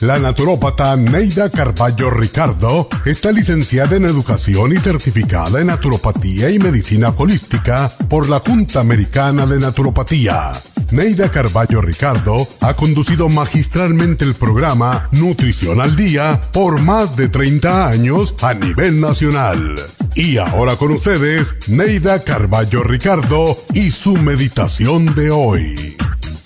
La naturópata Neida Carballo Ricardo está licenciada en Educación y certificada en Naturopatía y Medicina Holística por la Junta Americana de Naturopatía. Neida Carballo Ricardo ha conducido magistralmente el programa Nutrición al Día por más de 30 años a nivel nacional. Y ahora con ustedes, Neida Carballo Ricardo y su meditación de hoy.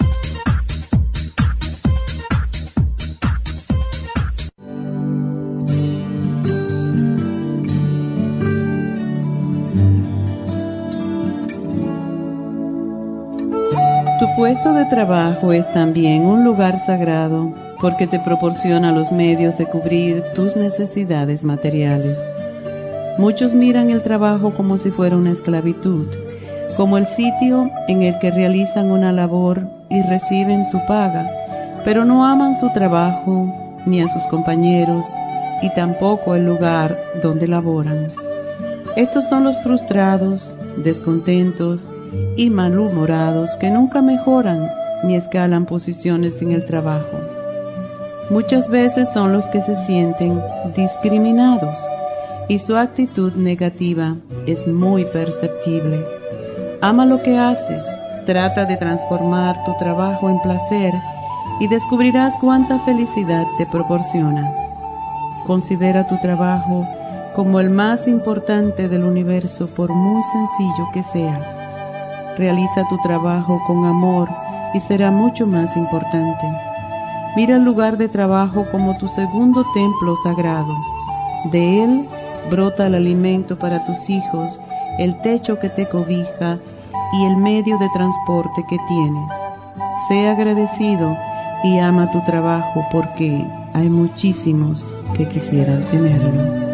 Tu puesto de trabajo es también un lugar sagrado porque te proporciona los medios de cubrir tus necesidades materiales. Muchos miran el trabajo como si fuera una esclavitud, como el sitio en el que realizan una labor y reciben su paga, pero no aman su trabajo ni a sus compañeros y tampoco el lugar donde laboran. Estos son los frustrados, descontentos y malhumorados que nunca mejoran ni escalan posiciones en el trabajo. Muchas veces son los que se sienten discriminados y su actitud negativa es muy perceptible. Ama lo que haces, trata de transformar tu trabajo en placer y descubrirás cuánta felicidad te proporciona. Considera tu trabajo como el más importante del universo por muy sencillo que sea. Realiza tu trabajo con amor y será mucho más importante. Mira el lugar de trabajo como tu segundo templo sagrado. De él brota el alimento para tus hijos, el techo que te cobija y el medio de transporte que tienes. Sé agradecido y ama tu trabajo porque hay muchísimos que quisieran tenerlo.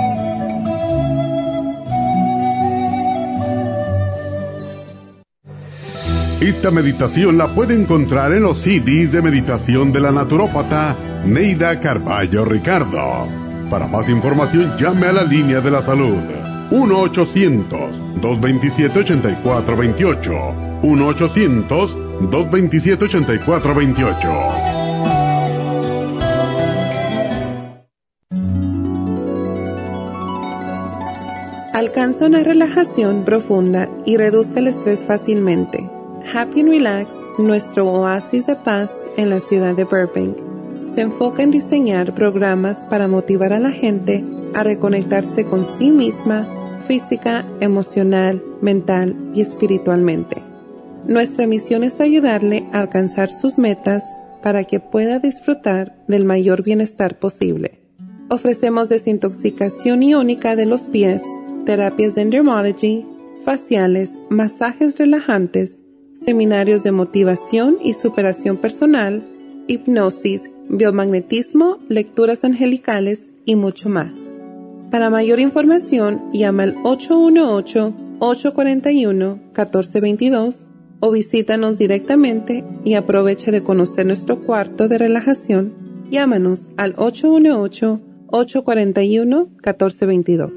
Esta meditación la puede encontrar en los CDs de meditación de la naturópata Neida Carballo Ricardo. Para más información, llame a la línea de la salud 1-800-227-8428. 1-800-227-8428. Alcanza una relajación profunda y reduzca el estrés fácilmente. Happy and Relax, nuestro oasis de paz en la ciudad de Burbank, se enfoca en diseñar programas para motivar a la gente a reconectarse con sí misma, física, emocional, mental y espiritualmente. Nuestra misión es ayudarle a alcanzar sus metas para que pueda disfrutar del mayor bienestar posible. Ofrecemos desintoxicación iónica de los pies, terapias de Endermology, faciales, masajes relajantes, seminarios de motivación y superación personal, hipnosis, biomagnetismo, lecturas angelicales y mucho más. Para mayor información, llama al 818-841-1422 o visítanos directamente y aprovecha de conocer nuestro cuarto de relajación. Llámanos al 818-841-1422.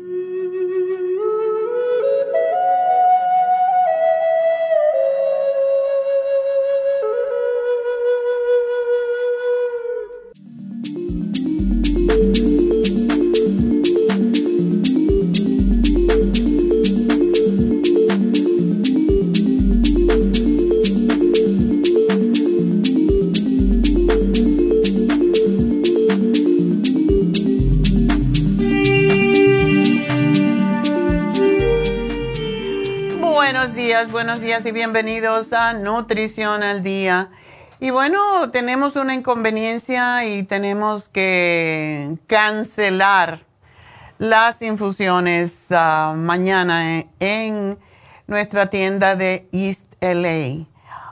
Buenos días y bienvenidos a Nutrición al Día. Y bueno, tenemos una inconveniencia y tenemos que cancelar las infusiones mañana en nuestra tienda de East LA.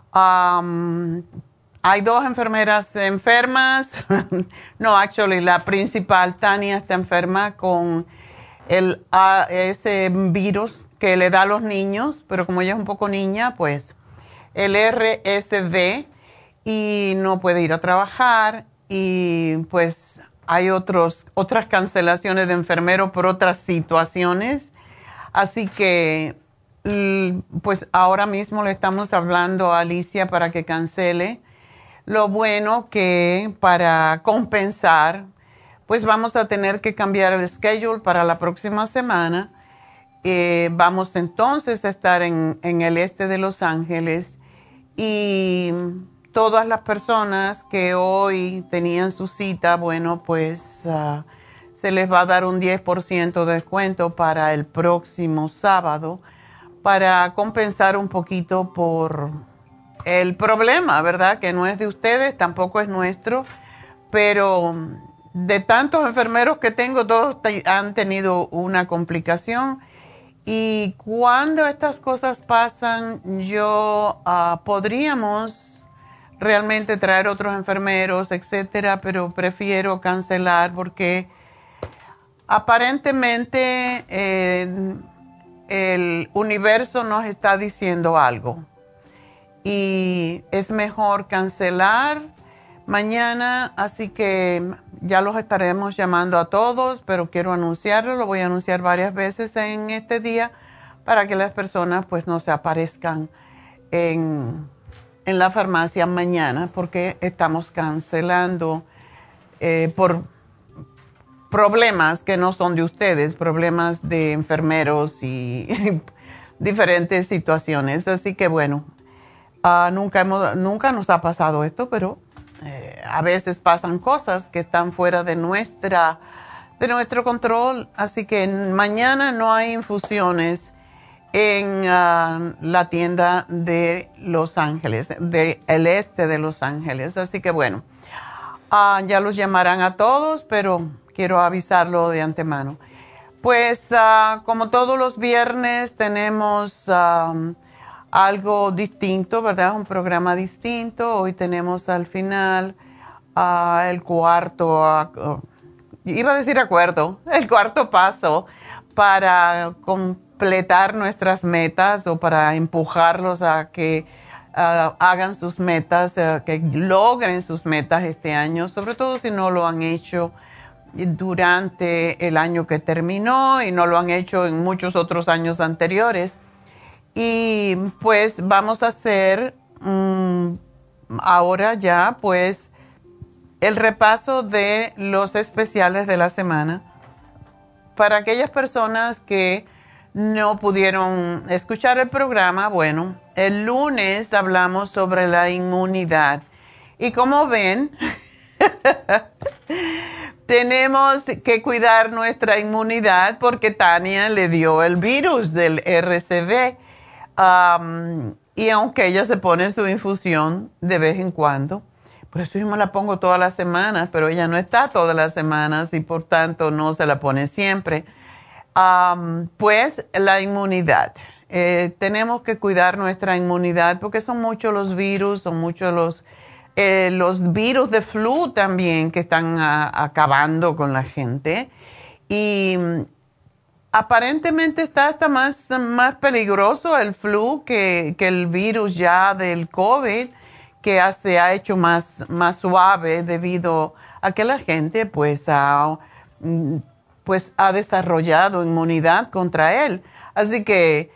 Hay dos enfermeras enfermas. No, actually, la principal, Tania, está enferma con ese virus que le da a los niños, pero como ella es un poco niña, pues el RSV, y no puede ir a trabajar, y pues hay otras cancelaciones de enfermeros por otras situaciones. Así que pues ahora mismo le estamos hablando a Alicia para que cancele Lo bueno que para compensar, pues vamos a tener que cambiar el schedule para la próxima semana. Vamos entonces a estar en el este de Los Ángeles y todas las personas que hoy tenían su cita, bueno, pues se les va a dar un 10% de descuento para el próximo sábado para compensar un poquito por el problema, ¿verdad? Que no es de ustedes, tampoco es nuestro, pero de tantos enfermeros que tengo, todos han tenido una complicación. Y cuando estas cosas pasan, podríamos realmente traer otros enfermeros, etcétera, pero prefiero cancelar porque aparentemente el universo nos está diciendo algo. Y es mejor cancelar mañana, así que ya los estaremos llamando a todos, pero quiero anunciarlo, lo voy a anunciar varias veces en este día para que las personas pues no se aparezcan en la farmacia mañana porque estamos cancelando por problemas que no son de ustedes, problemas de enfermeros y diferentes situaciones. Así que bueno, nunca nos ha pasado esto, pero a veces pasan cosas que están fuera de nuestro control. Así que mañana no hay infusiones en la tienda de Los Ángeles, del este de Los Ángeles. Así que bueno, ya los llamarán a todos, pero quiero avisarlo de antemano. Pues como todos los viernes tenemos algo distinto, ¿verdad? Un programa distinto. Hoy tenemos al final el cuarto, iba a decir acuerdo, el cuarto paso para completar nuestras metas o para empujarlos a que hagan sus metas, que logren sus metas este año, sobre todo si no lo han hecho durante el año que terminó y no lo han hecho en muchos otros años anteriores. Y pues vamos a hacer ahora ya pues el repaso de los especiales de la semana. Para aquellas personas que no pudieron escuchar el programa, bueno, el lunes hablamos sobre la inmunidad. Y como ven, tenemos que cuidar nuestra inmunidad porque Tania le dio el virus del RCV. Y aunque ella se pone su infusión de vez en cuando, por eso yo me la pongo todas las semanas, pero ella no está todas las semanas y por tanto no se la pone siempre. Pues la inmunidad. Tenemos que cuidar nuestra inmunidad porque son muchos los virus, son muchos los virus de flu también que están acabando con la gente. Y aparentemente está hasta más peligroso el flu que el virus ya del COVID, que se ha hecho más suave debido a que la gente pues ha desarrollado inmunidad contra él. Así que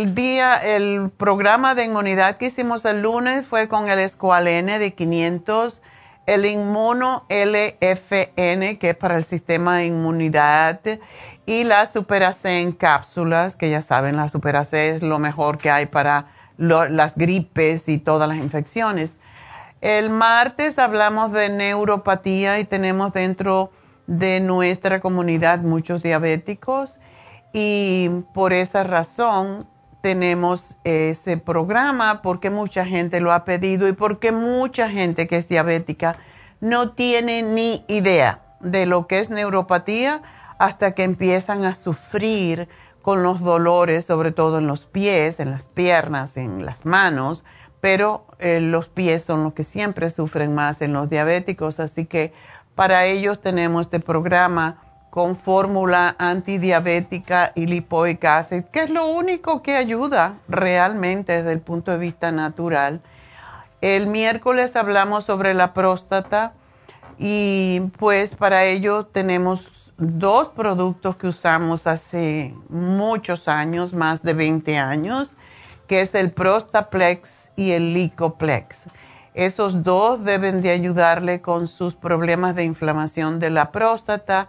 el programa de inmunidad que hicimos el lunes fue con el Esqualene de 500, el Inmuno LFN, que es para el sistema de inmunidad, y la Super C en cápsulas, que ya saben, la Super C es lo mejor que hay para las gripes y todas las infecciones. El martes hablamos de neuropatía y tenemos dentro de nuestra comunidad muchos diabéticos y por esa razón tenemos ese programa porque mucha gente lo ha pedido y porque mucha gente que es diabética no tiene ni idea de lo que es neuropatía hasta que empiezan a sufrir con los dolores, sobre todo en los pies, en las piernas, en las manos, pero los pies son los que siempre sufren más en los diabéticos, así que para ellos tenemos este programa con fórmula antidiabética y lipoic acid, que es lo único que ayuda realmente desde el punto de vista natural. El miércoles hablamos sobre la próstata y pues para ello tenemos 2 productos que usamos hace muchos años, más de 20 años, que es el Prostaplex y el Licoplex. Esos dos deben de ayudarle con sus problemas de inflamación de la próstata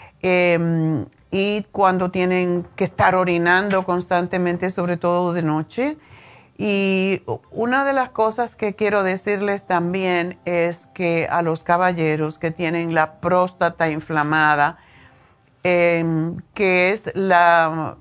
y cuando tienen que estar orinando constantemente, sobre todo de noche. Y una de las cosas que quiero decirles también es que a los caballeros que tienen la próstata inflamada, que es la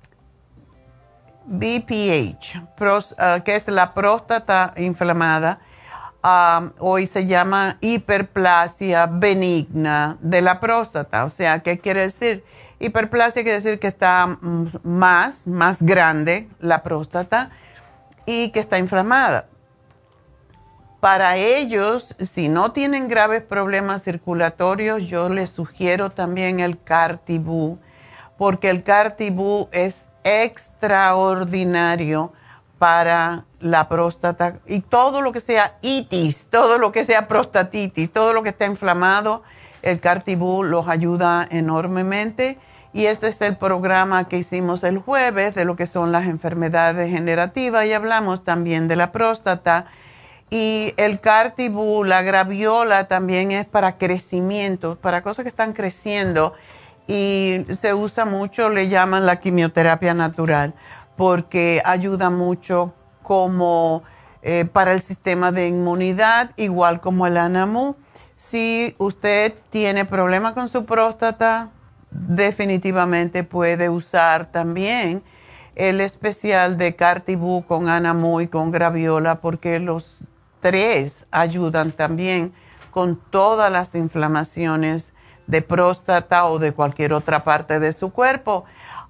BPH, que es la próstata inflamada, hoy se llama hiperplasia benigna de la próstata. O sea, ¿qué quiere decir? Hiperplasia quiere decir que está más grande la próstata y que está inflamada. Para ellos, si no tienen graves problemas circulatorios, yo les sugiero también el Cartibú, porque el Cartibú es extraordinario para la próstata y todo lo que sea itis, todo lo que sea prostatitis, todo lo que está inflamado, el Cartibú los ayuda enormemente. Y ese es el programa que hicimos el jueves de lo que son las enfermedades degenerativas y hablamos también de la próstata. Y el Cartibú, la graviola también es para crecimiento, para cosas que están creciendo y se usa mucho, le llaman la quimioterapia natural porque ayuda mucho como para el sistema de inmunidad, igual como el Anamu. Si usted tiene problemas con su próstata, definitivamente puede usar también el especial de Cartibú con Anamu y con graviola porque los tres ayudan también con todas las inflamaciones de próstata o de cualquier otra parte de su cuerpo.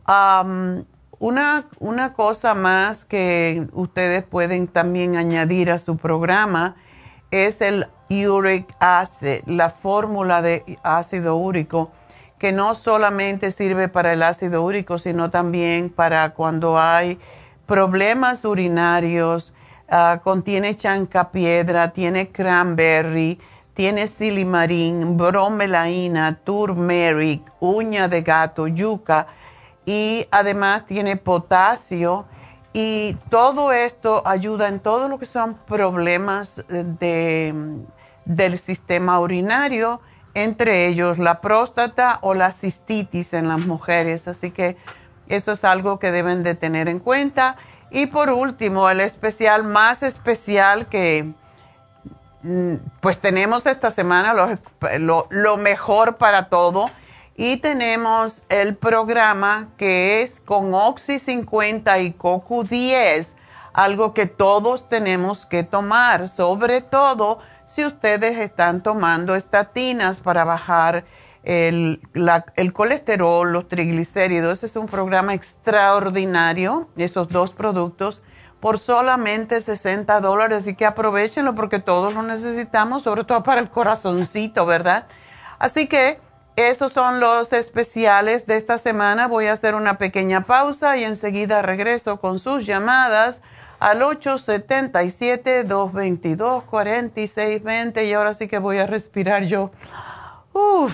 Una cosa más que ustedes pueden también añadir a su programa es el Uric Acid, la fórmula de ácido úrico, que no solamente sirve para el ácido úrico, sino también para cuando hay problemas urinarios. Contiene chancapiedra, tiene cranberry, tiene silimarín, bromelaína, turmeric, uña de gato, yuca y además tiene potasio y todo esto ayuda en todo lo que son problemas del sistema urinario, entre ellos la próstata o la cistitis en las mujeres. Así que eso es algo que deben de tener en cuenta. Y por último, el especial más especial que pues tenemos esta semana, lo mejor para todo. Y tenemos el programa que es con Oxy 50 y CoQ10, algo que todos tenemos que tomar, sobre todo si ustedes están tomando estatinas para bajar el colesterol, los triglicéridos. Ese es un programa extraordinario, esos dos productos, por solamente $60. Así que aprovechenlo porque todos lo necesitamos, sobre todo para el corazoncito, ¿verdad? Así que esos son los especiales de esta semana. Voy a hacer una pequeña pausa y enseguida regreso con sus llamadas al 877-222-4620. Y ahora sí que voy a respirar yo. Uf.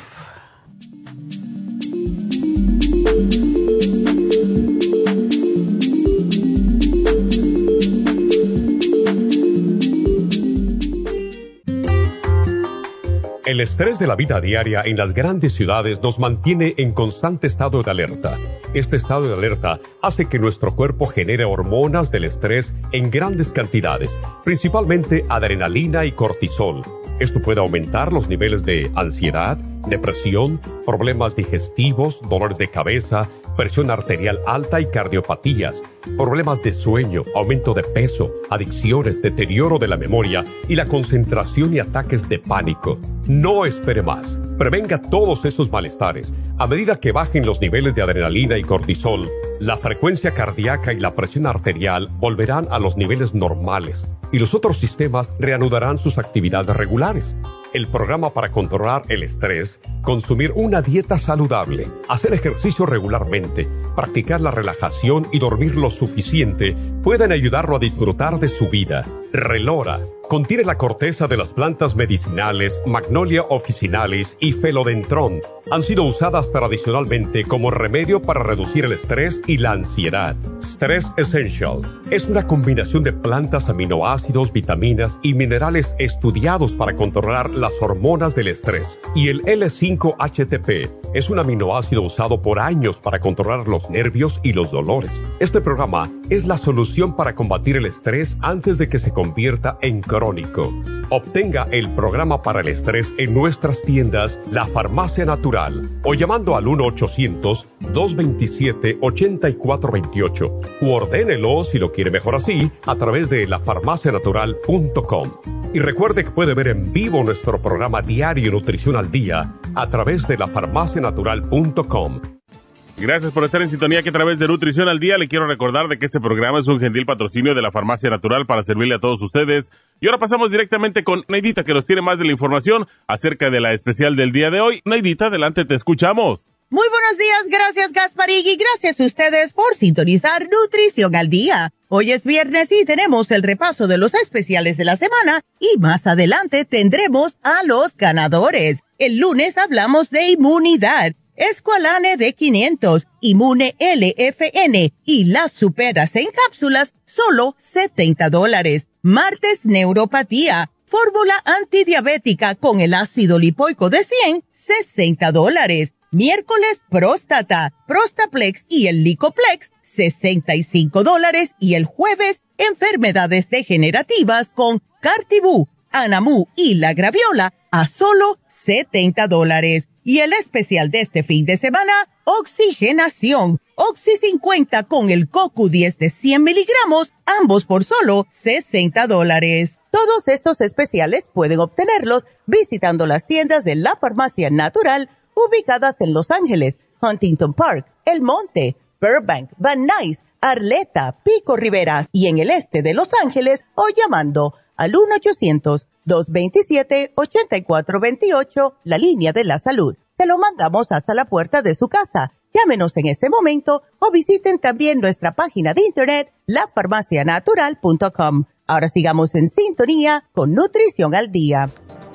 El estrés de la vida diaria en las grandes ciudades nos mantiene en constante estado de alerta. Este estado de alerta hace que nuestro cuerpo genere hormonas del estrés en grandes cantidades, principalmente adrenalina y cortisol. Esto puede aumentar los niveles de ansiedad, depresión, problemas digestivos, dolores de cabeza, presión arterial alta y cardiopatías, problemas de sueño, aumento de peso, adicciones, deterioro de la memoria y la concentración y ataques de pánico. No espere más. Prevenga todos esos malestares. A medida que bajen los niveles de adrenalina y cortisol, la frecuencia cardíaca y la presión arterial volverán a los niveles normales y los otros sistemas reanudarán sus actividades regulares. El programa para controlar el estrés, consumir una dieta saludable, hacer ejercicio regularmente, practicar la relajación y dormir lo suficiente pueden ayudarlo a disfrutar de su vida. Relora contiene la corteza de las plantas medicinales Magnolia officinalis y Philodendron. Han sido usadas tradicionalmente como remedio para reducir el estrés y la ansiedad. Stress Essential es una combinación de plantas, aminoácidos, vitaminas y minerales estudiados para controlar las hormonas del estrés. Y el L5-HTP es un aminoácido usado por años para controlar los nervios y los dolores. Este programa es la solución para combatir el estrés antes de que se convierta en crónico. Obtenga el programa para el estrés en nuestras tiendas La Farmacia Natural o llamando al 1-800-227-8428 u ordénelo, si lo quiere mejor así, a través de lafarmacianatural.com. Y recuerde que puede ver en vivo nuestro programa diario Nutrición al Día a través de lafarmacianatural.com. Gracias por estar en sintonía, que a través de Nutrición al Día le quiero recordar de que este programa es un gentil patrocinio de la Farmacia Natural para servirle a todos ustedes. Y ahora pasamos directamente con Neidita, que nos tiene más de la información acerca de la especial del día de hoy. Neidita, adelante, te escuchamos. Muy buenos días, gracias Gasparín, y gracias a ustedes por sintonizar Nutrición al Día. Hoy es viernes y tenemos el repaso de los especiales de la semana y más adelante tendremos a los ganadores. El lunes hablamos de inmunidad. Esqualane de 500, Inmune LFN y las Superas en cápsulas, solo $70. Martes, neuropatía, fórmula antidiabética con el ácido lipoico de 100, $60. Miércoles, próstata, Prostaplex y el Licoplex, $65. Y el jueves, enfermedades degenerativas con Cartibú, Anamú y la Graviola, a solo $70. Y el especial de este fin de semana, oxigenación, Oxy 50 con el CoQ10 de 100 miligramos, ambos por solo $60. Todos estos especiales pueden obtenerlos visitando las tiendas de la Farmacia Natural ubicadas en Los Ángeles, Huntington Park, El Monte, Burbank, Van Nuys, Arleta, Pico Rivera y en el este de Los Ángeles o llamando al 1-800-227-8428, la línea de la salud. Te lo mandamos hasta la puerta de su casa. Llámenos en este momento o visiten también nuestra página de internet, lafarmacianatural.com. Ahora sigamos en sintonía con Nutrición al Día.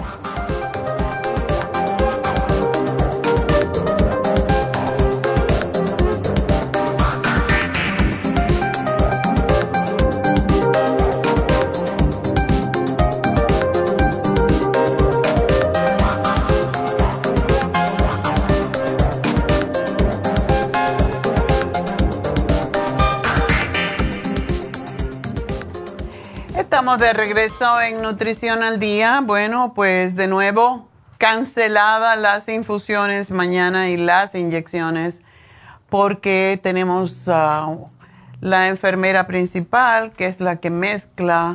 Estamos de regreso en Nutrición al Día. Bueno, pues de nuevo canceladas las infusiones mañana y las inyecciones porque tenemos la enfermera principal, que es la que mezcla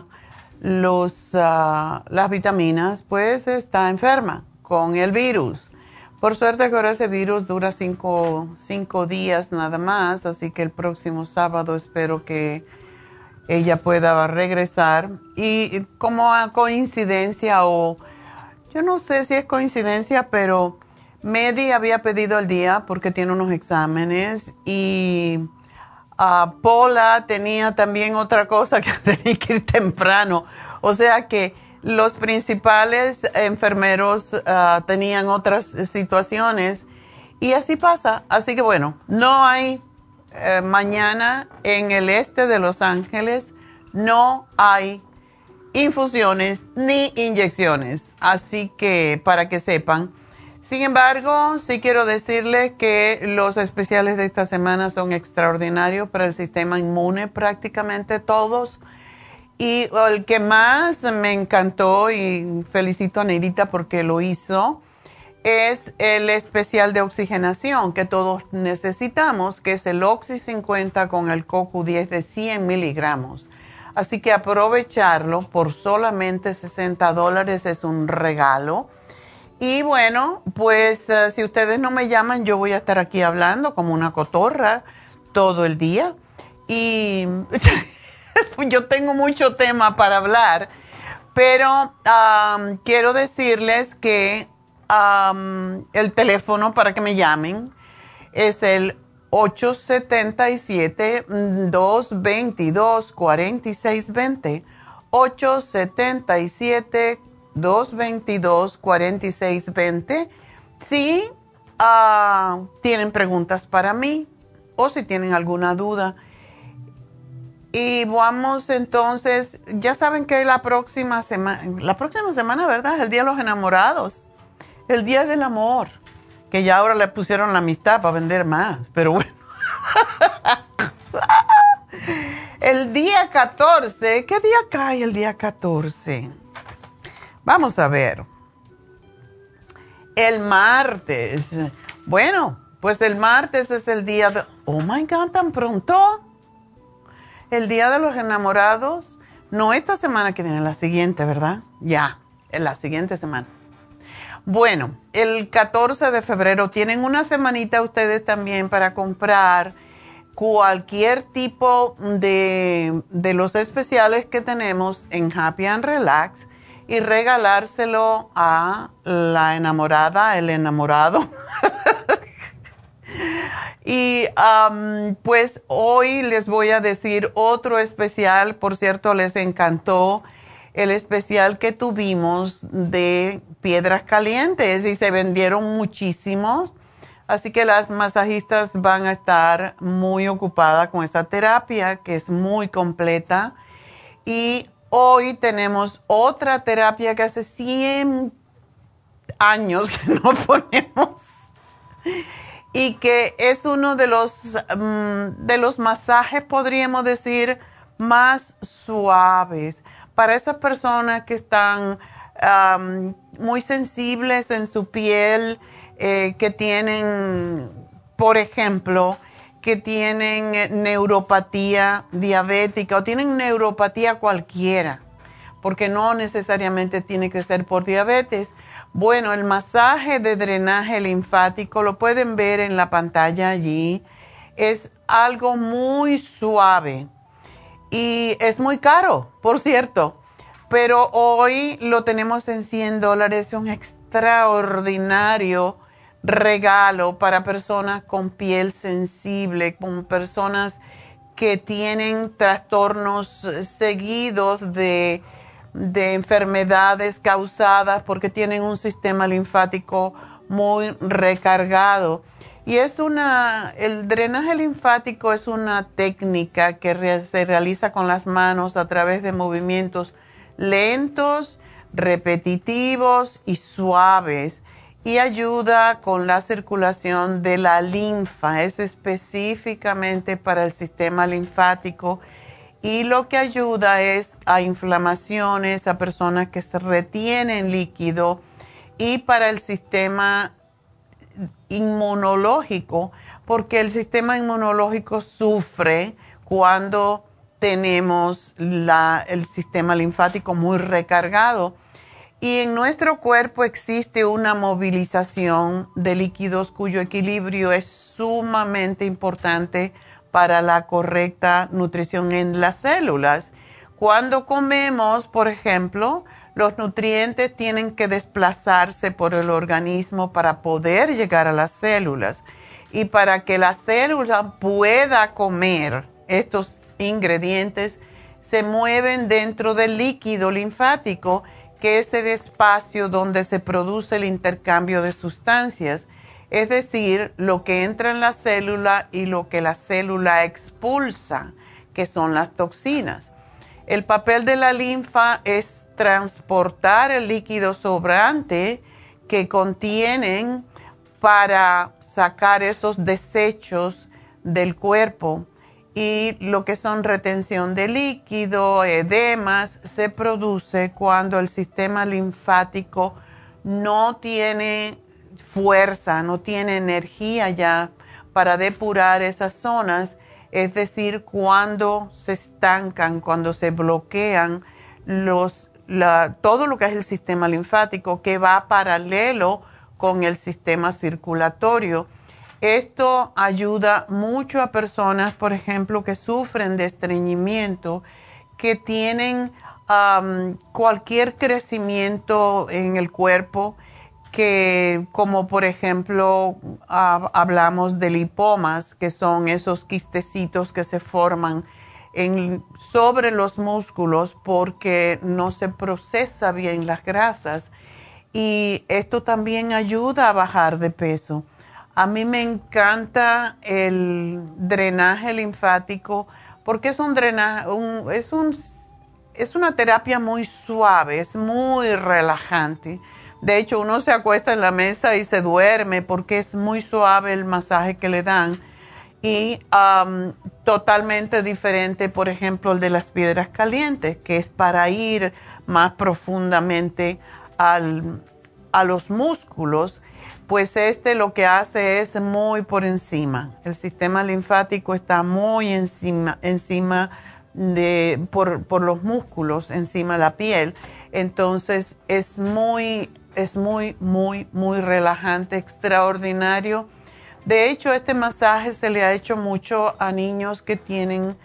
las vitaminas, pues está enferma con el virus. Por suerte que ahora ese virus dura cinco días nada más, así que el próximo sábado espero que ella pueda regresar. Y como a coincidencia, o yo no sé si es coincidencia, pero Medi había pedido el día porque tiene unos exámenes y Paula tenía también otra cosa que tenía que ir temprano. O sea que los principales enfermeros tenían otras situaciones y así pasa. Así que bueno, no hay mañana en el este de Los Ángeles, no hay infusiones ni inyecciones. Así que para que sepan. Sin embargo, sí quiero decirles que los especiales de esta semana son extraordinarios para el sistema inmune, prácticamente todos. Y el que más me encantó, y felicito a Neidita porque lo hizo, es el especial de oxigenación que todos necesitamos, que es el Oxy 50 con el CoQ10 de 100 miligramos. Así que aprovecharlo por solamente $60, es un regalo. Y bueno, pues si ustedes no me llaman, yo voy a estar aquí hablando como una cotorra todo el día. Y yo tengo mucho tema para hablar, pero quiero decirles que el teléfono para que me llamen es el 877-222-4620. 1-877-222-4620. Si tienen preguntas para mí o si tienen alguna duda. Y vamos entonces, ya saben que la próxima semana, ¿verdad? Es el Día de los Enamorados, el Día del Amor, que ya ahora le pusieron la amistad para vender más, pero bueno. El día 14, ¿qué día cae el día 14? Vamos a ver. El martes. Bueno, pues el martes es el día de... Oh my God, ¿tan pronto? El Día de los Enamorados. No esta semana que viene, la siguiente, ¿verdad? Ya, en la siguiente semana. Bueno, el 14 de febrero tienen una semanita ustedes también para comprar cualquier tipo de los especiales que tenemos en Happy and Relax y regalárselo a la enamorada, el enamorado. Y pues hoy les voy a decir otro especial. Por cierto, les encantó el especial que tuvimos de piedras calientes y se vendieron muchísimos. Así que las masajistas van a estar muy ocupadas con esa terapia que es muy completa. Y hoy tenemos otra terapia que hace 100 años que no ponemos y que es uno de los masajes, podríamos decir, más suaves para esas personas que están muy sensibles en su piel, que tienen, por ejemplo, que tienen neuropatía diabética o tienen neuropatía cualquiera, porque no necesariamente tiene que ser por diabetes. Bueno, el masaje de drenaje linfático lo pueden ver en la pantalla allí. Es algo muy suave y es muy caro, por cierto, pero hoy lo tenemos en $100. Es un extraordinario regalo para personas con piel sensible, con personas que tienen trastornos seguidos de enfermedades causadas porque tienen un sistema linfático muy recargado. Y el drenaje linfático es una técnica que se realiza con las manos a través de movimientos lentos, repetitivos y suaves, y ayuda con la circulación de la linfa. Es específicamente para el sistema linfático y lo que ayuda es a inflamaciones, a personas que se retienen líquido, y para el sistema inmunológico, porque el sistema inmunológico sufre cuando tenemos el sistema linfático muy recargado. Y en nuestro cuerpo existe una movilización de líquidos cuyo equilibrio es sumamente importante para la correcta nutrición en las células. Cuando comemos, por ejemplo, los nutrientes tienen que desplazarse por el organismo para poder llegar a las células. Y para que la célula pueda comer estos ingredientes, se mueven dentro del líquido linfático, que es el espacio donde se produce el intercambio de sustancias, es decir, lo que entra en la célula y lo que la célula expulsa, que son las toxinas. El papel de la linfa es transportar el líquido sobrante que contienen para sacar esos desechos del cuerpo, y lo que son retención de líquido, edemas, se produce cuando el sistema linfático no tiene fuerza, no tiene energía ya para depurar esas zonas, es decir, cuando se estancan, cuando se bloquean todo lo que es el sistema linfático, que va paralelo con el sistema circulatorio. Esto ayuda mucho a personas, por ejemplo, que sufren de estreñimiento, que tienen cualquier crecimiento en el cuerpo, que como por ejemplo hablamos de lipomas, que son esos quistecitos que se forman sobre los músculos porque no se procesa bien las grasas y esto también ayuda a bajar de peso. A mí me encanta el drenaje linfático porque es un drenaje, es una terapia muy suave, es muy relajante. De hecho, uno se acuesta en la mesa y se duerme porque es muy suave el masaje que le dan. Y totalmente diferente, por ejemplo, el de las piedras calientes, que es para ir más profundamente a los músculos. Pues lo que hace es muy por encima. El sistema linfático está muy encima por los músculos, encima de la piel. Entonces es muy relajante, extraordinario. De hecho, este masaje se le ha hecho mucho a niños que tienen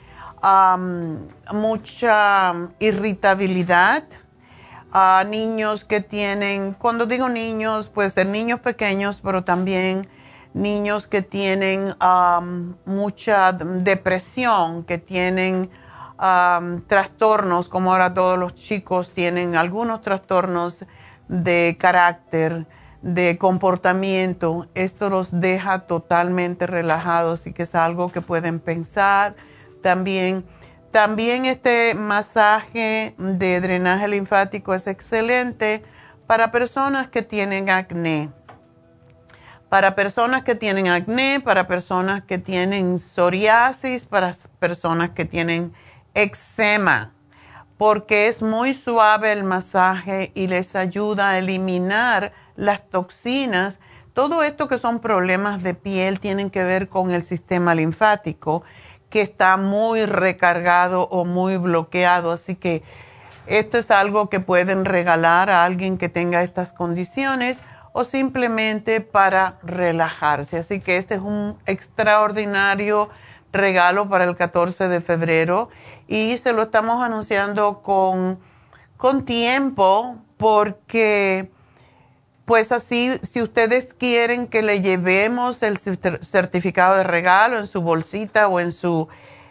mucha irritabilidad, a niños que tienen, cuando digo niños, puede ser niños pequeños, pero también niños que tienen mucha depresión, que tienen trastornos, como ahora todos los chicos tienen algunos trastornos de carácter, de comportamiento. Esto los deja totalmente relajados y que es algo que pueden pensar también. También este masaje de drenaje linfático es excelente para personas que tienen acné. Para personas que tienen acné, para personas que tienen psoriasis, para personas que tienen eczema, porque es muy suave el masaje y les ayuda a eliminar las toxinas. Todo esto que son problemas de piel tienen que ver con el sistema linfático, que está muy recargado o muy bloqueado. Así que esto es algo que pueden regalar a alguien que tenga estas condiciones o simplemente para relajarse. Así que este es un extraordinario regalo para el 14 de febrero y se lo estamos anunciando con tiempo porque pues así, si ustedes quieren que le llevemos el certificado de regalo en su bolsita o en su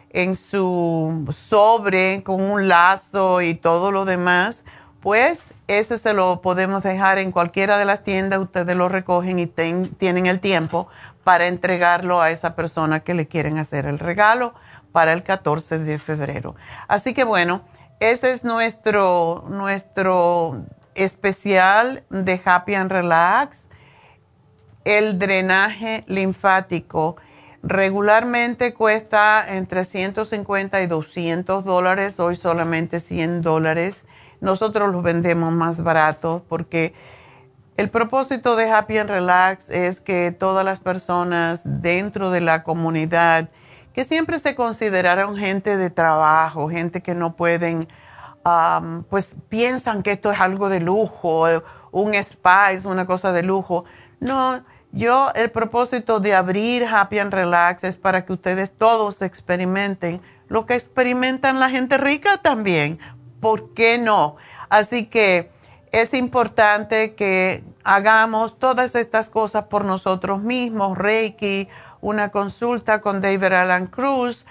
sobre con un lazo y todo lo demás, pues ese se lo podemos dejar en cualquiera de las tiendas. Ustedes lo recogen y tienen el tiempo para entregarlo a esa persona que le quieren hacer el regalo para el 14 de febrero. Así que bueno, ese es nuestro especial de Happy and Relax. El drenaje linfático regularmente cuesta entre $150 y $200, hoy solamente $100. Nosotros los vendemos más baratos porque el propósito de Happy and Relax es que todas las personas dentro de la comunidad que siempre se consideraron gente de trabajo, gente que no pueden pues piensan que esto es algo de lujo, un spa es una cosa de lujo. No, el propósito de abrir Happy and Relax es para que ustedes todos experimenten lo que experimentan la gente rica también. ¿Por qué no? Así que es importante que hagamos todas estas cosas por nosotros mismos, Reiki, una consulta con David Alan Cruz,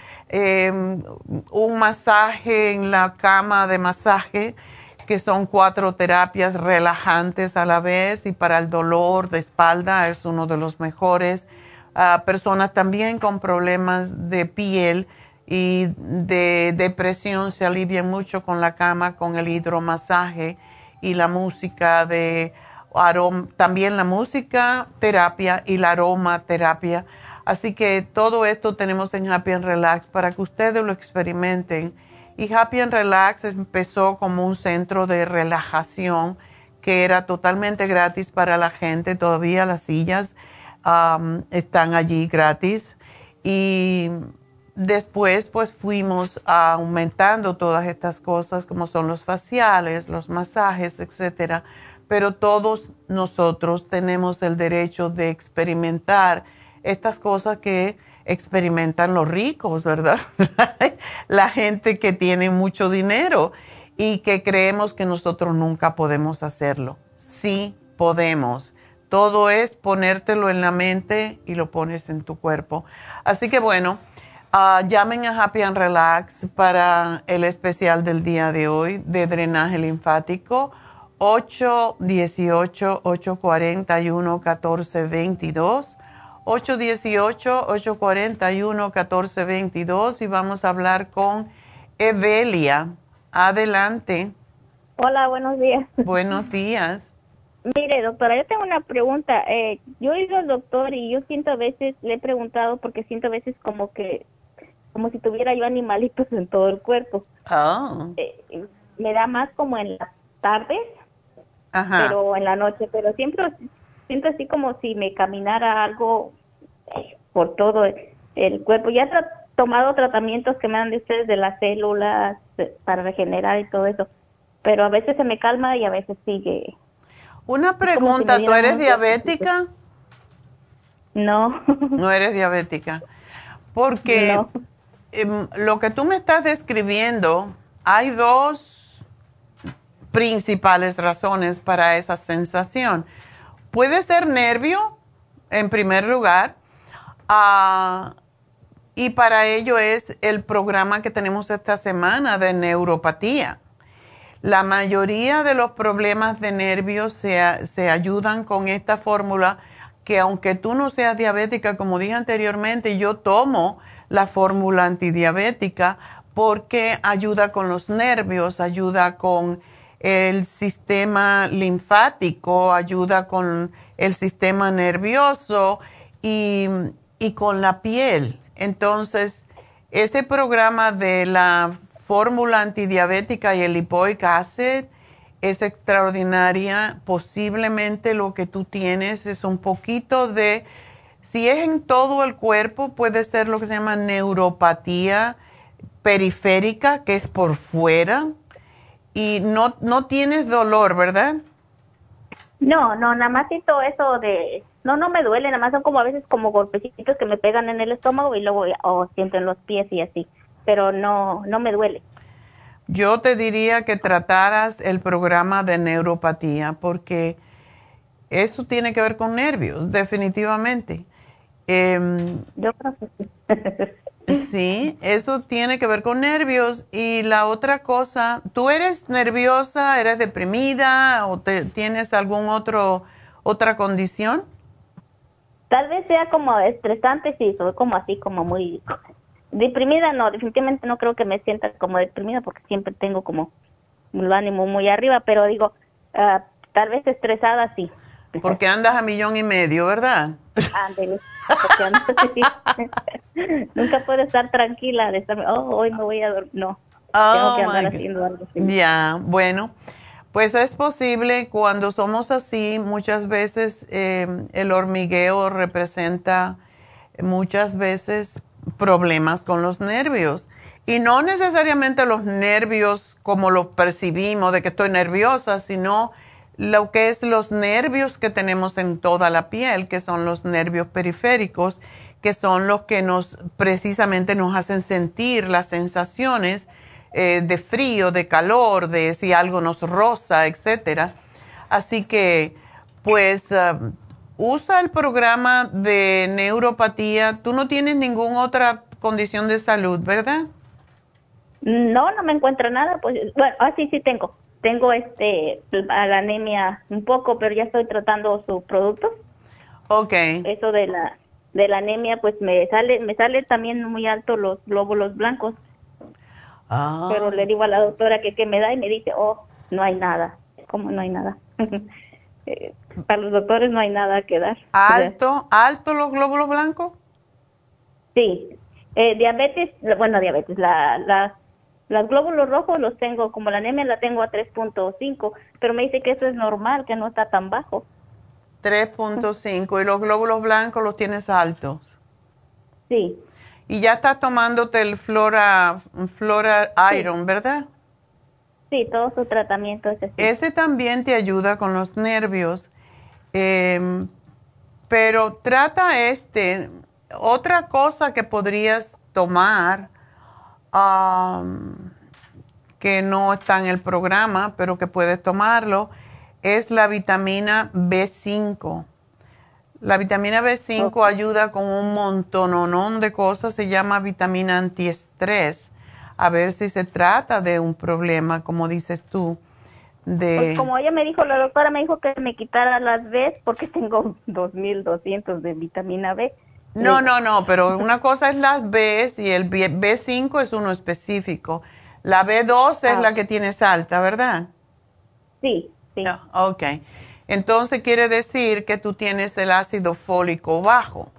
un masaje en la cama de masaje, que son 4 terapias relajantes a la vez y para el dolor de espalda es uno de los mejores. Personas también con problemas de piel y de depresión se alivian mucho con la cama, con el hidromasaje y la música de aroma, también la música terapia y la aromaterapia. Así que todo esto tenemos en Happy and Relax para que ustedes lo experimenten. Y Happy and Relax empezó como un centro de relajación que era totalmente gratis para la gente. Todavía las sillas están allí gratis. Y después pues fuimos aumentando todas estas cosas como son los faciales, los masajes, etcétera. Pero todos nosotros tenemos el derecho de experimentar estas cosas que experimentan los ricos, ¿verdad? La gente que tiene mucho dinero y que creemos que nosotros nunca podemos hacerlo. Sí podemos. Todo es ponértelo en la mente y lo pones en tu cuerpo. Así que bueno, Llamen a Happy and Relax para el especial del día de hoy de drenaje linfático, 818-841-1422, 818-841-1422, y vamos a hablar con Evelia. Adelante. Hola, buenos días. Buenos días. Mire, doctora, yo tengo una pregunta. Yo he ido al doctor y yo siento a veces, le he preguntado porque siento a veces como si tuviera yo animalitos en todo el cuerpo. Oh. Me da más como en las tardes, Ajá. pero en la noche, pero siempre siento así como si me caminara algo por todo el cuerpo. Ya he tomado tratamientos que me dan de ustedes de las células para regenerar y todo eso, pero a veces se me calma y a veces sigue. Una pregunta, si ¿tú eres diabética? No. No eres diabética. Porque No. Lo que tú me estás describiendo, hay dos principales razones para esa sensación. Puede ser nervio, en primer lugar, y para ello es el programa que tenemos esta semana de neuropatía. La mayoría de los problemas de nervios se ayudan con esta fórmula, que aunque tú no seas diabética, como dije anteriormente, yo tomo la fórmula antidiabética porque ayuda con los nervios, ayuda con el sistema linfático, ayuda con el sistema nervioso y con la piel. Entonces, ese programa de la fórmula antidiabética y el lipoic acid es extraordinaria. Posiblemente lo que tú tienes es un poquito de, si es en todo el cuerpo, puede ser lo que se llama neuropatía periférica, que es por fuera, y no tienes dolor, ¿verdad? No, nada más siento eso de... No me duele, nada más son como a veces como golpecitos que me pegan en el estómago y luego siento en los pies y así, pero no me duele. Yo te diría que trataras el programa de neuropatía porque eso tiene que ver con nervios, definitivamente. Yo creo que sí. Sí, eso tiene que ver con nervios. Y la otra cosa, ¿tú eres nerviosa, eres deprimida o tienes otra condición? Tal vez sea como estresante, sí, soy como así, como muy deprimida. No, definitivamente no creo que me sienta como deprimida porque siempre tengo como el ánimo muy arriba, pero digo, tal vez estresada, sí. Porque andas a 1,5 millones, ¿verdad? Ándele, porque ando así. Nunca puedo estar tranquila de estar, hoy me voy a dormir, no, tengo que andar haciendo algo así. Ya, bueno, pues es posible cuando somos así, muchas veces el hormigueo representa muchas veces problemas con los nervios. Y no necesariamente los nervios como los percibimos, de que estoy nerviosa, sino lo que es los nervios que tenemos en toda la piel, que son los nervios periféricos, que son los que precisamente nos hacen sentir las sensaciones de frío, de calor, de si algo nos roza, etcétera. Así que, pues, usa el programa de neuropatía. Tú no tienes ninguna otra condición de salud, ¿verdad? No me encuentro nada, pues, bueno, sí tengo. Tengo a la anemia un poco, pero ya estoy tratando sus productos. Okay. Eso de la anemia, pues me sale también muy alto los glóbulos blancos. Pero le digo a la doctora que me da y me dice, no hay nada. ¿Cómo no hay nada? Para los doctores no hay nada que dar. ¿Alto los glóbulos blancos? Sí. Diabetes, los glóbulos rojos los tengo, como la anemia la tengo a 3.5, pero me dice que eso es normal, que no está tan bajo. 3.5, y los glóbulos blancos los tienes altos. Sí. Y ya estás tomándote el Flora Iron, ¿verdad? Sí, todo su tratamiento es así. Ese también te ayuda con los nervios, pero trata otra cosa que podrías tomar, que no está en el programa, pero que puedes tomarlo, es la vitamina B5. La vitamina B5 ayuda con un montononón de cosas, se llama vitamina antiestrés. A ver si se trata de un problema, como dices tú, Pues como ella me dijo, la doctora me dijo que me quitara las B porque tengo 2.200 de vitamina B. No, pero una cosa es las B y el B5 es uno específico. La B2 es la que tienes alta, ¿verdad? Sí. Ok. Entonces quiere decir que tú tienes el ácido fólico bajo.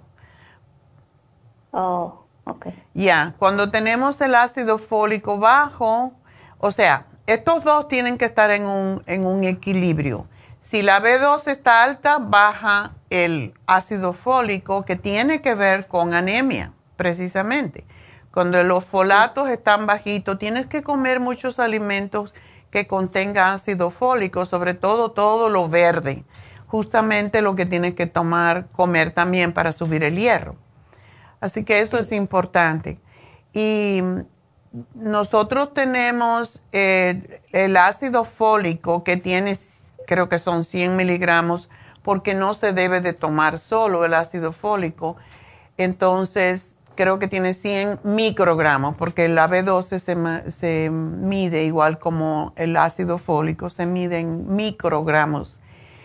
Oh, ok. Ya, cuando tenemos el ácido fólico bajo, o sea, estos dos tienen que estar en un equilibrio. Si la B2 está alta, baja el ácido fólico, que tiene que ver con anemia, precisamente. Cuando los folatos están bajitos, tienes que comer muchos alimentos que contengan ácido fólico, sobre todo lo verde. Justamente lo que tienes que comer también para subir el hierro. Así que eso es importante. Y nosotros tenemos el ácido fólico que tiene, creo que son 100 miligramos, porque no se debe de tomar solo el ácido fólico. Entonces, creo que tiene 100 microgramos, porque la B12 se mide igual como el ácido fólico, se mide en microgramos.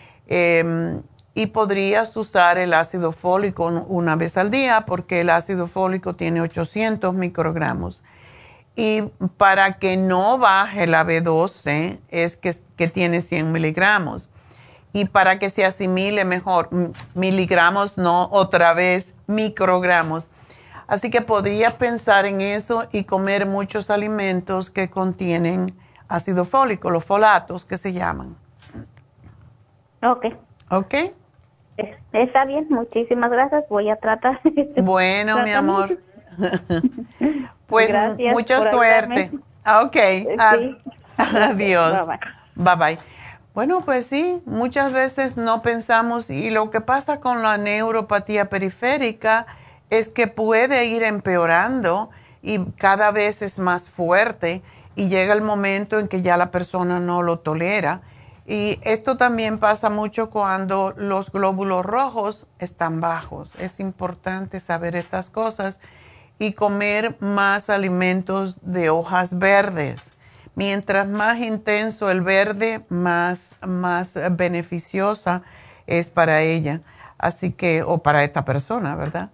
Y podrías usar el ácido fólico una vez al día, porque el ácido fólico tiene 800 microgramos. Y para que no baje la B12 es que tiene 100 miligramos. Y para que se asimile mejor, miligramos, no otra vez microgramos. Así que podrías pensar en eso y comer muchos alimentos que contienen ácido fólico, los folatos que se llaman. Ok. ¿Ok? Está bien, muchísimas gracias. Voy a tratar. Bueno, mi amor. Pues gracias, mucha suerte. Ok. Sí. Adiós. Bye, bye bye. Bueno, pues sí, muchas veces no pensamos, y lo que pasa con la neuropatía periférica es que puede ir empeorando y cada vez es más fuerte y llega el momento en que ya la persona no lo tolera. Y esto también pasa mucho cuando los glóbulos rojos están bajos. Es importante saber estas cosas y comer más alimentos de hojas verdes. Mientras más intenso el verde, más beneficiosa es para ella. Así que, o para esta persona, ¿verdad?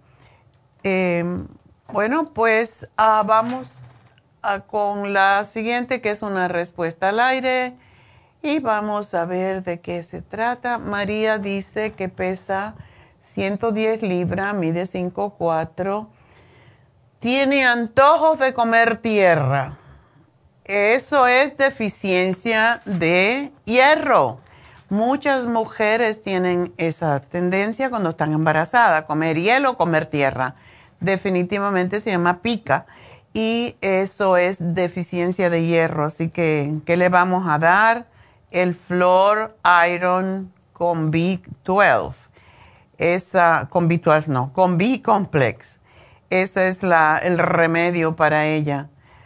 Bueno, pues vamos con la siguiente, que es una respuesta al aire. Y vamos a ver de qué se trata. María dice que pesa 110 libras, mide 5'4". Tiene antojos de comer tierra. Eso es deficiencia de hierro. Muchas mujeres tienen esa tendencia cuando están embarazadas, comer hielo, comer tierra. Definitivamente se llama pica y eso es deficiencia de hierro. Así que, ¿qué le vamos a dar? El Flor Iron con B12. Con B12 no, con B-Complex. Ese es el remedio para ella.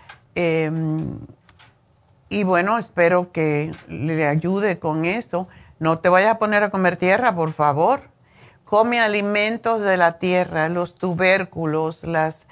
Y bueno, espero que le ayude con eso. No te vayas a poner a comer tierra, por favor. Come alimentos de la tierra, los tubérculos, las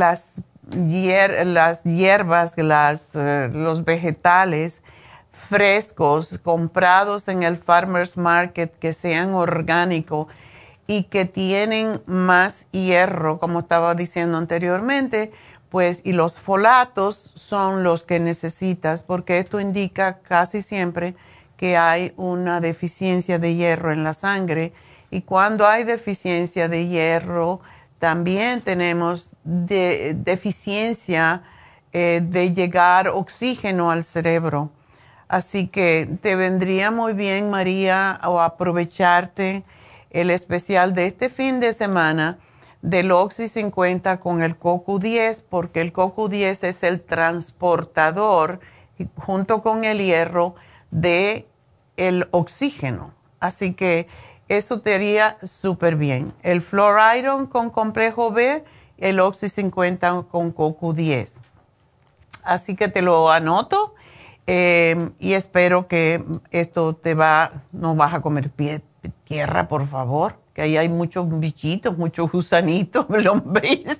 hierbas, los vegetales frescos, comprados en el Farmer's Market, que sean orgánicos y que tienen más hierro, como estaba diciendo anteriormente, pues, y los folatos son los que necesitas, porque esto indica casi siempre que hay una deficiencia de hierro en la sangre, y cuando hay deficiencia de hierro, también tenemos deficiencia de llegar oxígeno al cerebro. Así que te vendría muy bien, María, o aprovecharte el especial de este fin de semana del Oxy 50 con el CoQ10, porque el CoQ10 es el transportador junto con el hierro de el oxígeno. Así que eso te haría súper bien. El Flor Iron con complejo B, el Oxy 50 con CoQ10. Así que te lo anoto y espero que esto no vas a comer tierra, por favor. que ahí hay muchos bichitos, muchos gusanitos, lombrices.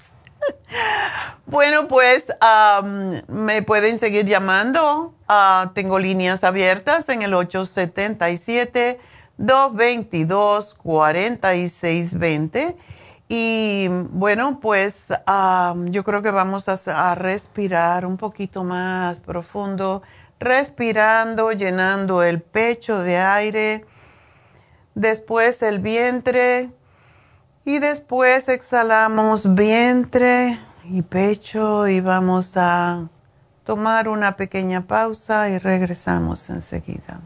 Bueno, pues me pueden seguir llamando. Tengo líneas abiertas en el 877-222-4620. Y bueno, pues yo creo que vamos a respirar un poquito más profundo, respirando, llenando el pecho de aire, después el vientre y después exhalamos vientre y pecho y vamos a tomar una pequeña pausa y regresamos enseguida.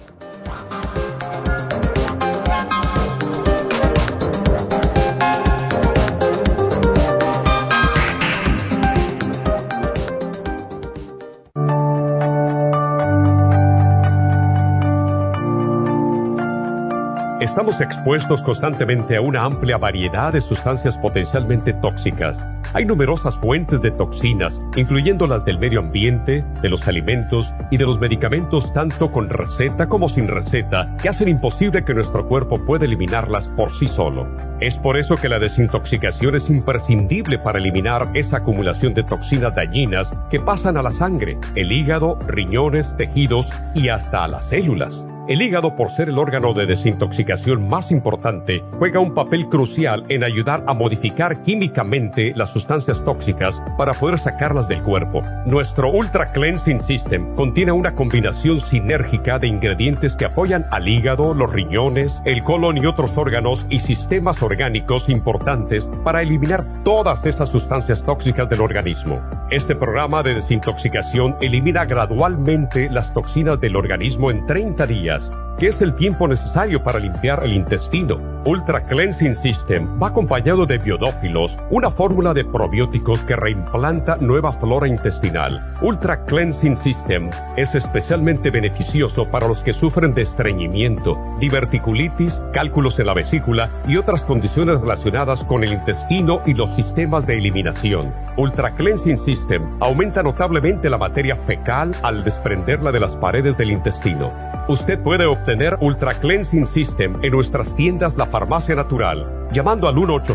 Estamos expuestos constantemente a una amplia variedad de sustancias potencialmente tóxicas. Hay numerosas fuentes de toxinas, incluyendo las del medio ambiente, de los alimentos y de los medicamentos, tanto con receta como sin receta, que hacen imposible que nuestro cuerpo pueda eliminarlas por sí solo. Es por eso que la desintoxicación es imprescindible para eliminar esa acumulación de toxinas dañinas que pasan a la sangre, el hígado, riñones, tejidos y hasta a las células. El hígado, por ser el órgano de desintoxicación más importante, juega un papel crucial en ayudar a modificar químicamente las sustancias tóxicas para poder sacarlas del cuerpo. Nuestro Ultra Cleansing System contiene una combinación sinérgica de ingredientes que apoyan al hígado, los riñones, el colon y otros órganos y sistemas orgánicos importantes para eliminar todas esas sustancias tóxicas del organismo. Este programa de desintoxicación elimina gradualmente las toxinas del organismo en 30 días, que es el tiempo necesario para limpiar el intestino. Ultra Cleansing System va acompañado de biodófilos, una fórmula de probióticos que reimplanta nueva flora intestinal. Ultra Cleansing System es especialmente beneficioso para los que sufren de estreñimiento, diverticulitis, cálculos en la vesícula y otras condiciones relacionadas con el intestino y los sistemas de eliminación. Ultra Cleansing System aumenta notablemente la materia fecal al desprenderla de las paredes del intestino. Usted puede obtener Ultra Cleansing System en nuestras tiendas La Farmacia Natural, llamando al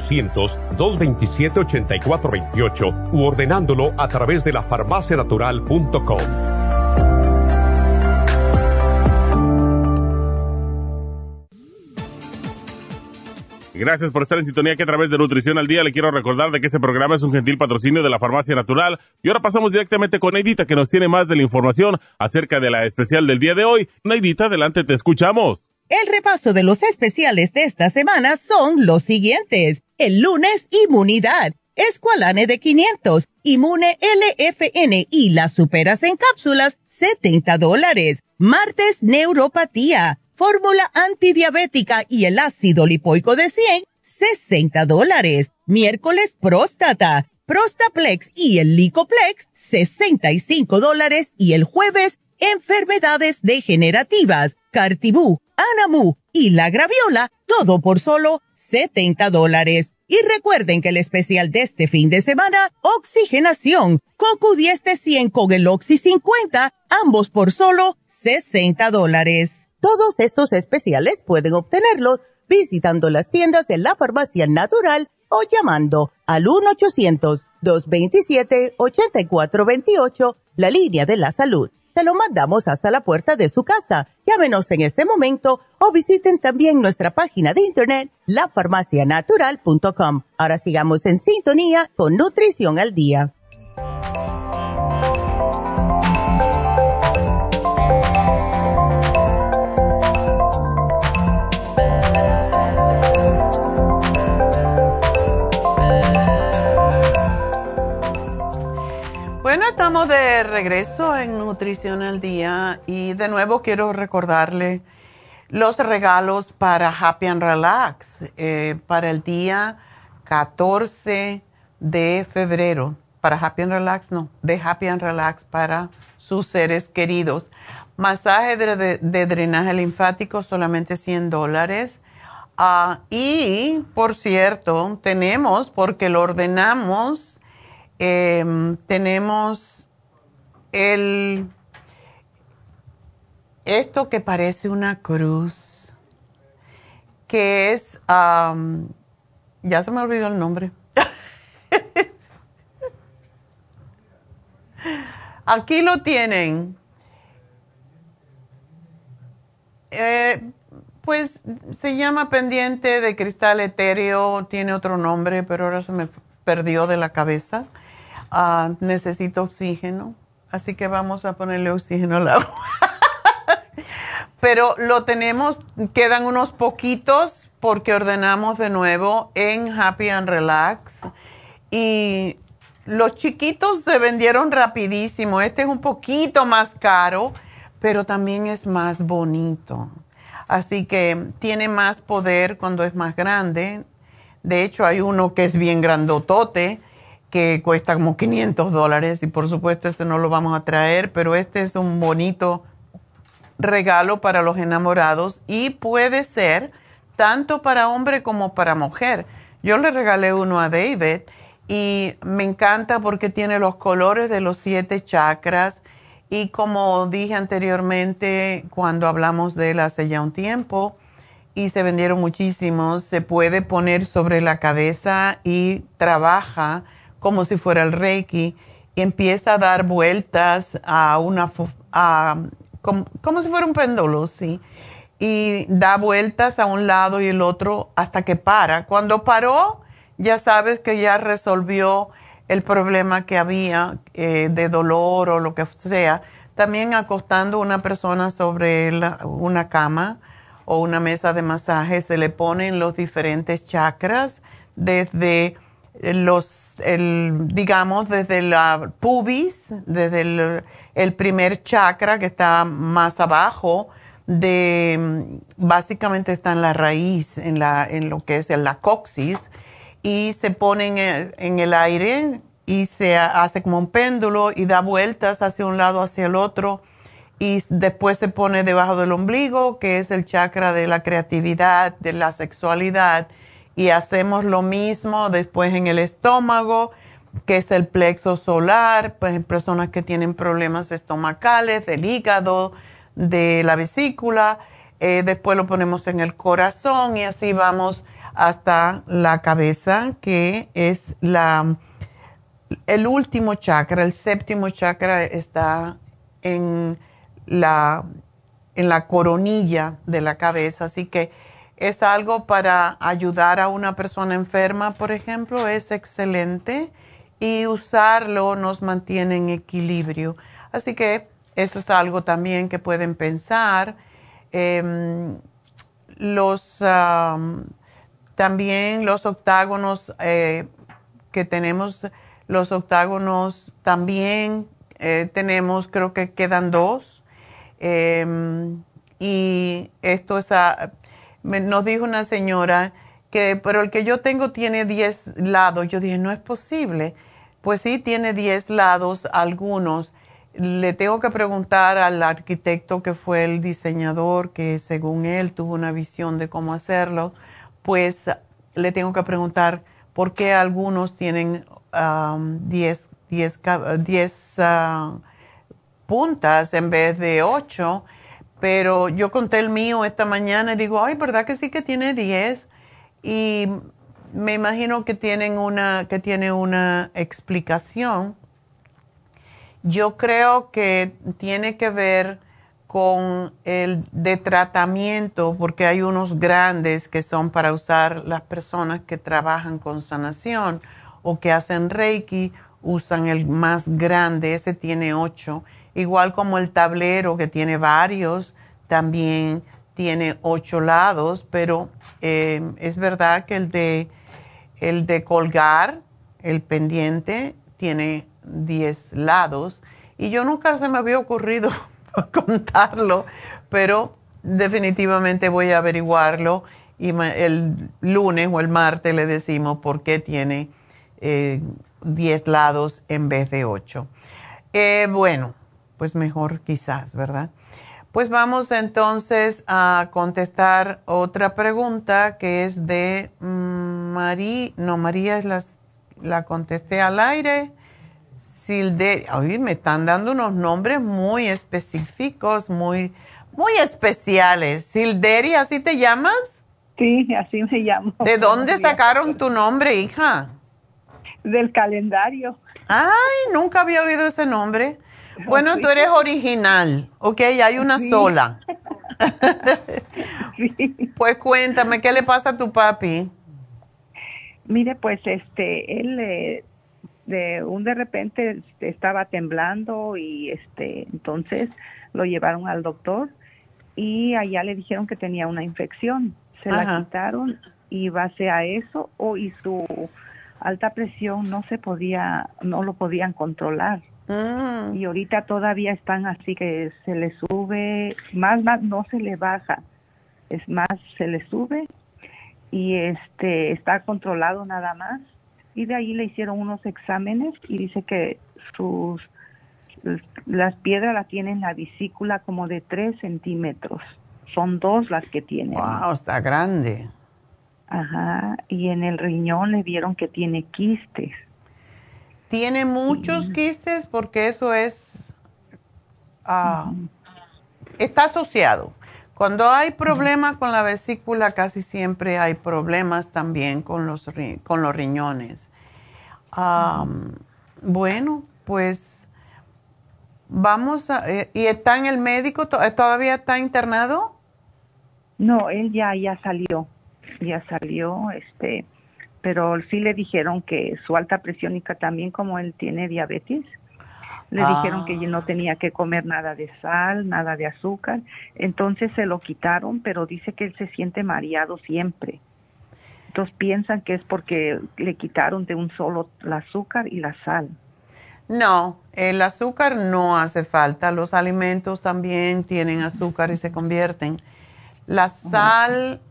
1-800-227-8428 u ordenándolo a través de lafarmacianatural.com. Gracias por estar en sintonía que a través de Nutrición al Día le quiero recordar de que este programa es un gentil patrocinio de la Farmacia Natural. Y ahora pasamos directamente con Neidita, que nos tiene más de la información acerca de la especial del día de hoy. Neidita, adelante, te escuchamos. El repaso de los especiales de esta semana son los siguientes. El lunes, Inmunidad, Esqualane de 500, Inmune LFN y las Superas en cápsulas, $70. Martes, Neuropatía, Fórmula antidiabética y el ácido lipoico de 100, $60. Miércoles, Próstata, Prostaplex y el Licoplex, $65. Y el jueves, Enfermedades degenerativas, Cartibú, Anamu y la Graviola, todo por solo $70. Y recuerden que el especial de este fin de semana, Oxigenación, CoQ10 de 100 con el Oxy 50, ambos por solo $60. Todos estos especiales pueden obtenerlos visitando las tiendas de la Farmacia Natural o llamando al 1-800-227-8428, la línea de la salud. Se lo mandamos hasta la puerta de su casa. Llámenos en este momento o visiten también nuestra página de internet, lafarmacianatural.com. Ahora sigamos en sintonía con Nutrición al Día. Bueno, estamos de regreso en Nutrición al Día y de nuevo quiero recordarle los regalos para Happy and Relax para el día 14 de febrero. Para Happy and Relax, no, de Happy and Relax para sus seres queridos. Masaje de drenaje linfático, solamente $100. Y, por cierto, tenemos, porque lo ordenamos, tenemos esto que parece una cruz. que es, ya se me olvidó el nombre. Aquí lo tienen. Pues se llama pendiente de cristal etéreo, tiene otro nombre, pero ahora se me perdió de la cabeza. Necesito oxígeno, así que vamos a ponerle oxígeno al agua. Pero lo tenemos, quedan unos poquitos porque ordenamos de nuevo en Happy and Relax. Y los chiquitos se vendieron rapidísimo. Este es un poquito más caro, pero también es más bonito. Así que tiene más poder cuando es más grande. De hecho, hay uno que es bien grandotote, que cuesta como $500 y por supuesto ese no lo vamos a traer, pero este es un bonito regalo para los enamorados y puede ser tanto para hombre como para mujer. Yo le regalé uno a David y me encanta porque tiene los colores de los 7 chakras y como dije anteriormente cuando hablamos de él hace ya un tiempo y se vendieron muchísimos, se puede poner sobre la cabeza y trabaja como si fuera el Reiki y empieza a dar vueltas como si fuera un péndulo, sí. Y da vueltas a un lado y el otro hasta que para. Cuando paró, ya sabes que ya resolvió el problema que había de dolor o lo que sea. También acostando a una persona sobre una cama o una mesa de masaje, se le ponen los diferentes chakras desde desde la pubis, desde el primer chakra que está más abajo, básicamente está en la raíz, en lo que es la coxis, y se ponen en el aire y se hace como un péndulo y da vueltas hacia un lado, hacia el otro, y después se pone debajo del ombligo, que es el chakra de la creatividad, de la sexualidad, y hacemos lo mismo después en el estómago, que es el plexo solar, pues en personas que tienen problemas estomacales, del hígado, de la vesícula, después lo ponemos en el corazón y así vamos hasta la cabeza, que es el último chakra, el 7º chakra está en la coronilla de la cabeza, así que es algo para ayudar a una persona enferma, por ejemplo, es excelente y usarlo nos mantiene en equilibrio. Así que eso es algo también que pueden pensar. También los octágonos que tenemos, los octágonos también tenemos, creo que quedan 2. Y esto es nos dijo una señora pero el que yo tengo tiene 10 lados. Yo dije, no es posible. Pues sí, tiene 10 lados algunos. Le tengo que preguntar al arquitecto que fue el diseñador, que según él tuvo una visión de cómo hacerlo, pues le tengo que preguntar por qué algunos tienen 10 puntas en vez de 8. Pero yo conté el mío esta mañana y digo, ay, ¿verdad que sí que tiene 10? Y me imagino que tiene una explicación. Yo creo que tiene que ver con el de tratamiento, porque hay unos grandes que son para usar las personas que trabajan con sanación o que hacen Reiki, usan el más grande, ese tiene 8. Igual como el tablero que tiene varios, también tiene 8 lados, pero es verdad que el de colgar, el pendiente, tiene 10 lados. Y yo nunca se me había ocurrido contarlo, pero definitivamente voy a averiguarlo y el lunes o el martes le decimos por qué tiene 10 lados en vez de 8. Bueno, pues mejor quizás, ¿verdad? Pues vamos entonces a contestar otra pregunta que es de María. No, María es la contesté al aire. Ay, me están dando unos nombres muy específicos, muy, muy especiales. Silderia, ¿así te llamas? Sí, así me llamo. ¿De dónde sacaron tu nombre, hija? Del calendario. Ay, nunca había oído ese nombre. Bueno, tú eres original, ¿ok? Hay una sola. Sí. Pues cuéntame, ¿qué le pasa a tu papi? Mire, pues él de repente estaba temblando y entonces lo llevaron al doctor y allá le dijeron que tenía una infección. Se la quitaron y base a eso y su alta presión no lo podían controlar. Y ahorita todavía están así que se le sube, más no se le baja, es más se le sube y está controlado nada más. Y de ahí le hicieron unos exámenes y dice que las piedras las tiene en la vesícula como de 3 centímetros. Son 2 las que tiene. Wow, está grande. Ajá, y en el riñón le vieron que tiene quistes. ¿Tiene muchos quistes? Porque eso es... está asociado. Cuando hay problemas con la vesícula, casi siempre hay problemas también con los riñones. Bueno, pues vamos a... ¿Y está en el médico? ¿Todavía está internado? No, él ya salió, pero sí le dijeron que su alta presión y que también como él tiene diabetes, le dijeron que no tenía que comer nada de sal, nada de azúcar, entonces se lo quitaron, pero dice que él se siente mareado siempre. Entonces piensan que es porque le quitaron de un solo el azúcar y la sal. No, el azúcar no hace falta, los alimentos también tienen azúcar y se convierten. La sal,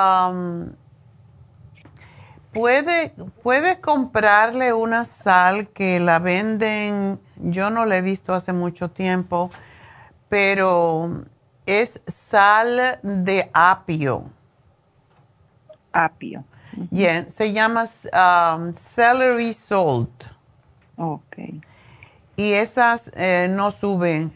puede comprarle una sal que la venden, yo no la he visto hace mucho tiempo, pero es sal de apio. Apio. Yeah, se llama celery salt. Okay. Y esas no suben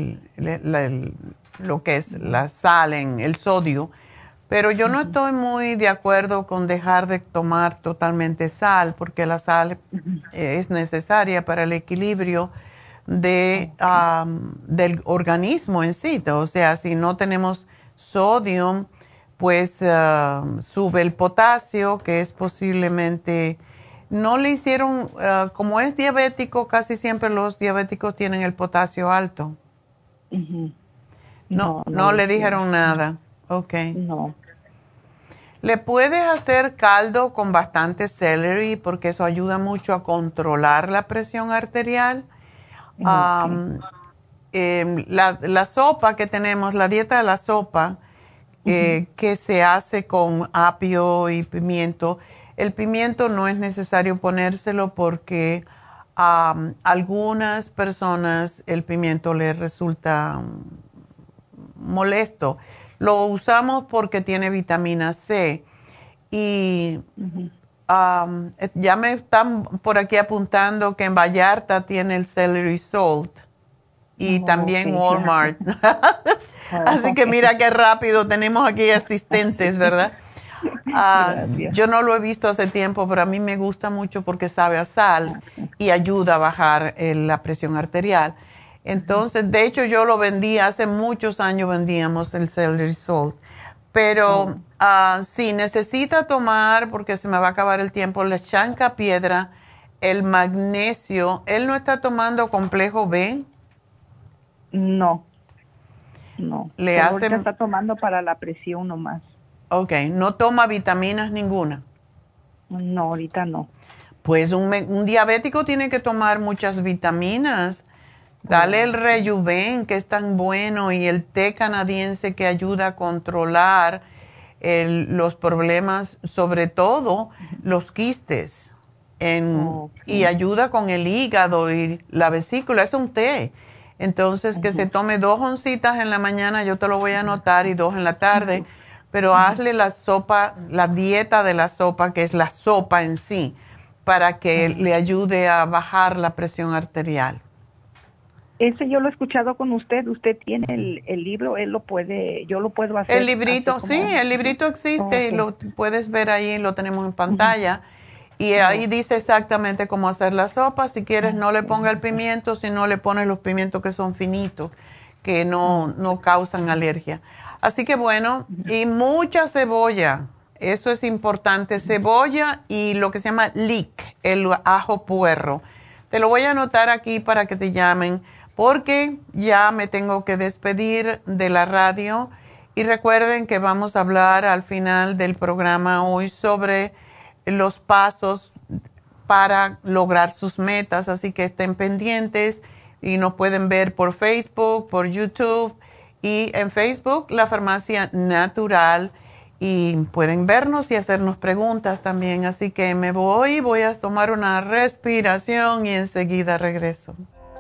lo que es la sal en el sodio, pero yo no estoy muy de acuerdo con dejar de tomar totalmente sal, porque la sal es necesaria para el equilibrio del organismo en sí. O sea, si no tenemos sodio, pues sube el potasio, que es posiblemente... No le hicieron, como es diabético, casi siempre los diabéticos tienen el potasio alto. No le dijeron nada. Ok. No. Le puedes hacer caldo con bastante celery porque eso ayuda mucho a controlar la presión arterial. La sopa que tenemos, la dieta de la sopa, que se hace con apio y pimiento. El pimiento no es necesario ponérselo porque a algunas personas el pimiento les resulta molesto. Lo usamos porque tiene vitamina C. Y ya me están por aquí apuntando que en Vallarta tiene el celery salt y también Walmart. Así que mira qué rápido tenemos aquí asistentes, ¿verdad? Yo no lo he visto hace tiempo, pero a mí me gusta mucho porque sabe a sal y ayuda a bajar la presión arterial. Entonces, de hecho, yo lo vendía, hace muchos años vendíamos el celery salt. Pero si necesita tomar, porque se me va a acabar el tiempo, la chanca piedra, el magnesio, ¿él no está tomando complejo B? No. Le hace... Ahorita está tomando para la presión nomás. Ok, ¿no toma vitaminas ninguna? No, ahorita no. Pues un diabético tiene que tomar muchas vitaminas. Dale el Rejuven, que es tan bueno, y el té canadiense que ayuda a controlar los problemas, sobre todo los quistes, y ayuda con el hígado y la vesícula. Es un té. Entonces, que se tome 2 oncitas en la mañana, yo te lo voy a anotar, y 2 en la tarde. Pero hazle la sopa, la dieta de la sopa, que es la sopa en sí, para que le ayude a bajar la presión arterial. Ese yo lo he escuchado con usted. Usted tiene el libro, yo lo puedo hacer. El librito, sí, el librito existe, lo puedes ver ahí, lo tenemos en pantalla. Y ahí dice exactamente cómo hacer la sopa. Si quieres, no le ponga el pimiento, si no le pones los pimientos que son finitos, que no causan alergia. Así que bueno, y mucha cebolla, eso es importante, cebolla y lo que se llama leek, el ajo puerro. Te lo voy a anotar aquí para que te llamen, porque ya me tengo que despedir de la radio. Y recuerden que vamos a hablar al final del programa hoy sobre los pasos para lograr sus metas, así que estén pendientes y nos pueden ver por Facebook, por YouTube y en Facebook La Farmacia Natural, y pueden vernos y hacernos preguntas también. Así que me voy a tomar una respiración y enseguida regreso.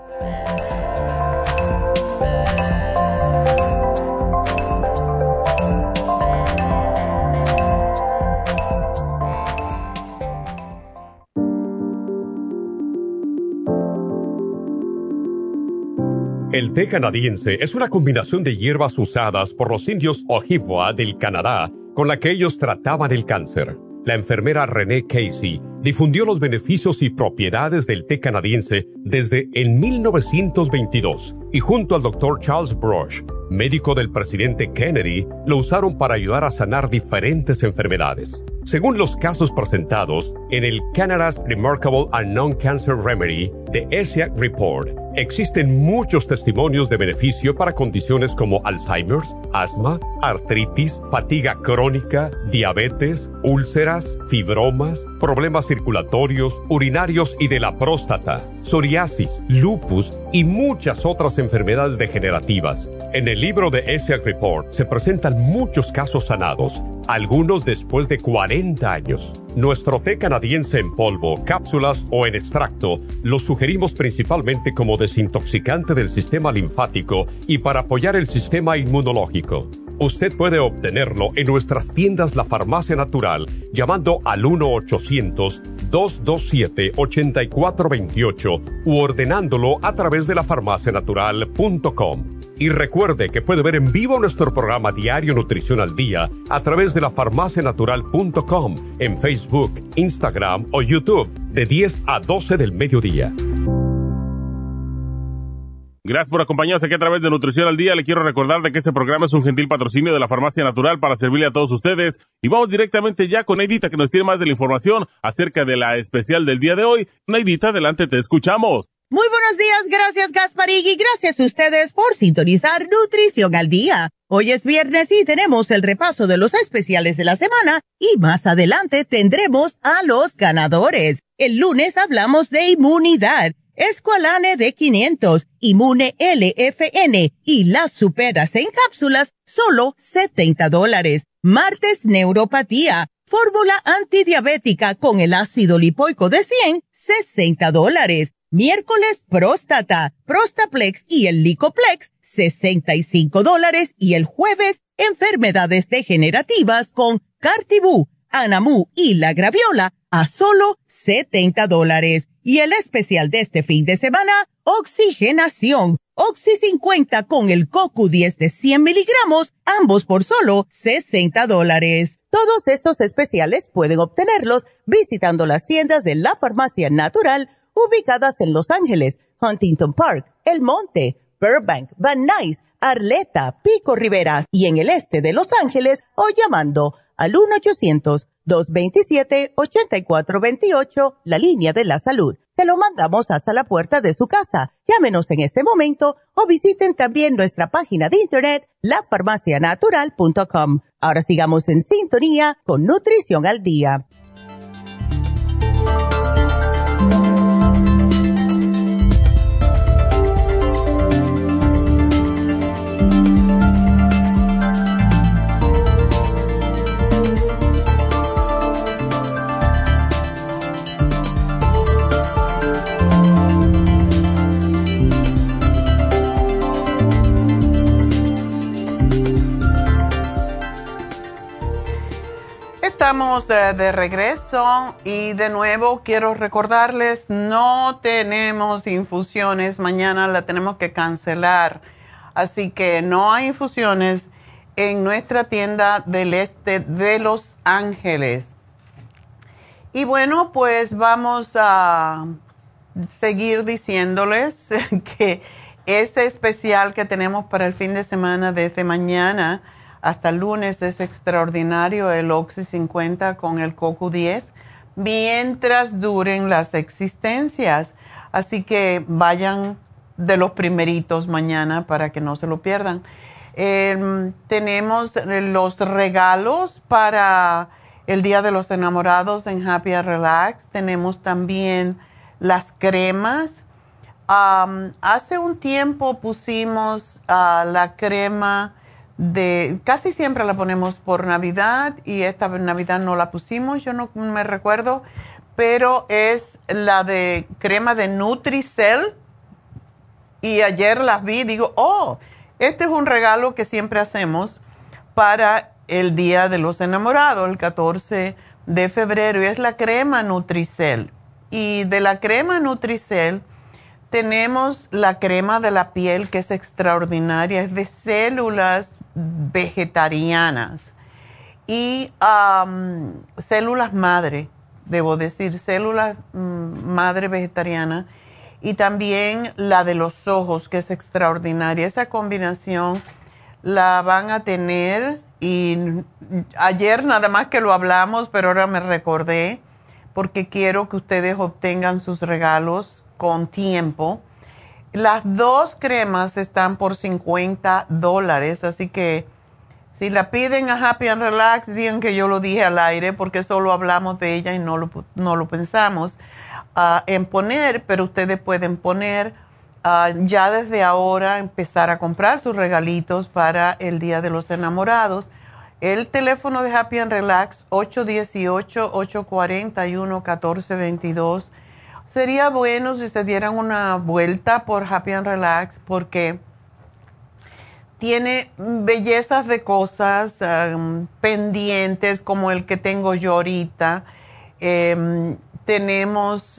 El té canadiense es una combinación de hierbas usadas por los indios Ojibwa del Canadá con la que ellos trataban el cáncer. La enfermera Renee Casey difundió los beneficios y propiedades del té canadiense desde el 1922 y junto al Dr. Charles Brush, médico del presidente Kennedy, lo usaron para ayudar a sanar diferentes enfermedades. Según los casos presentados en el Canada's Remarkable and Non-Cancer Remedy de ESIAC Report, existen muchos testimonios de beneficio para condiciones como Alzheimer's, asma, artritis, fatiga crónica, diabetes, úlceras, fibromas, problemas circulatorios, urinarios y de la próstata, psoriasis, lupus y muchas otras enfermedades degenerativas. En el libro de ESIAC Report se presentan muchos casos sanados, algunos después de 40 años. Nuestro té canadiense en polvo, cápsulas o en extracto lo sugerimos principalmente como desintoxicante del sistema linfático y para apoyar el sistema inmunológico. Usted puede obtenerlo en nuestras tiendas La Farmacia Natural llamando al 1-800-227-8428 u ordenándolo a través de lafarmacianatural.com. Y recuerde que puede ver en vivo nuestro programa Diario Nutrición al Día a través de lafarmacianatural.com en Facebook, Instagram o YouTube de 10 a 12 del mediodía. Gracias por acompañarnos aquí a través de Nutrición al Día. Le quiero recordar de que este programa es un gentil patrocinio de la Farmacia Natural para servirle a todos ustedes. Y vamos directamente ya con Neidita, que nos tiene más de la información acerca de la especial del día de hoy. Neidita, adelante, te escuchamos. Muy buenos días, gracias Gasparín y gracias a ustedes por sintonizar Nutrición al Día. Hoy es viernes y tenemos el repaso de los especiales de la semana y más adelante tendremos a los ganadores. El lunes hablamos de inmunidad. Esqualane de 500, Inmune LFN y las Superas en cápsulas, solo $70. Martes, neuropatía, fórmula antidiabética con el ácido lipoico de 100, $60. Miércoles, próstata, Prostaplex y el Licoplex, $65. Y el jueves, enfermedades degenerativas con Cartibú, Anamú y la Graviola, a solo $70. Y el especial de este fin de semana, oxigenación, Oxy 50 con el CoQ10 de 100 miligramos, ambos por solo $60. Todos estos especiales pueden obtenerlos visitando las tiendas de la Farmacia Natural ubicadas en Los Ángeles, Huntington Park, El Monte, Burbank, Van Nuys, Arleta, Pico Rivera y en el este de Los Ángeles o llamando al 1-800-227-8428, la línea de la salud. Se lo mandamos hasta la puerta de su casa. Llámenos en este momento o visiten también nuestra página de internet, lafarmacianatural.com. Ahora sigamos en sintonía con Nutrición al Día. estamos de regreso y de nuevo quiero recordarles, no tenemos infusiones, mañana la tenemos que cancelar, así que no hay infusiones en nuestra tienda del este de Los Ángeles. Y bueno, pues vamos a seguir diciéndoles que ese especial que tenemos para el fin de semana desde mañana hasta el lunes es extraordinario, el Oxy 50 con el CoQ10, mientras duren las existencias. Así que vayan de los primeritos mañana para que no se lo pierdan. Tenemos los regalos para el Día de los Enamorados en Happy and Relax. Tenemos también las cremas. Hace un tiempo pusimos la crema casi siempre la ponemos por Navidad y esta Navidad no la pusimos, yo no me recuerdo, pero es la de crema de Nutricel y ayer las vi, digo, este es un regalo que siempre hacemos para el Día de los Enamorados, el 14 de febrero, y es la crema Nutricel. Y de la crema Nutricel tenemos la crema de la piel que es extraordinaria, es de células vegetarianas y células madre, debo decir, células madre vegetariana, y también la de los ojos que es extraordinaria. Esa combinación la van a tener y ayer nada más que lo hablamos, pero ahora me recordé porque quiero que ustedes obtengan sus regalos con tiempo. Las dos cremas están por $50, así que si la piden a Happy and Relax, digan que yo lo dije al aire porque solo hablamos de ella y no lo pensamos en poner, pero ustedes pueden poner ya desde ahora, empezar a comprar sus regalitos para el Día de los Enamorados. El teléfono de Happy and Relax, 818-841-1422. Sería bueno si se dieran una vuelta por Happy and Relax porque tiene bellezas de cosas pendientes como el que tengo yo ahorita. Tenemos,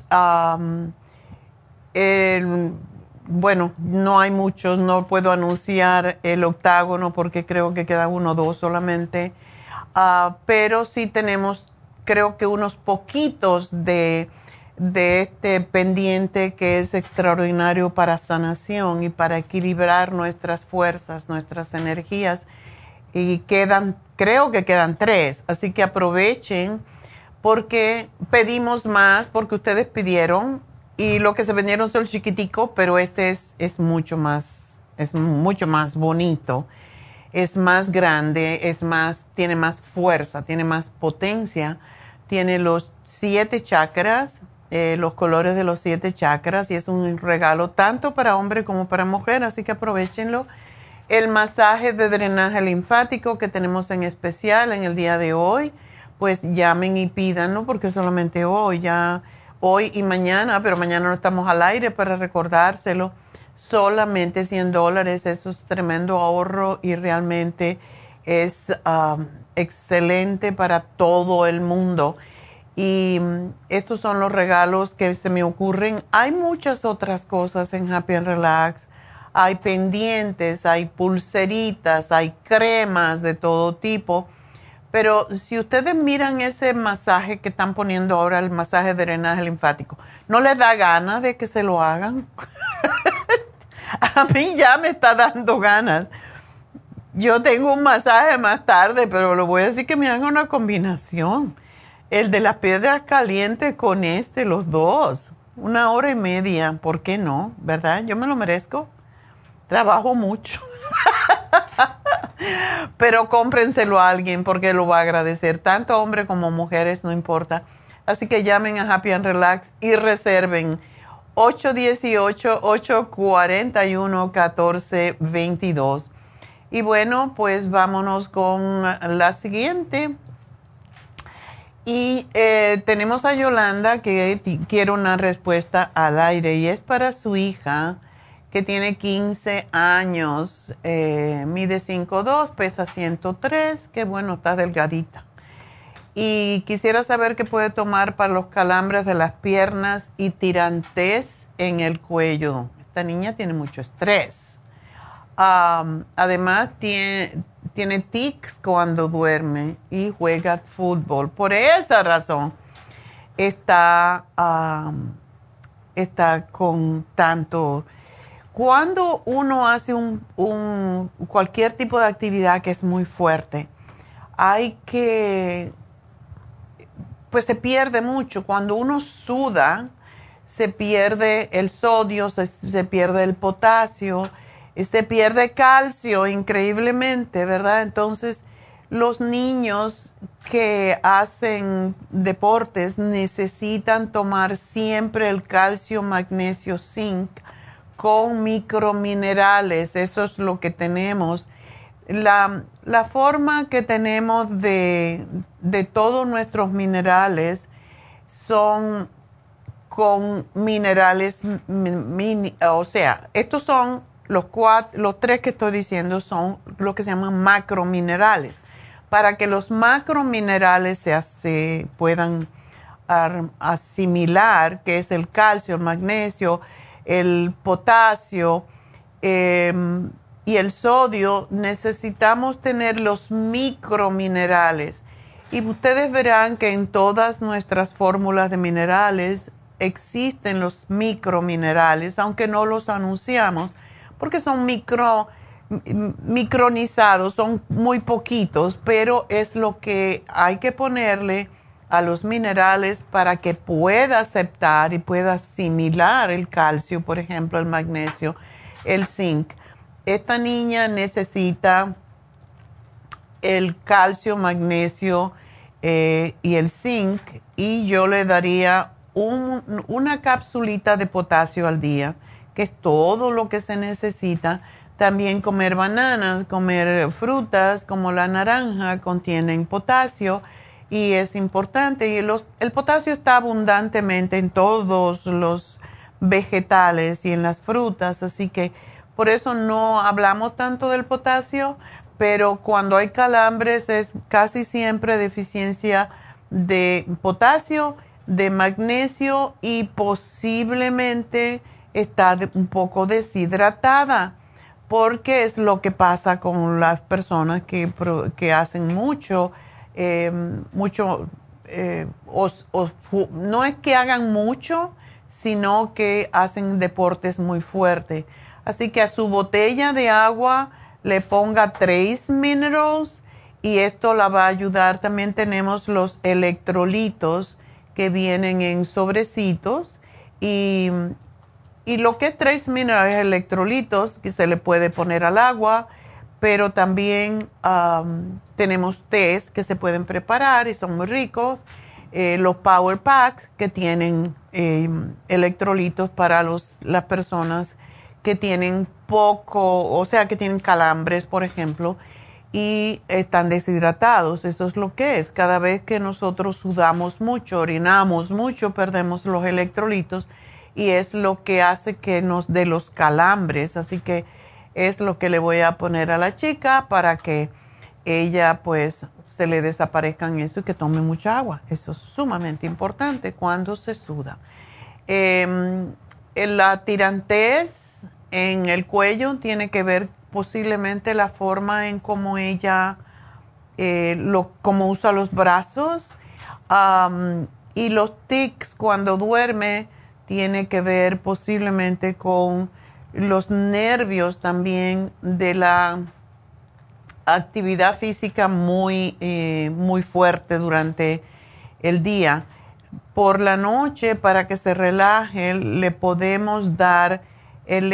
bueno, no hay muchos, no puedo anunciar el octágono porque creo que quedan 1 o 2 solamente. Pero sí tenemos, creo que unos poquitos de este pendiente que es extraordinario para sanación y para equilibrar nuestras fuerzas, nuestras energías. Y creo que quedan 3, así que aprovechen porque pedimos más, porque ustedes pidieron y lo que se vendieron son chiquitico, pero este es mucho más bonito, es más grande, tiene más fuerza, tiene más potencia, tiene los 7 chakras, los colores de los 7 chakras, y es un regalo tanto para hombre como para mujer, así que aprovechenlo. El masaje de drenaje linfático que tenemos en especial en el día de hoy, pues llamen y pídanlo porque solamente hoy y mañana, pero mañana no estamos al aire para recordárselo, solamente $100, eso es tremendo ahorro y realmente es excelente para todo el mundo. Y estos son los regalos que se me ocurren. Hay muchas otras cosas en Happy and Relax. Hay pendientes, hay pulseritas, hay cremas de todo tipo. Pero si ustedes miran ese masaje que están poniendo ahora, el masaje de drenaje linfático, ¿no les da ganas de que se lo hagan? A mí ya me está dando ganas. Yo tengo un masaje más tarde, pero le voy a decir que me hagan una combinación. El de las piedras calientes con los dos. 1 hora y media, ¿por qué no? ¿Verdad? Yo me lo merezco. Trabajo mucho. Pero cómprenselo a alguien porque lo va a agradecer. Tanto hombres como mujeres, no importa. Así que llamen a Happy and Relax y reserven 818-841-1422. Y bueno, pues vámonos con la siguiente. Y tenemos a Yolanda que quiere una respuesta al aire y es para su hija que tiene 15 años, mide 5'2", pesa 103, que bueno, está delgadita. Y quisiera saber qué puede tomar para los calambres de las piernas y tirantez en el cuello. Esta niña tiene mucho estrés. Además, tiene tics cuando duerme y juega fútbol. Por esa razón está con tanto. Cuando uno hace cualquier tipo de actividad que es muy fuerte, pues se pierde mucho. Cuando uno suda, se pierde el sodio, se pierde el potasio, se pierde calcio increíblemente, ¿verdad? Entonces, los niños que hacen deportes necesitan tomar siempre el calcio, magnesio, zinc con microminerales. Eso es lo que tenemos. La forma que tenemos de todos nuestros minerales son con minerales, o sea, estos son los tres que estoy diciendo son lo que se llaman macrominerales. Para que los macrominerales se puedan asimilar, que es el calcio, el magnesio, el potasio y el sodio, necesitamos tener los microminerales. Y ustedes verán que en todas nuestras fórmulas de minerales existen los microminerales, aunque no los anunciamos, porque son micronizados, son muy poquitos, pero es lo que hay que ponerle a los minerales para que pueda aceptar y pueda asimilar el calcio, por ejemplo, el magnesio, el zinc. Esta niña necesita el calcio, magnesio y el zinc, y yo le daría una capsulita de potasio al día, que es todo lo que se necesita. También comer bananas, comer frutas como la naranja contienen potasio y es importante. Y el potasio está abundantemente en todos los vegetales y en las frutas, así que por eso no hablamos tanto del potasio, pero cuando hay calambres es casi siempre deficiencia de potasio, de magnesio y posiblemente está un poco deshidratada, porque es lo que pasa con las personas que hacen mucho, no es que hagan mucho, sino que hacen deportes muy fuertes. Así que a su botella de agua le ponga Trace Minerals y esto la va a ayudar. También tenemos los electrolitos que vienen en sobrecitos y lo que es Trace Minerals, electrolitos que se le puede poner al agua, pero también tenemos tés que se pueden preparar y son muy ricos. Los Power Packs que tienen electrolitos para las personas que tienen poco, o sea, que tienen calambres, por ejemplo, y están deshidratados. Eso es lo que es. Cada vez que nosotros sudamos mucho, orinamos mucho, perdemos los electrolitos y es lo que hace que nos dé los calambres. Así que es lo que le voy a poner a la chica para que ella pues se le desaparezcan eso y que tome mucha agua. Eso es sumamente importante cuando se suda. La tirantez en el cuello tiene que ver posiblemente la forma en cómo ella cómo usa los brazos, y los tics cuando duerme tiene que ver posiblemente con los nervios también de la actividad física muy fuerte durante el día. Por la noche, para que se relaje, le podemos dar el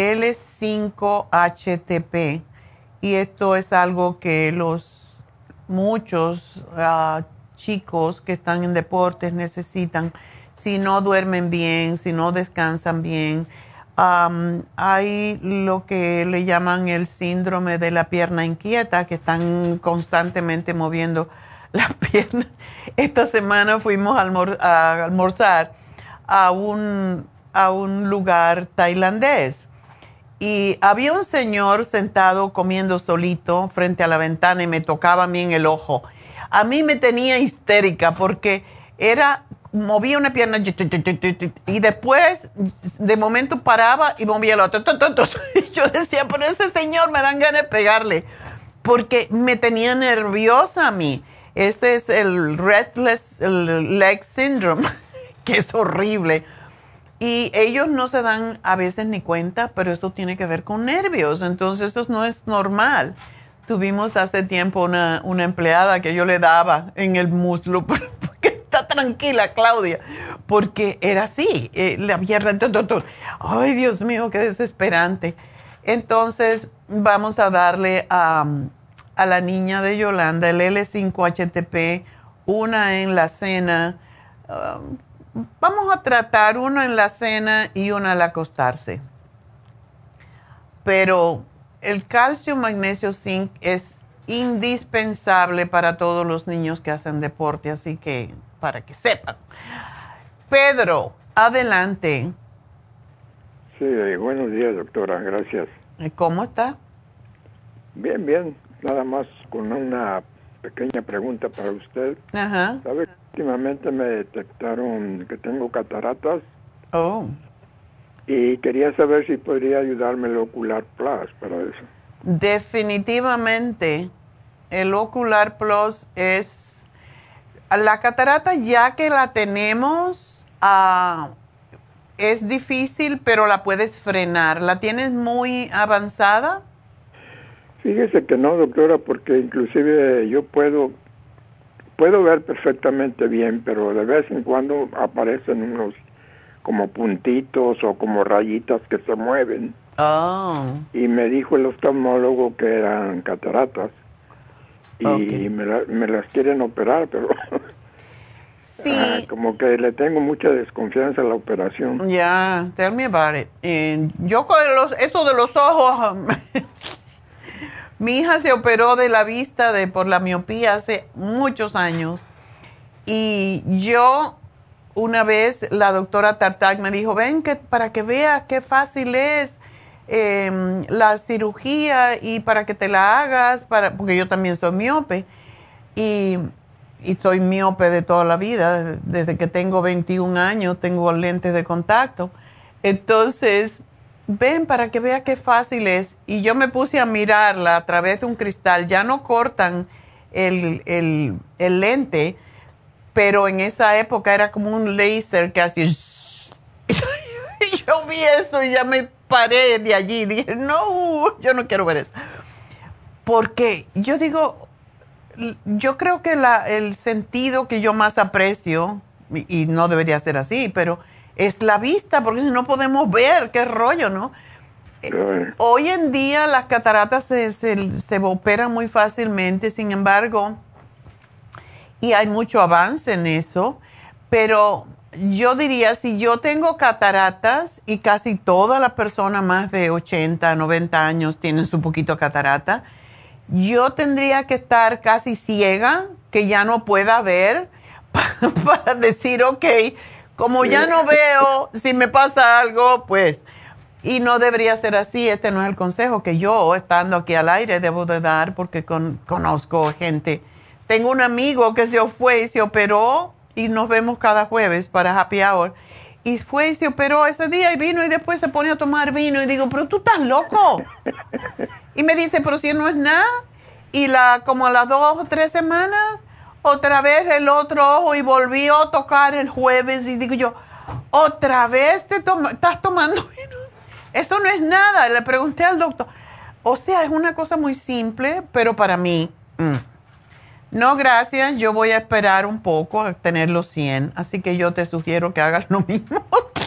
L5-HTP y esto es algo que muchos chicos que están en deportes necesitan si no duermen bien, si no descansan bien. Hay lo que le llaman el síndrome de la pierna inquieta, que están constantemente moviendo las piernas. Esta semana fuimos a almorzar a un lugar tailandés y había un señor sentado comiendo solito frente a la ventana y me tocaba a mí en el ojo. a mí me tenía histérica porque movía una pierna y después de momento paraba y movía la otra. Y yo decía, pero ese señor me dan ganas de pegarle porque me tenía nerviosa a mí. Ese es el Restless Leg Syndrome, que es horrible. Y ellos no se dan a veces ni cuenta, pero esto tiene que ver con nervios. Entonces, eso no es normal. Tuvimos hace tiempo una empleada que yo le daba en el muslo, porque está tranquila, Claudia, porque era así, la pierna, ay, Dios mío, qué desesperante. Entonces, vamos a darle a la niña de Yolanda el L5-HTP, una en la cena. Vamos a tratar una en la cena y una al acostarse. Pero el calcio, magnesio, zinc es indispensable para todos los niños que hacen deporte, así que para que sepan. Pedro, adelante. Sí, buenos días, doctora, gracias. ¿Cómo está? Bien, bien, nada más con una pequeña pregunta para usted. Ajá. ¿Sabe? Últimamente me detectaron que tengo cataratas. Oh. Y quería saber si podría ayudarme el Ocular Plus para eso. Definitivamente, el Ocular Plus es... La catarata, ya que la tenemos, es difícil, pero la puedes frenar. ¿La tienes muy avanzada? Fíjese que no, doctora, porque inclusive yo puedo ver perfectamente bien, pero de vez en cuando aparecen unos como puntitos o como rayitas que se mueven. Oh. Y me dijo el oftalmólogo que eran cataratas. Y okay. me las quieren operar, pero sí. Como que le tengo mucha desconfianza a la operación. Yeah, tell me about it. Yo con eso de los ojos, mi hija se operó de la vista por la miopía hace muchos años. Y yo, una vez, la doctora Tartag me dijo, ven para que veas qué fácil es la cirugía y para que te la hagas, porque yo también soy miope. Y soy miope de toda la vida, desde que tengo 21 años tengo lentes de contacto. Entonces, ven para que vea qué fácil es. Y yo me puse a mirarla a través de un cristal. Ya no cortan el lente, pero en esa época era como un láser que hacía... Y yo vi eso y ya me paré de allí. Dije, no, yo no quiero ver eso. Porque yo digo... Yo creo que el sentido que yo más aprecio, y no debería ser así, pero es la vista, porque si no podemos ver, qué rollo, ¿no? Hoy en día las cataratas se operan muy fácilmente, sin embargo, y hay mucho avance en eso, pero yo diría, si yo tengo cataratas, y casi todas las personas más de 80, 90 años tienen su poquito catarata, yo tendría que estar casi ciega, que ya no pueda ver, para decir, ok, como ya no veo, si me pasa algo, pues, y no debería ser así. Este no es el consejo que yo, estando aquí al aire, debo de dar, porque conozco gente. Tengo un amigo que se fue y se operó, y nos vemos cada jueves para Happy Hour, y fue y se operó ese día y vino, y después se pone a tomar vino, y digo, pero tú estás loco. Y me dice, pero si no es nada. Y como a las 2 o 3 semanas, otra vez el otro ojo y volvió a tocar el jueves. Y digo yo, ¿otra vez estás tomando vino? Eso no es nada. Le pregunté al doctor. O sea, es una cosa muy simple, pero para mí, no, gracias. Yo voy a esperar un poco a tener los 100. Así que yo te sugiero que hagas lo mismo.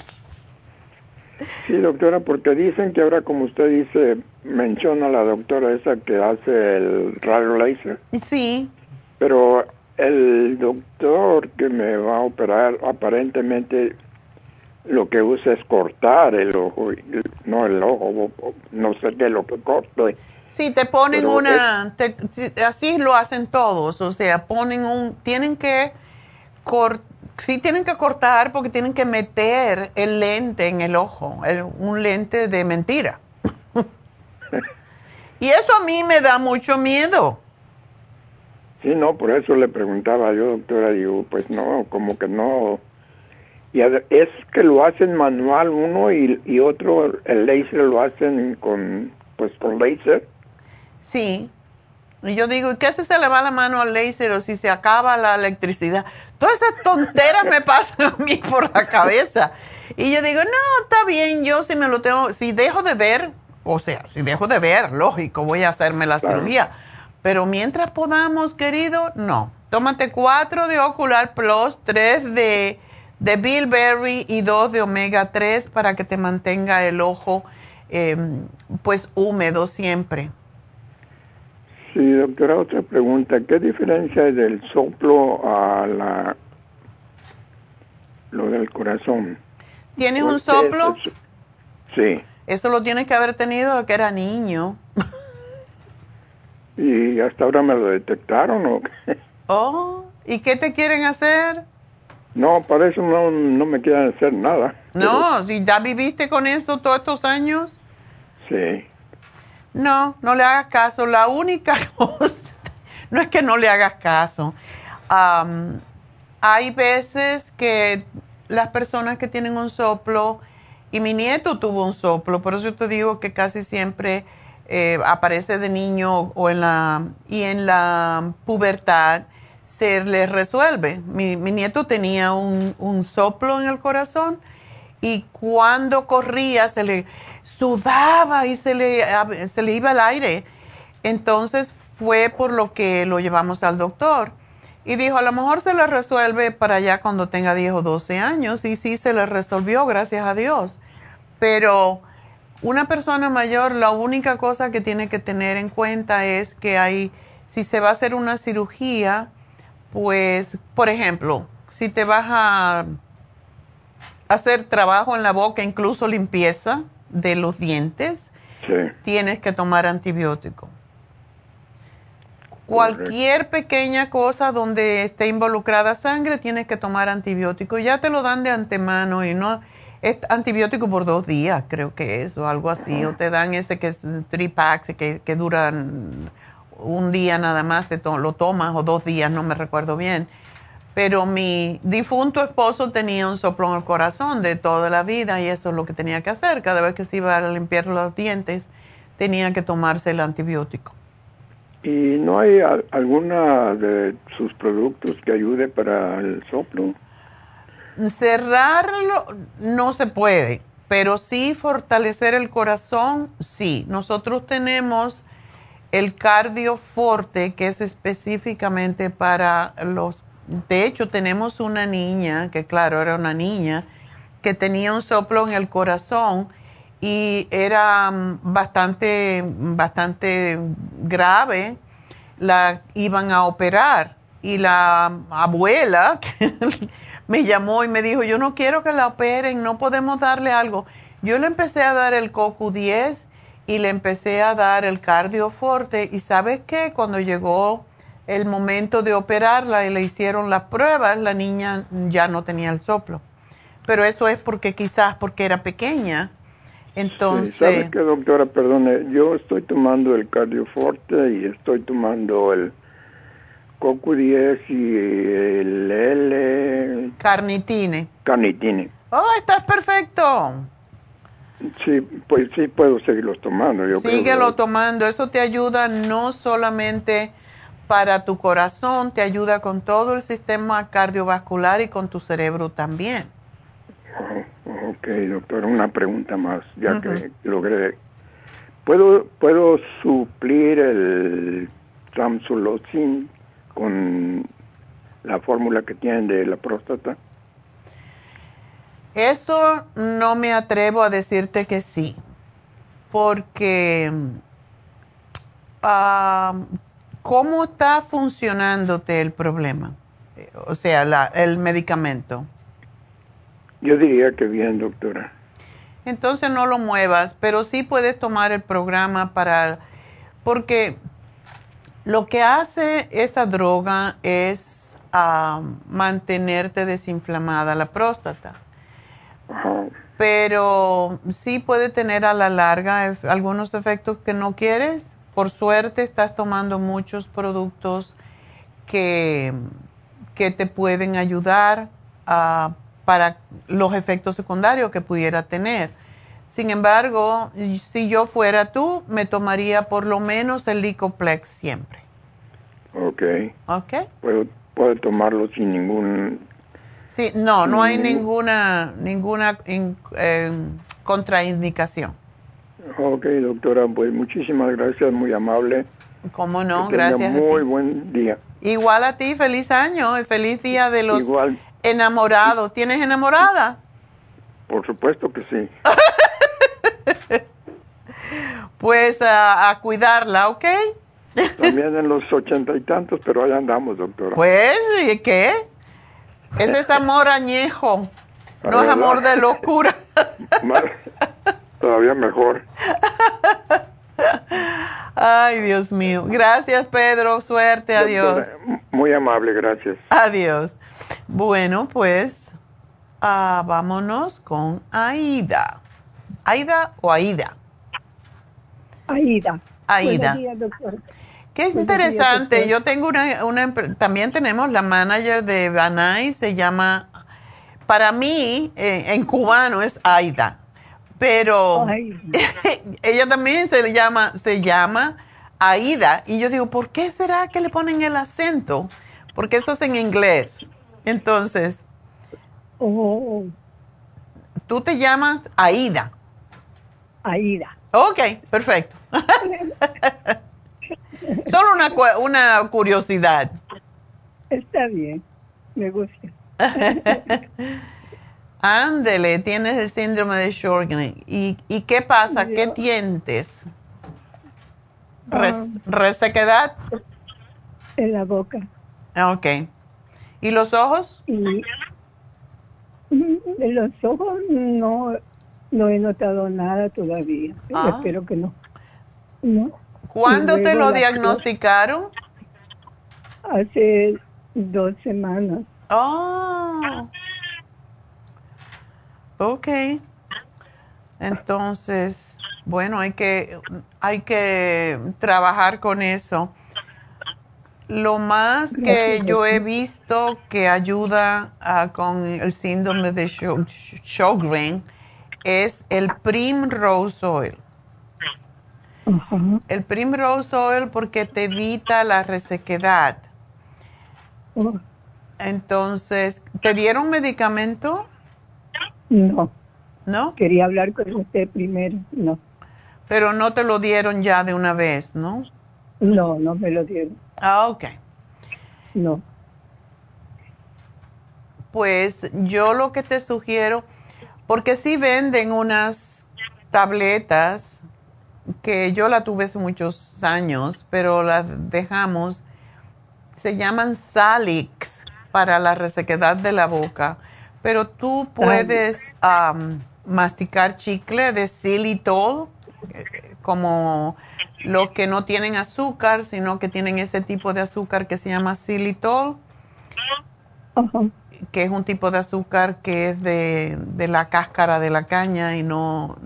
Sí, doctora, porque dicen que ahora, como usted dice, menciona a la doctora esa que hace el rayo láser. Sí. Pero el doctor que me va a operar, aparentemente lo que usa es cortar el ojo, no el ojo, no sé qué es lo que corte. Sí, te ponen así lo hacen todos, o sea, tienen que cortar porque tienen que meter el lente en el ojo, un lente de mentira. Y eso a mí me da mucho miedo. Sí, no, por eso le preguntaba yo, doctora, digo, pues no, como que no. Y es que lo hacen manual uno y otro, el láser lo hacen con láser. Sí. Y yo digo, ¿y qué si se le va la mano al láser o si se acaba la electricidad? Todas esas tonteras me pasan a mí por la cabeza. Y yo digo, no, está bien, yo si me lo tengo, si dejo de ver, lógico, voy a hacerme la cirugía. Pero mientras podamos, querido, no. Tómate 4 de Ocular Plus, 3 de Bilberry y 2 de Omega 3 para que te mantenga el ojo pues húmedo siempre. Sí, doctora, otra pregunta. ¿Qué diferencia hay del soplo a lo del corazón? ¿Tienes un soplo? Sí. Eso lo tienes que haber tenido desde que era niño. ¿Y hasta ahora me lo detectaron o qué? Oh, ¿y qué te quieren hacer? No, para eso no me quieren hacer nada. No, si ya viviste con eso todos estos años. Sí. No le hagas caso. La única cosa, no es que no le hagas caso. Hay veces que las personas que tienen un soplo, y mi nieto tuvo un soplo, por eso yo te digo que casi siempre aparece de niño o en la pubertad se les resuelve. Mi nieto tenía un soplo en el corazón y cuando corría se le sudaba y se le iba el aire. Entonces fue por lo que lo llevamos al doctor. Y dijo, a lo mejor se le resuelve para allá cuando tenga 10 o 12 años. Y sí se le resolvió, gracias a Dios. Pero una persona mayor, la única cosa que tiene que tener en cuenta es que si se va a hacer una cirugía, pues, por ejemplo, si te vas a hacer trabajo en la boca, incluso limpieza de los dientes, sí, tienes que tomar antibiótico. Cualquier pequeña cosa donde esté involucrada sangre, tienes que tomar antibiótico. Ya te lo dan de antemano y no es antibiótico por 2 días, creo que es, o algo así. O te dan ese que es 3 packs, que duran un día nada más, lo tomas, o 2 días, no me recuerdo bien. Pero mi difunto esposo tenía un soplo en el corazón de toda la vida y eso es lo que tenía que hacer. Cada vez que se iba a limpiar los dientes, tenía que tomarse el antibiótico. ¿Y no hay alguna de sus productos que ayude para el soplo? Cerrarlo no se puede, pero sí fortalecer el corazón, sí. Nosotros tenemos el Cardioforte, que es específicamente para de hecho, tenemos una niña, que claro, era una niña, que tenía un soplo en el corazón y era bastante grave. La iban a operar y la abuela me llamó y me dijo, yo no quiero que la operen, no podemos darle algo. Yo le empecé a dar el CoQ10 y le empecé a dar el Cardioforte y ¿sabes qué? Cuando llegó el momento de operarla y le hicieron las pruebas, la niña ya no tenía el soplo. Pero eso es quizás porque era pequeña. Entonces, sí, ¿sabe qué, doctora? Perdone, yo estoy tomando el Cardioforte y estoy tomando el CoQ10 y el Carnitine. Oh, estás perfecto. Sí, pues sí puedo seguirlos tomando. Síguelo tomando, eso te ayuda no solamente para tu corazón, te ayuda con todo el sistema cardiovascular y con tu cerebro también. Ok, doctor, una pregunta más, ya que logré. ¿Puedo suplir el Tamsulosin con la fórmula que tienen de la próstata? Eso no me atrevo a decirte que sí, porque ¿cómo está funcionándote el problema? O sea, el medicamento. Yo diría que bien, doctora. Entonces no lo muevas, pero sí puedes tomar el programa porque lo que hace esa droga es mantenerte desinflamada la próstata. Ajá. Pero sí puede tener a la larga algunos efectos que no quieres. Por suerte estás tomando muchos productos que te pueden ayudar para los efectos secundarios que pudiera tener. Sin embargo, si yo fuera tú, me tomaría por lo menos el Licoplex siempre. Ok. ¿Ok? Puedo tomarlo sin ningún... Sí, no hay ninguna contraindicación. Ok, doctora, pues muchísimas gracias, muy amable. ¿Cómo no? Que tenga Gracias a muy ti. buen día. Igual a ti, feliz año y feliz día de los Igual. enamorados. ¿Tienes enamorada? Por supuesto que sí. Pues a cuidarla, ¿ok? También en los 80 y tantos, pero ahí andamos, doctora. Pues, ¿y qué? Ese es amor añejo, no es amor de locura. Todavía mejor. Ay, Dios mío. Gracias, Pedro. Suerte. Adiós. Doctora, muy amable, gracias. Adiós. Bueno, pues vámonos con Aida. ¿Aida o Aida? Aida. Aida. Buenos días, doctor. Qué interesante. Yo tengo también tenemos la manager de Banay, se llama, para mí, en cubano es Aida, pero ella también se llama Aida. Y yo digo, ¿por qué será que le ponen el acento? Porque eso es en inglés. Entonces, tú te llamas Aida. Aida. Ok, perfecto. Solo una curiosidad. Está bien, me gusta. Ándele, tienes el síndrome de Sjögren. ¿Y qué pasa? ¿Qué tienes? ¿Resequedad? En la boca. Ok. ¿Y los ojos? En los ojos no he notado nada todavía. Espero que no. No. ¿Cuándo te lo diagnosticaron? Hace 2 semanas. Oh. Ok. Entonces, bueno, hay que trabajar con eso. Lo más que yo he visto que ayuda con el síndrome de Sjögren es el Primrose Oil. El Primrose Oil porque te evita la resequedad. Entonces, ¿te dieron medicamento? No. ¿No? Quería hablar con usted primero, no. Pero no te lo dieron ya de una vez, ¿no? No, no me lo dieron. Ah, ok. No. Pues yo lo que te sugiero, porque sí venden unas tabletas que yo la tuve hace muchos años, pero las dejamos, se llaman Salix para la resequedad de la boca, pero tú puedes masticar chicle de xilitol, como los que no tienen azúcar, sino que tienen ese tipo de azúcar que se llama xilitol, que es un tipo de azúcar que es de la cáscara de la caña y no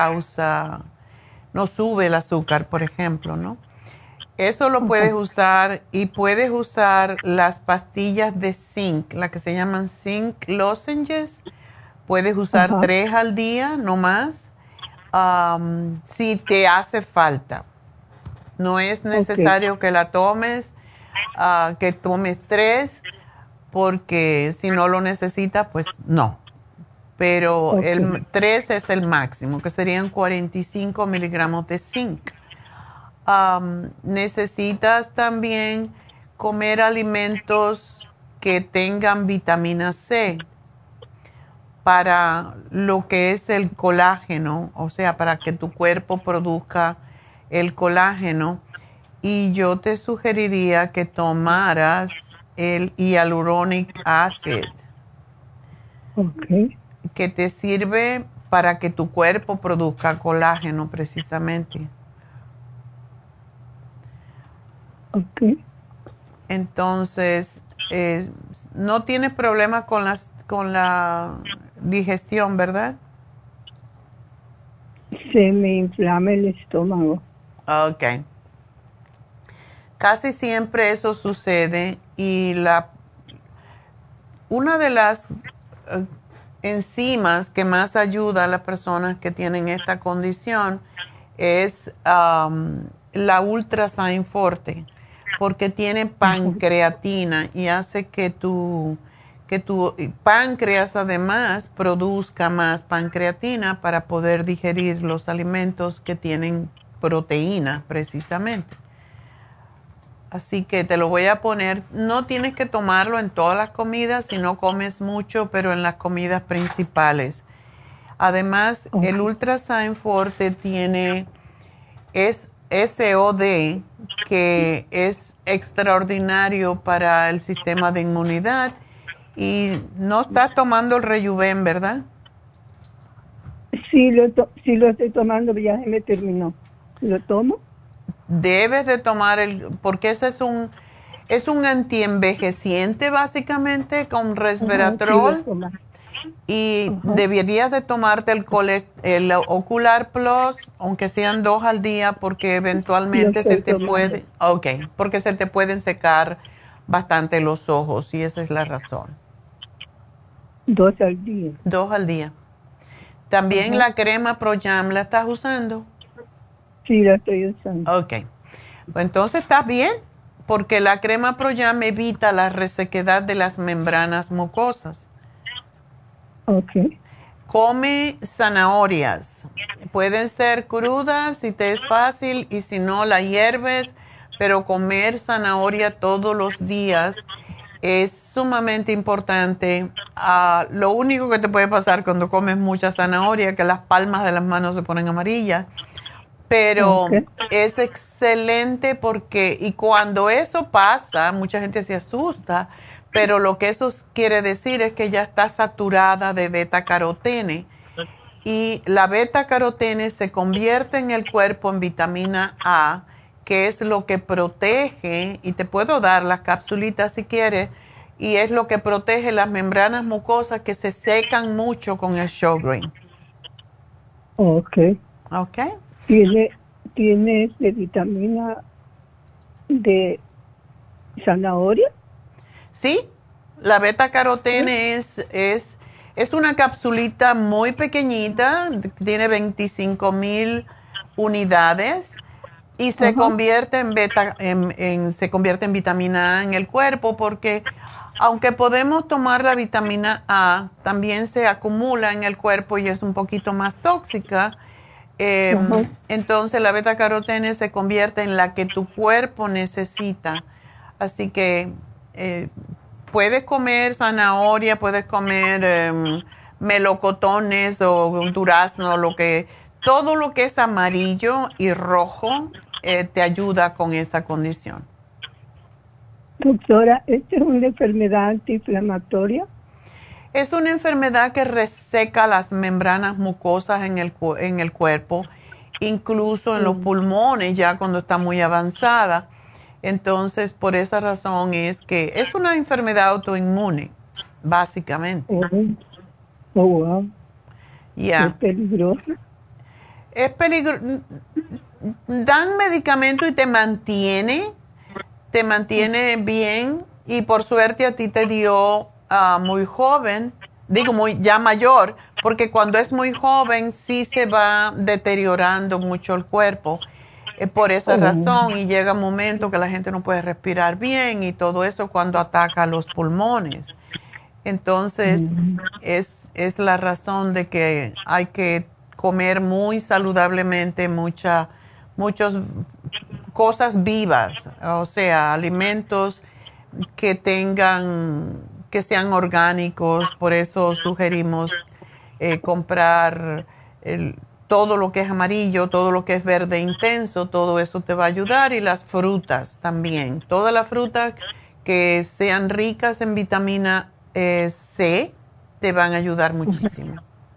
sube el azúcar, por ejemplo, ¿no? Eso lo puedes usar y puedes usar las pastillas de zinc, las que se llaman zinc lozenges. Puedes usar 3 al día, no más, si te hace falta. No es necesario que la tomes, que tomes 3, porque si no lo necesitas, pues no. Pero el 3 es el máximo, que serían 45 miligramos de zinc. Necesitas también comer alimentos que tengan vitamina C para lo que es el colágeno, o sea, para que tu cuerpo produzca el colágeno. Y yo te sugeriría que tomaras el hyaluronic acid. Que te sirve para que tu cuerpo produzca colágeno precisamente. Entonces, no tienes problemas con la digestión, ¿verdad? Se me inflama el estómago. Ok. Casi siempre eso sucede y una de las enzimas que más ayuda a las personas que tienen esta condición es la Ultrasign Forte, porque tiene pancreatina y hace que tu páncreas además produzca más pancreatina para poder digerir los alimentos que tienen proteína precisamente. Así que te lo voy a poner, no tienes que tomarlo en todas las comidas si no comes mucho, pero en las comidas principales. Además, el Ultrasign Forte es SOD, que es extraordinario para el sistema de inmunidad. Y no estás tomando el Rejuven, ¿verdad? Sí, lo estoy tomando, ya se me terminó. ¿Lo tomo? Debes de tomar porque ese es un antienvejeciente básicamente con resveratrol. Y deberías de tomarte el Ocular Plus, aunque sean 2 al día, porque eventualmente porque se te pueden secar bastante los ojos y esa es la razón. 2 al día. 2 al día. También la crema ProYam, ¿la estás usando? Sí, la estoy usando. Ok. Pues entonces estás bien, porque la crema ProYam evita la resequedad de las membranas mucosas. Ok. Come zanahorias. Pueden ser crudas si te es fácil y si no la hierves, pero comer zanahoria todos los días es sumamente importante. Lo único que te puede pasar cuando comes mucha zanahoria es que las palmas de las manos se ponen amarillas. Pero es excelente y cuando eso pasa, mucha gente se asusta, pero lo que eso quiere decir es que ya está saturada de beta-carotene. Y la beta-carotene se convierte en el cuerpo en vitamina A, que es lo que protege, y te puedo dar las capsulitas si quieres, y es lo que protege las membranas mucosas que se secan mucho con el Sjogren. Ok. ¿Tiene de vitamina de zanahoria? Sí, la beta-carotene es una capsulita muy pequeñita, tiene 25,000 unidades y se convierte se convierte en vitamina A en el cuerpo, porque aunque podemos tomar la vitamina A, también se acumula en el cuerpo y es un poquito más tóxica. Entonces la beta-carotene se convierte en la que tu cuerpo necesita. Así que puedes comer zanahoria, puedes comer melocotones o durazno, todo lo que es amarillo y rojo te ayuda con esa condición. Doctora, ¿esta es una enfermedad antiinflamatoria? Es una enfermedad que reseca las membranas mucosas en el cuerpo, incluso en los pulmones ya cuando está muy avanzada. Entonces, por esa razón es que es una enfermedad autoinmune, básicamente. Wow. Ya. ¿Es peligrosa? Es peligroso. Dan medicamento y te mantiene bien, y por suerte a ti te dio muy joven, ya mayor, porque cuando es muy joven sí se va deteriorando mucho el cuerpo. Por esa razón, y llega un momento que la gente no puede respirar bien y todo eso cuando ataca los pulmones. Entonces, es la razón de que hay que comer muy saludablemente muchas cosas vivas, o sea, alimentos que sean orgánicos. Por eso sugerimos comprar todo lo que es amarillo, todo lo que es verde intenso, todo eso te va a ayudar, y las frutas también. Todas las frutas que sean ricas en vitamina C te van a ayudar muchísimo.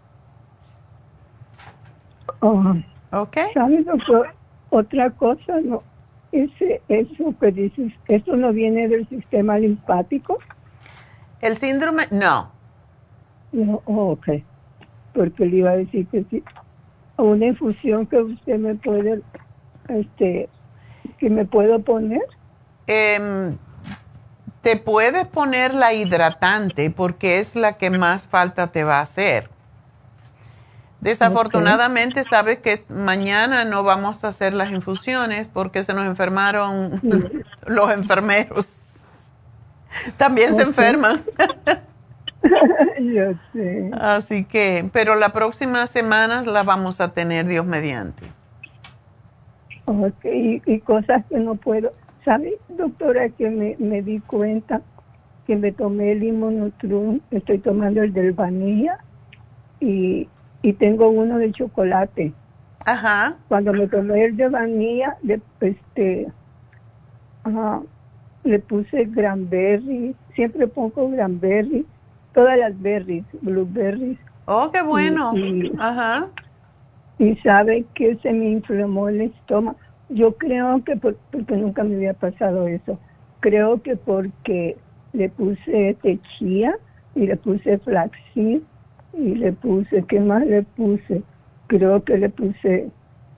¿Ok? ¿Sabes, doctor? Otra cosa, no. Eso que dices, ¿eso no viene del sistema linfático? ¿El síndrome? No. No, ok. Porque le iba a decir que sí. Una infusión que usted me puede, que me puedo poner. te puedes poner la hidratante porque es la que más falta te va a hacer. Desafortunadamente, sabes que mañana no vamos a hacer las infusiones porque se nos enfermaron los enfermeros. También se enferman. Yo sé. Así que, pero la próxima semana la vamos a tener, Dios mediante. Ok, y cosas que no puedo. ¿Sabe, doctora, que me di cuenta que me tomé el Immunotrum, estoy tomando el del vanilla y tengo uno de chocolate. Ajá. Cuando me tomé el de vanilla, le puse cranberry, siempre pongo cranberry, todas las berries, blueberries. Oh, qué bueno. Ajá. Y sabe que se me inflamó el estómago. Yo creo que porque nunca me había pasado eso. Creo que porque le puse chía y le puse flaxseed y le puse, ¿qué más le puse? Creo que le puse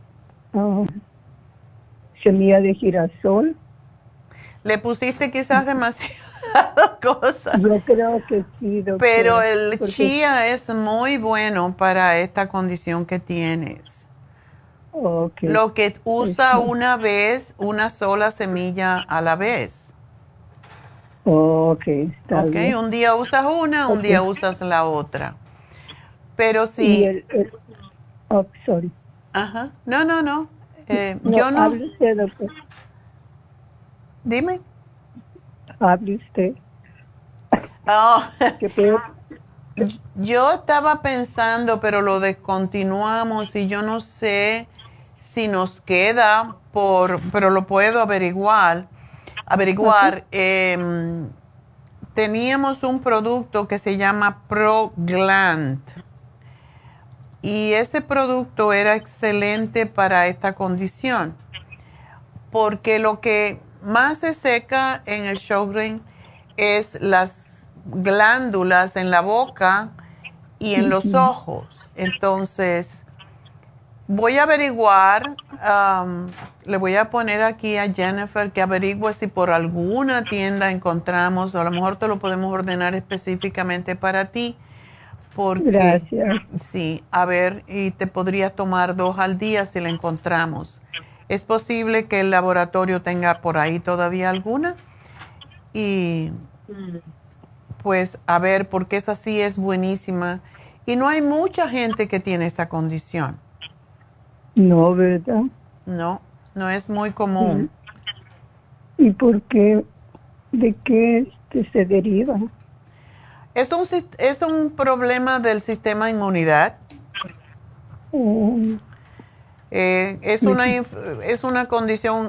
semilla de girasol. Le pusiste quizás demasiadas cosas. Yo creo que sí, doctora. Pero el chía es muy bueno para esta condición que tienes. Okay. Lo que usa una vez, una sola semilla a la vez. Ok, está bien. Un día usas una, un día usas la otra. Pero sí. Sorry. Ajá. No. Yo no. Hable usted, doctor. Dime. Hable usted. Oh. ¿Qué peor? Yo estaba pensando, pero lo descontinuamos y yo no sé si nos queda pero lo puedo averiguar. Teníamos un producto que se llama ProGland y ese producto era excelente para esta condición porque lo que más se seca en el Sjögren es las glándulas en la boca y en los ojos. Entonces voy a averiguar, le voy a poner aquí a Jennifer que averigüe si por alguna tienda encontramos, o a lo mejor te lo podemos ordenar específicamente para ti. Porque, gracias. Sí, a ver, y te podría tomar 2 al día si la encontramos. Es posible que el laboratorio tenga por ahí todavía alguna. Y pues a ver, porque esa sí es buenísima. Y no hay mucha gente que tiene esta condición. No, ¿verdad? No es muy común. ¿Y por qué? ¿De qué se deriva? Es un problema del sistema de inmunidad. Es una condición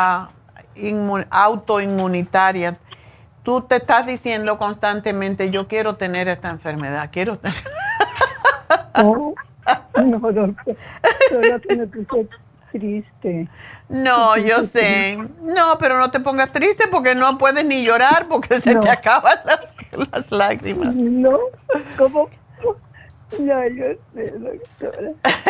autoinmunitaria. Tú te estás diciendo constantemente, yo quiero tener esta enfermedad, quiero tener... No, doctor, solo que me puse triste. No, yo sé. No, pero no te pongas triste porque no puedes ni llorar porque se te acaban las lágrimas. No, ¿cómo? No, yo sé, doctora.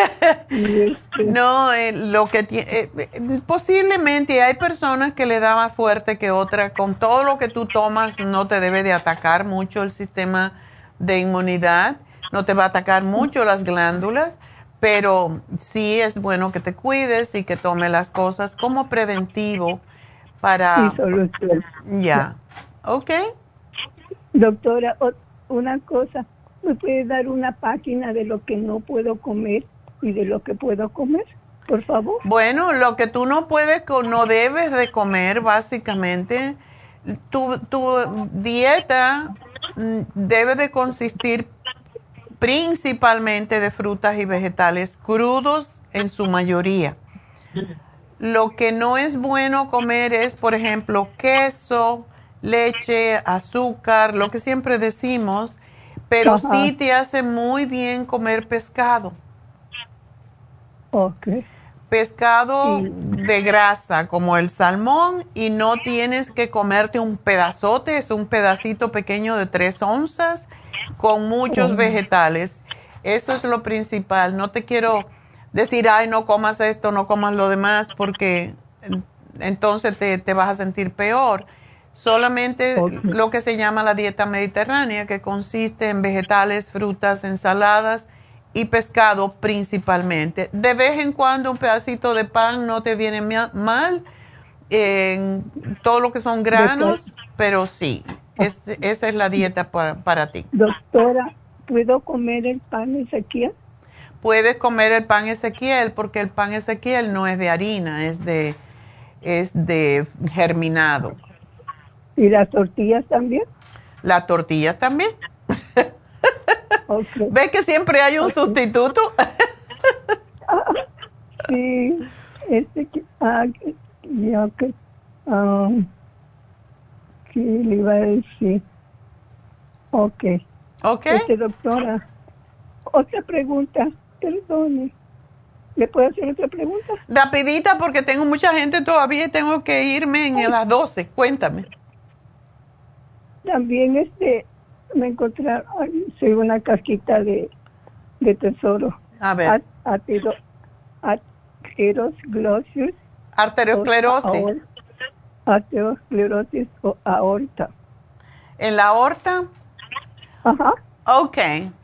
No, lo que posiblemente hay personas que le da más fuerte que otras. Con todo lo que tú tomas no te debe de atacar mucho el sistema de inmunidad, no te va a atacar mucho las glándulas, pero sí es bueno que te cuides y que tome las cosas como preventivo para... Y solución. Ya, ¿ok? Doctora, una cosa, ¿me puede dar una página de lo que no puedo comer y de lo que puedo comer, por favor? Bueno, lo que tú no debes de comer, básicamente, tu dieta debe de consistir principalmente de frutas y vegetales crudos en su mayoría. Lo que no es bueno comer es, por ejemplo, queso, leche, azúcar, lo que siempre decimos, pero sí te hace muy bien comer pescado. Okay. Pescado de grasa, como el salmón, y no tienes que comerte un pedazote, es un pedacito pequeño de 3 onzas con muchos vegetales. Eso es lo principal. No te quiero decir, ay, no comas esto, no comas lo demás, porque entonces te vas a sentir peor. Solamente lo que se llama la dieta mediterránea, que consiste en vegetales, frutas, ensaladas y pescado principalmente. De vez en cuando un pedacito de pan no te viene mal, en todo lo que son granos, pero sí, esa es la dieta para ti. Doctora, ¿puedo comer el pan Ezequiel? Puedes comer el pan Ezequiel porque el pan Ezequiel no es de harina, es de germinado. ¿Y las tortillas también? Las tortillas también. ¿Ves que siempre hay un sustituto? Sí, ¿qué le iba a decir? Ok. Doctora, otra pregunta, perdone. ¿Le puedo hacer otra pregunta? Rapidita, porque tengo mucha gente todavía y tengo que irme a las 12. Cuéntame. También me encontraron, soy una casquita de tesoro. A ver. Arteriosclerosis. Arteriosclerosis. Arteriosclerosis o aorta. ¿En la aorta? Ajá. Ok.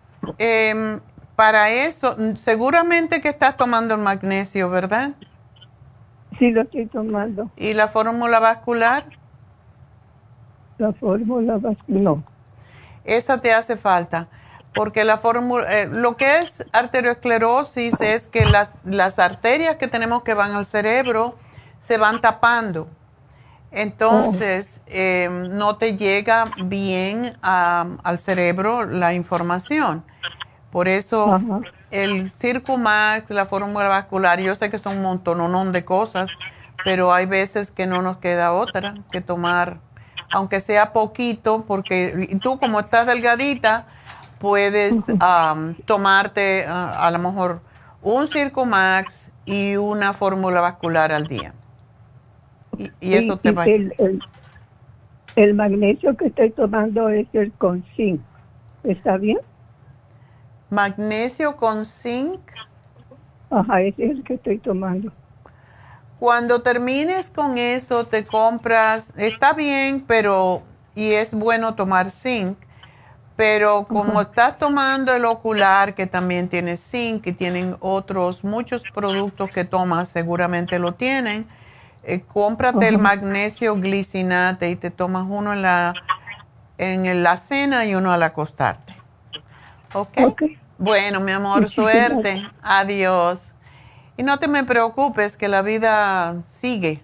Para eso, seguramente que estás tomando el magnesio, ¿verdad? Sí, lo estoy tomando. ¿Y la fórmula vascular? La fórmula vascular, no. Esa te hace falta, porque la fórmula, lo que es arteriosclerosis es que las arterias que tenemos que van al cerebro se van tapando. Entonces, no te llega bien al cerebro la información. Por eso, el Circumax, la fórmula vascular, yo sé que son un montón de cosas, pero hay veces que no nos queda otra que tomar, aunque sea poquito, porque tú como estás delgadita, puedes tomarte a lo mejor un Circumax y una fórmula vascular al día. Y eso te va a... El magnesio que estoy tomando es el con zinc. ¿Está bien? Magnesio con zinc. Ajá, ese es el que estoy tomando. Cuando termines con eso, te compras, está bien, y es bueno tomar zinc, pero como estás tomando el ocular, que también tiene zinc, y tienen muchos productos que tomas, seguramente lo tienen, cómprate el magnesio glicinate y te tomas uno en la cena y uno al acostarte. ¿Ok? Bueno, mi amor, suerte. Adiós. Y no te me preocupes que la vida sigue.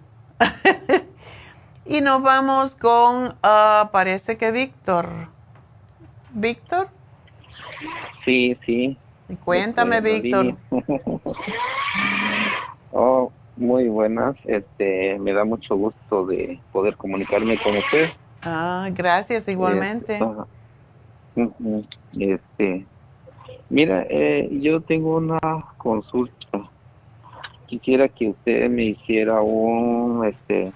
Y nos vamos con, parece que Víctor. ¿Víctor? Sí. Cuéntame, Víctor. Oh, muy buenas. Me da mucho gusto de poder comunicarme con usted. Gracias, igualmente. Mira, yo tengo una consulta. Quisiera que usted me hiciera una,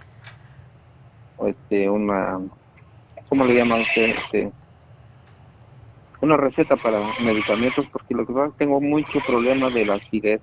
¿cómo le llama usted? Una receta para medicamentos, porque lo que pasa es que tengo mucho problema de la acidez.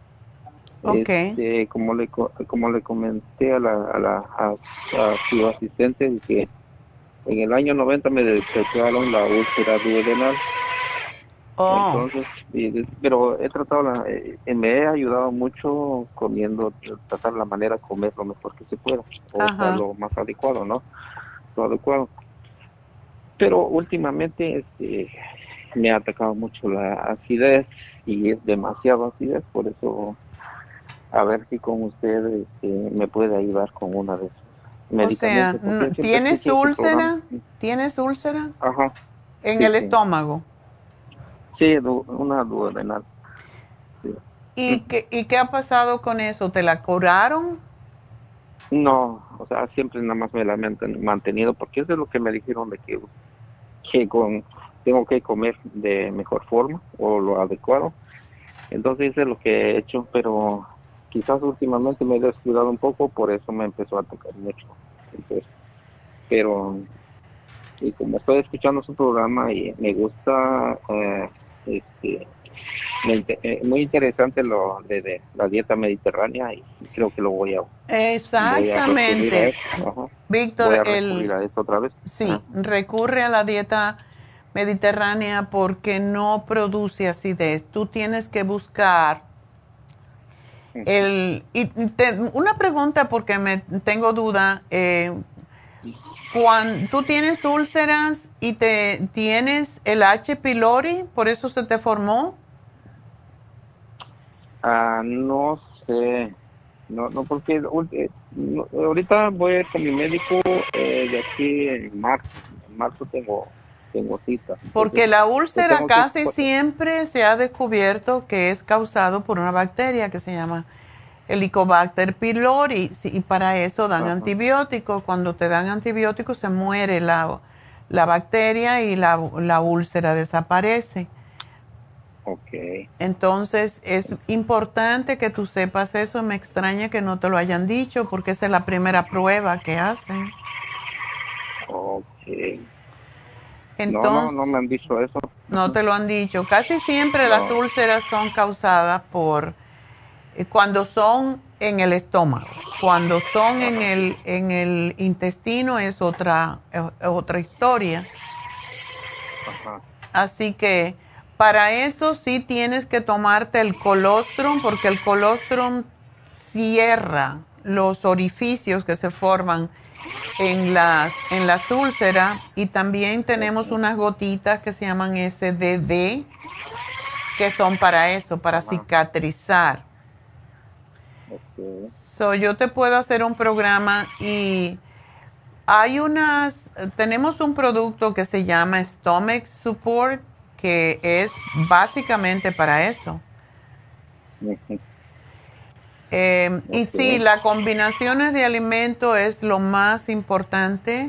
Como le comenté a su asistente, que en el año 90 me detectaron la úlcera duodenal. Entonces, pero he tratado, me he ayudado mucho comiendo, tratar la manera de comer lo mejor que se pueda, o lo más adecuado, ¿no? Lo adecuado. Pero últimamente me ha atacado mucho la acidez, y es demasiado acidez, por eso a ver si con usted me puede ayudar con una de esos medicamentos. O sea, ¿tienes úlcera? ¿Tienes úlcera? Ajá. ¿En el estómago? Sí, una duodenal. Sí. ¿Y qué ha pasado con eso? ¿Te la curaron? No, o sea, siempre nada más me la he mantenido, porque eso es lo que me dijeron, de que tengo que comer de mejor forma o lo adecuado. Entonces eso es lo que he hecho, pero quizás últimamente me he descuidado un poco, por eso me empezó a tocar mucho. Entonces, pero y como estoy escuchando su programa y me gusta muy interesante lo de la dieta mediterránea y creo que lo voy a... Exactamente. Víctor, voy a recurrir a esto otra vez. Sí, recurre a la dieta mediterránea porque no produce acidez. Tú tienes que buscar una pregunta porque tengo duda. Cuando tú tienes úlceras y tienes el H. pylori, ¿por eso se te formó? No sé. No, porque ahorita voy a ir con mi médico de aquí en marzo. En marzo tengo cita. Porque la úlcera casi siempre se ha descubierto que es causado por una bacteria que se llama Helicobacter pylori, y para eso dan antibióticos. Cuando te dan antibióticos se muere la bacteria y la úlcera desaparece. Okay. Entonces es importante que tú sepas eso. Me extraña que no te lo hayan dicho porque esa es la primera prueba que hacen. Okay. Entonces, no me han dicho eso. No te lo han dicho. Casi siempre las úlceras son causadas por cuando son en el estómago. Cuando son en el intestino es otra historia. Así que para eso sí tienes que tomarte el colostrum, porque el colostrum cierra los orificios que se forman en las úlceras, y también tenemos unas gotitas que se llaman SDD, que son para eso, para cicatrizar. Yo te puedo hacer un programa y tenemos un producto que se llama Stomach Support, que es básicamente para eso. Y sí, las combinaciones de alimentos es lo más importante.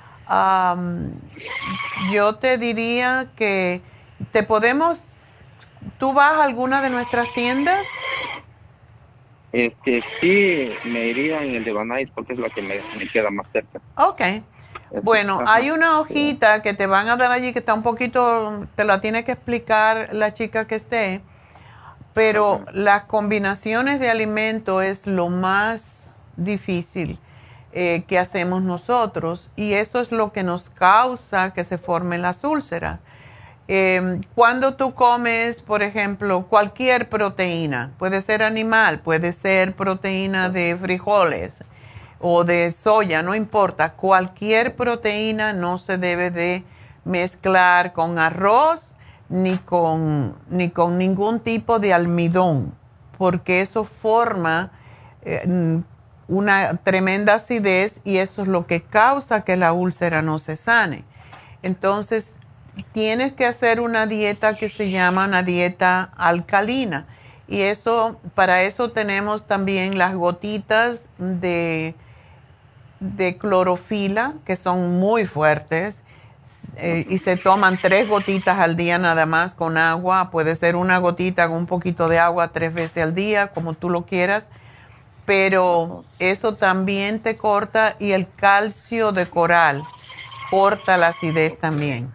Yo te diría que ¿tú vas a alguna de nuestras tiendas? Sí, me iría en el de Banais porque es la que me queda más cerca. Ok. Bueno, hay una hojita que te van a dar allí que está un poquito, te la tiene que explicar la chica que esté, pero las combinaciones de alimentos es lo más difícil que hacemos nosotros, y eso es lo que nos causa que se formen las úlceras. Cuando tú comes, por ejemplo, cualquier proteína, puede ser animal, puede ser proteína de frijoles o de soya, no importa, cualquier proteína no se debe de mezclar con arroz ni con ningún tipo de almidón, porque eso forma una tremenda acidez y eso es lo que causa que la úlcera no se sane. Entonces, tienes que hacer una dieta que se llama una dieta alcalina, y para eso tenemos también las gotitas de clorofila, que son muy fuertes, y se toman 3 gotitas al día nada más con agua. Puede ser una gotita con un poquito de agua 3 veces al día, como tú lo quieras, pero eso también te corta, y el calcio de coral corta la acidez también.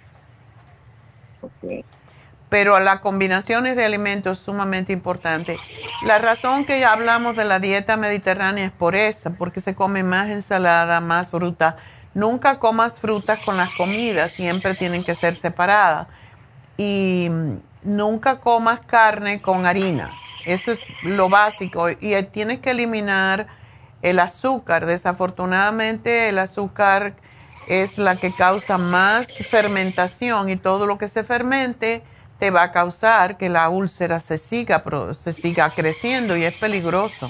Pero las combinaciones de alimentos es sumamente importante. La razón que hablamos de la dieta mediterránea es por esa, porque se come más ensalada, más fruta. Nunca comas frutas con las comidas, siempre tienen que ser separadas. Y nunca comas carne con harinas. Eso es lo básico. Y tienes que eliminar el azúcar. Desafortunadamente el azúcar es la que causa más fermentación, y todo lo que se fermente te va a causar que la úlcera se siga creciendo, y es peligroso.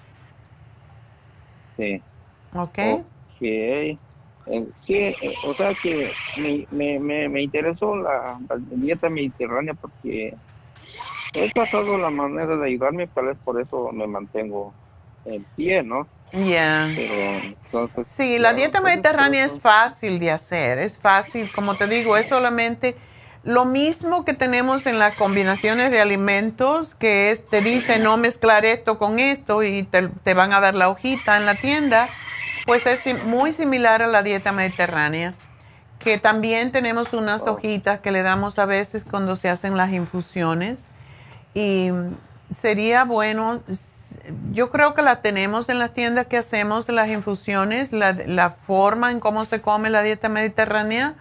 Sí. ¿Ok? Sí, o sea que me interesó la dieta mediterránea porque he tratado la manera de ayudarme, tal vez por eso me mantengo en pie, ¿no? Ya. Entonces, sí, la dieta mediterránea es fácil de hacer, es fácil, como te digo, es solamente lo mismo que tenemos en las combinaciones de alimentos, que te dice no mezclar esto con esto y te van a dar la hojita en la tienda, pues es muy similar a la dieta mediterránea, que también tenemos unas hojitas que le damos a veces cuando se hacen las infusiones, Y sería bueno, yo creo que la tenemos en las tiendas que hacemos las infusiones, la forma en cómo se come la dieta mediterránea.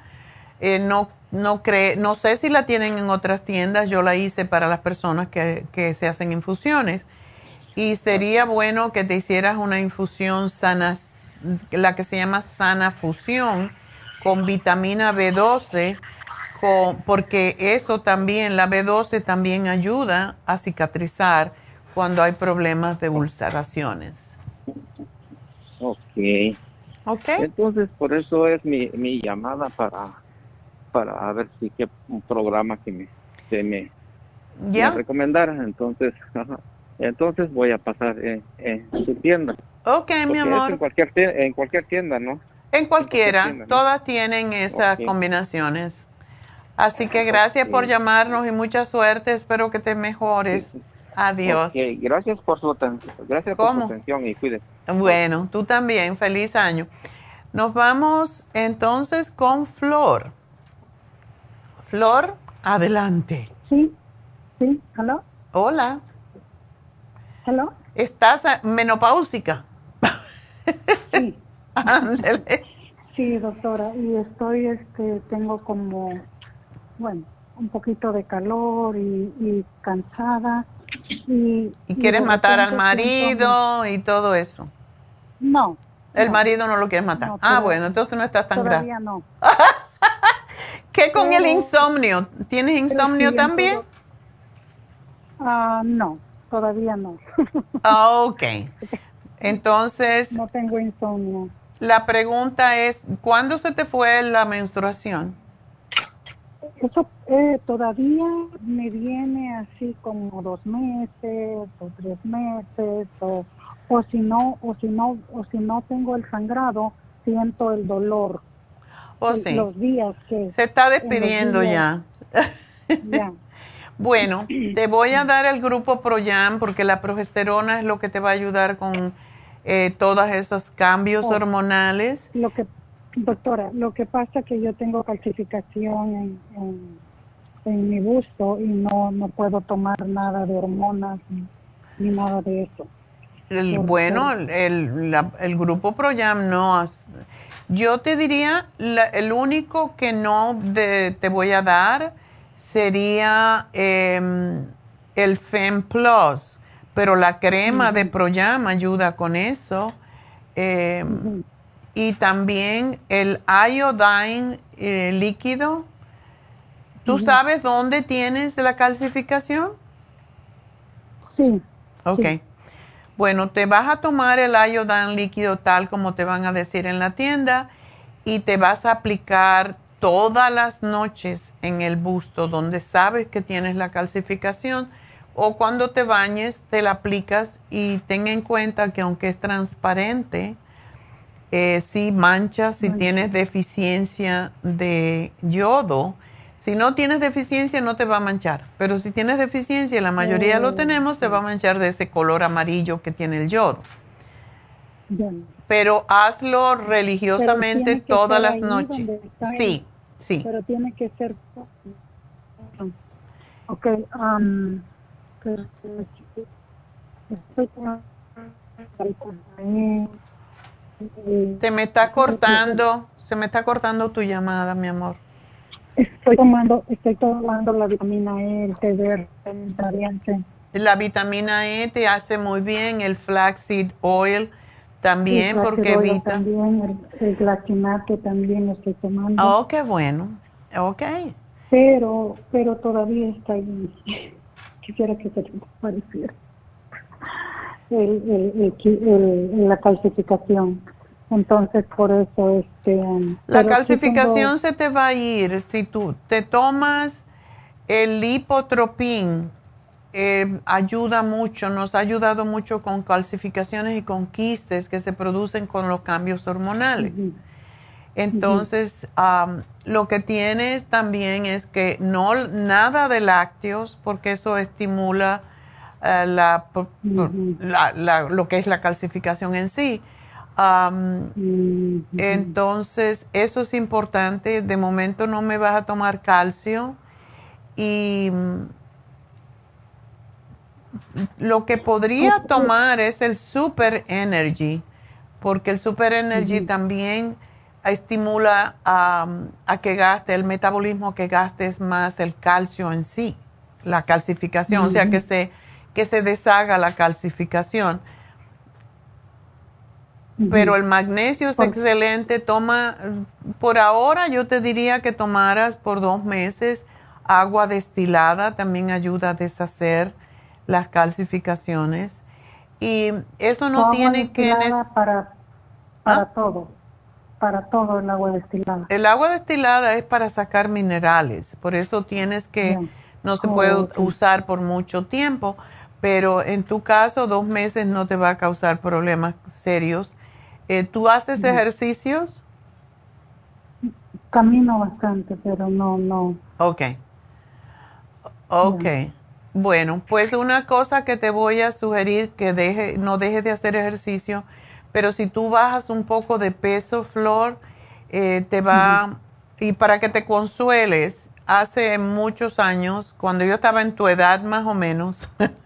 No sé si la tienen en otras tiendas, yo la hice para las personas que se hacen infusiones. Y sería bueno que te hicieras una infusión sana, la que se llama Sana Fusión, con vitamina B12, porque eso también, la B12 también ayuda a cicatrizar cuando hay problemas de ulceraciones. Ok. Ok. Entonces, por eso es mi llamada para ver si qué un programa que me recomendaran. Entonces, entonces voy a pasar en su tienda. Ok, mi amor. En cualquier tienda, ¿no? En cualquiera. Tienda, ¿no? Todas tienen esas combinaciones. Así que gracias por llamarnos y mucha suerte. Espero que te mejores. Adiós. Okay. Gracias por su atención. Gracias por su atención y cuídese. Bueno, tú también. Feliz año. Nos vamos entonces con Flor. Flor, adelante. Sí, ¿aló? Hola. ¿Aló? ¿Estás menopáusica? Sí. Ándele. Sí, doctora, y estoy, tengo como, bueno, un poquito de calor y cansada. ¿Y quieres matar al marido y todo eso? No. ¿El marido no lo quieres matar? No, bueno, entonces no estás tan grave. Todavía no. ¿Qué con el insomnio? ¿Tienes insomnio también? No, todavía no. Ok. Entonces... No tengo insomnio. La pregunta es, ¿cuándo se te fue la menstruación? Eso todavía me viene así como 2 meses o 3 meses o si no tengo el sangrado, siento el dolor. Sí. Los días que... Se está despidiendo ya. Ya. Bueno, te voy a dar el grupo ProYam porque la progesterona es lo que te va a ayudar con todos esos cambios hormonales. Doctora, lo que pasa es que yo tengo calcificación en mi busto y no puedo tomar nada de hormonas ni nada de eso. El grupo ProYam no. Yo te diría, el único que no te voy a dar sería el Fem Plus, pero la crema de ProYam ayuda con eso. Y también el iodine líquido. ¿Tú sabes dónde tienes la calcificación? Sí. Ok. Sí. Bueno, te vas a tomar el iodine líquido tal como te van a decir en la tienda y te vas a aplicar todas las noches en el busto donde sabes que tienes la calcificación, o cuando te bañes te la aplicas, y ten en cuenta que aunque es transparente, si manchas, si tienes deficiencia de yodo. Si no tienes deficiencia no te va a manchar, pero si tienes deficiencia, la mayoría lo tenemos, te va a manchar de ese color amarillo que tiene el yodo. Bien. Pero hazlo religiosamente todas las noches. Sí, sí. Pero tiene que ser... Ok, se me está cortando tu llamada, mi amor. Estoy tomando la vitamina E, el té verde, el radiante. La vitamina E te hace muy bien, el flaxseed oil también, porque evita. También el glacinato también lo estoy tomando. Oh, qué bueno. Ok. Pero todavía está ahí. Quisiera que se pareciera. La calcificación. Entonces, por eso la calcificación se te va a ir si tú te tomas el lipotropin. Ayuda mucho, nos ha ayudado mucho con calcificaciones y con quistes que se producen con los cambios hormonales. Entonces, lo que tienes también es que nada de lácteos, porque eso estimula lo que es la calcificación en sí. Entonces, eso es importante. De momento no me vas a tomar calcio y lo que podría tomar es el Super Energy, porque el Super Energy también estimula a que gaste el metabolismo, que gastes más el calcio en sí, la calcificación, o sea, que se deshaga la calcificación. Pero el magnesio es excelente. Toma, por ahora yo te diría que tomaras por 2 meses agua destilada, también ayuda a deshacer las calcificaciones. Y eso no tiene que... Para todo el agua destilada. El agua destilada es para sacar minerales, por eso tienes que, no se puede usar por mucho tiempo, pero en tu caso 2 meses no te va a causar problemas serios. ¿Tú haces ejercicios? Camino bastante, pero no. Ok. Bueno, pues una cosa que te voy a sugerir, que no dejes de hacer ejercicio, pero si tú bajas un poco de peso, Flor, te va, y para que te consueles, hace muchos años, cuando yo estaba en tu edad más o menos,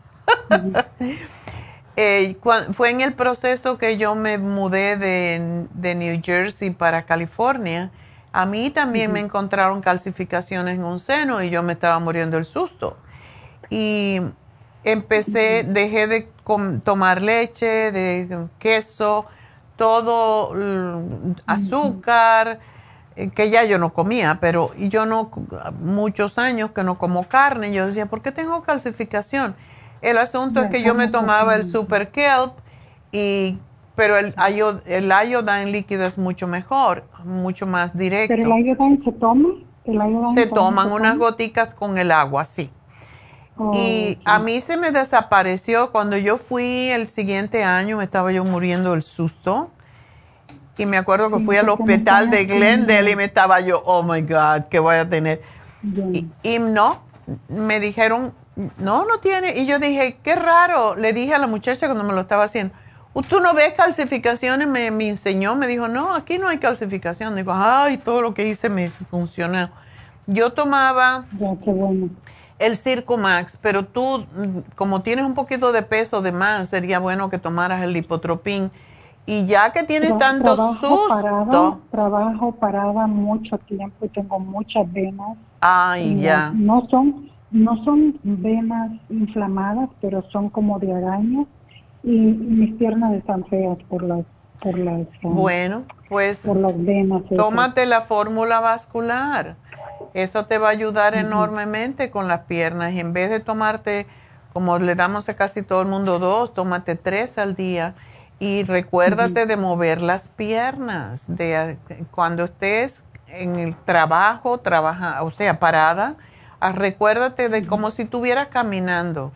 fue en el proceso que yo me mudé de New Jersey para California. A mí también me encontraron calcificaciones en un seno y yo me estaba muriendo del susto. Y dejé de tomar leche, de queso, todo azúcar, que ya yo no comía, pero yo muchos años que no como carne. Yo decía, ¿por qué tengo calcificación? El asunto es que yo me tomaba el Super Kelp, pero el iodine líquido es mucho mejor, mucho más directo. ¿Pero el iodine se toma? Se toman unas goticas con el agua, sí. Y a mí se me desapareció. Cuando yo fui el siguiente año, me estaba yo muriendo del susto. Y me acuerdo que fui al hospital de Glendale y me estaba yo, oh my God, ¿qué voy a tener? Y no, me dijeron, no tiene. Y yo dije, qué raro. Le dije a la muchacha cuando me lo estaba haciendo, ¿tú no ves calcificaciones? Me enseñó, me dijo, no, aquí no hay calcificación. Digo, ay, todo lo que hice me funcionó. Yo tomaba el Circumax, pero tú, como tienes un poquito de peso de más, sería bueno que tomaras el Lipotropin. Y ya que tienes tanto susto... Trabajo parada mucho tiempo y tengo muchas venas. Ay, ya. No son venas inflamadas, pero son como de araña. Y mis piernas están feas por las bueno, pues por las venas. Tómate la fórmula vascular. Eso te va a ayudar enormemente con las piernas. Y en vez de tomarte, como le damos a casi todo el mundo 2, tómate 3 al día. Y recuérdate de mover las piernas. Cuando estés en el trabajo, o sea, parada, recuérdate de como si estuvieras caminando.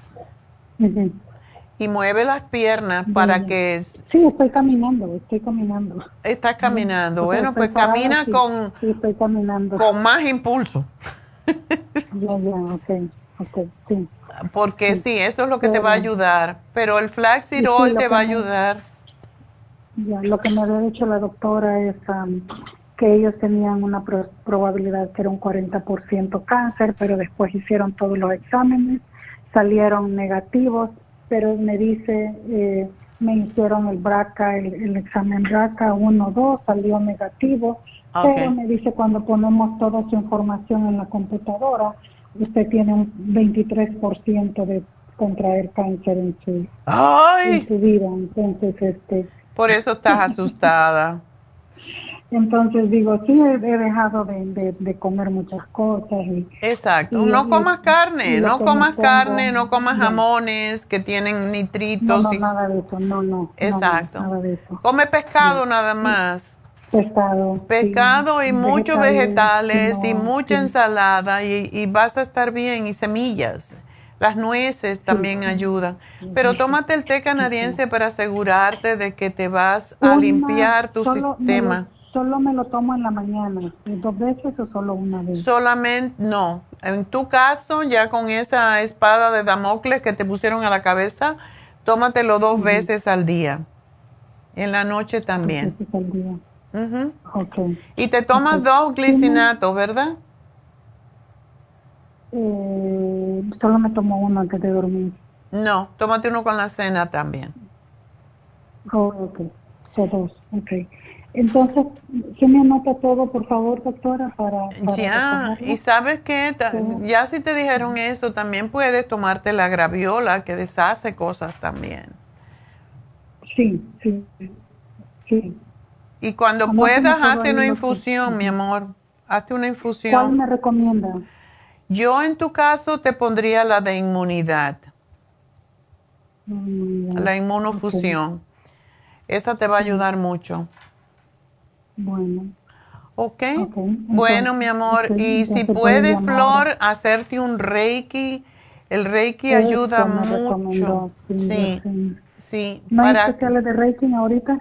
Y mueve las piernas para que... Sí, estoy caminando. Estás caminando. Bueno, pues camina estoy caminando. Con más impulso. Sí. Porque sí, eso es lo que te va a ayudar. Pero el Flaxirol te va a ayudar. Lo que me había dicho la doctora es que ellos tenían una probabilidad que era un 40% cáncer, pero después hicieron todos los exámenes, salieron negativos, pero me dice, me hicieron el BRCA, el examen BRCA 1-2, salió negativo, pero me dice cuando ponemos toda su información en la computadora, usted tiene un 23% de contraer cáncer en su vida. Entonces, por eso estás asustada. Entonces digo, sí, he dejado de comer muchas cosas. Exacto. No comas carne, no comas jamones que tienen nitritos. No, nada de eso, no. Exacto. Nada de eso. Come pescado nada más. Pescado y muchos vegetales y mucha ensalada y vas a estar bien, y semillas. Las nueces también ayudan. Pero tómate el té canadiense para asegurarte de que te vas a limpiar tu sistema. ¿Solo me lo tomo en la mañana? 2 veces o solo una vez? Solamente, no. En tu caso, ya con esa espada de Damocles que te pusieron a la cabeza, tómatelo 2 veces al día. En la noche también. 2 veces al día. Y te tomas 2 glicinatos, ¿verdad? Solo me tomo uno antes de dormir. No, tómate uno con la cena también. Oh, ok. Son 2, ok. Entonces, ¿se me anota todo, por favor, doctora? Para ya, recogerlo. Y ¿sabes qué? Ya si te dijeron eso, también puedes tomarte la graviola, que deshace cosas también. Sí. Y cuando puedas, hazte una infusión, mi amor. Hazte una infusión. ¿Cuál me recomienda? Yo, en tu caso, te pondría la de inmunidad. La inmunofusión. Okay. Esa te va a ayudar mucho. Bueno. Ok. Bueno, mi amor. Y si puedes, Flor, hacerte un Reiki. El Reiki ayuda mucho. Sí. ¿No hay especiales de Reiki ahorita?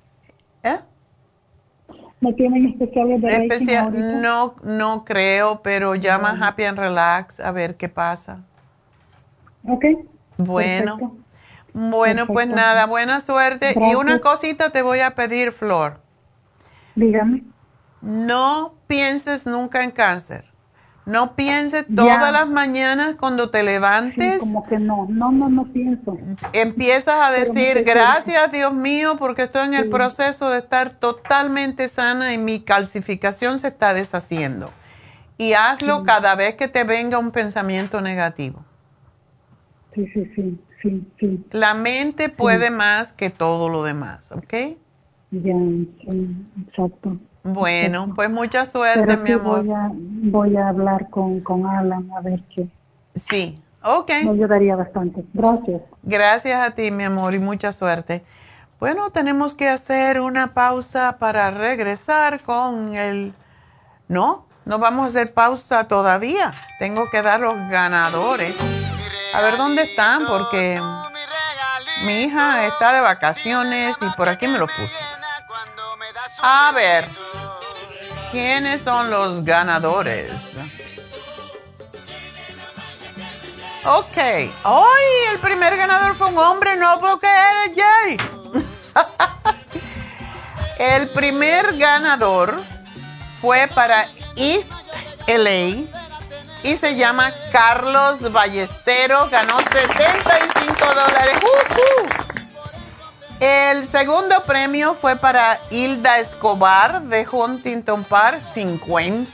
¿No tienen especiales de Reiki ahorita? No creo, pero llama a Happy and Relax a ver qué pasa. Ok. Bueno. Perfecto. Bueno, pues nada, buena suerte. Gracias. Y una cosita te voy a pedir, Flor. Dígame. No pienses nunca en cáncer. No pienses todas las mañanas cuando te levantes. Sí, como que no pienso. Empiezas a decir, gracias Dios mío, porque estoy en el proceso de estar totalmente sana y mi calcificación se está deshaciendo. Y hazlo cada vez que te venga un pensamiento negativo. Sí. La mente puede más que todo lo demás, ¿ok? Ya, sí, exacto. Bueno, exacto. Pues mucha suerte, pero mi amor. Voy a hablar con Alan a ver qué. Sí, ok. Me ayudaría bastante. Gracias. Gracias a ti, mi amor, y mucha suerte. Bueno, tenemos que hacer una pausa para regresar con el... No vamos a hacer pausa todavía. Tengo que dar los ganadores. A ver dónde están, porque mi hija está de vacaciones y por aquí me lo puso. A ver, ¿quiénes son los ganadores? Ok. ¡Ay! El primer ganador fue un hombre, no puedo creer, Jay. El primer ganador fue para East LA. Y se llama Carlos Ballesteros, ganó $75. El segundo premio fue para Hilda Escobar de Huntington Park, $50.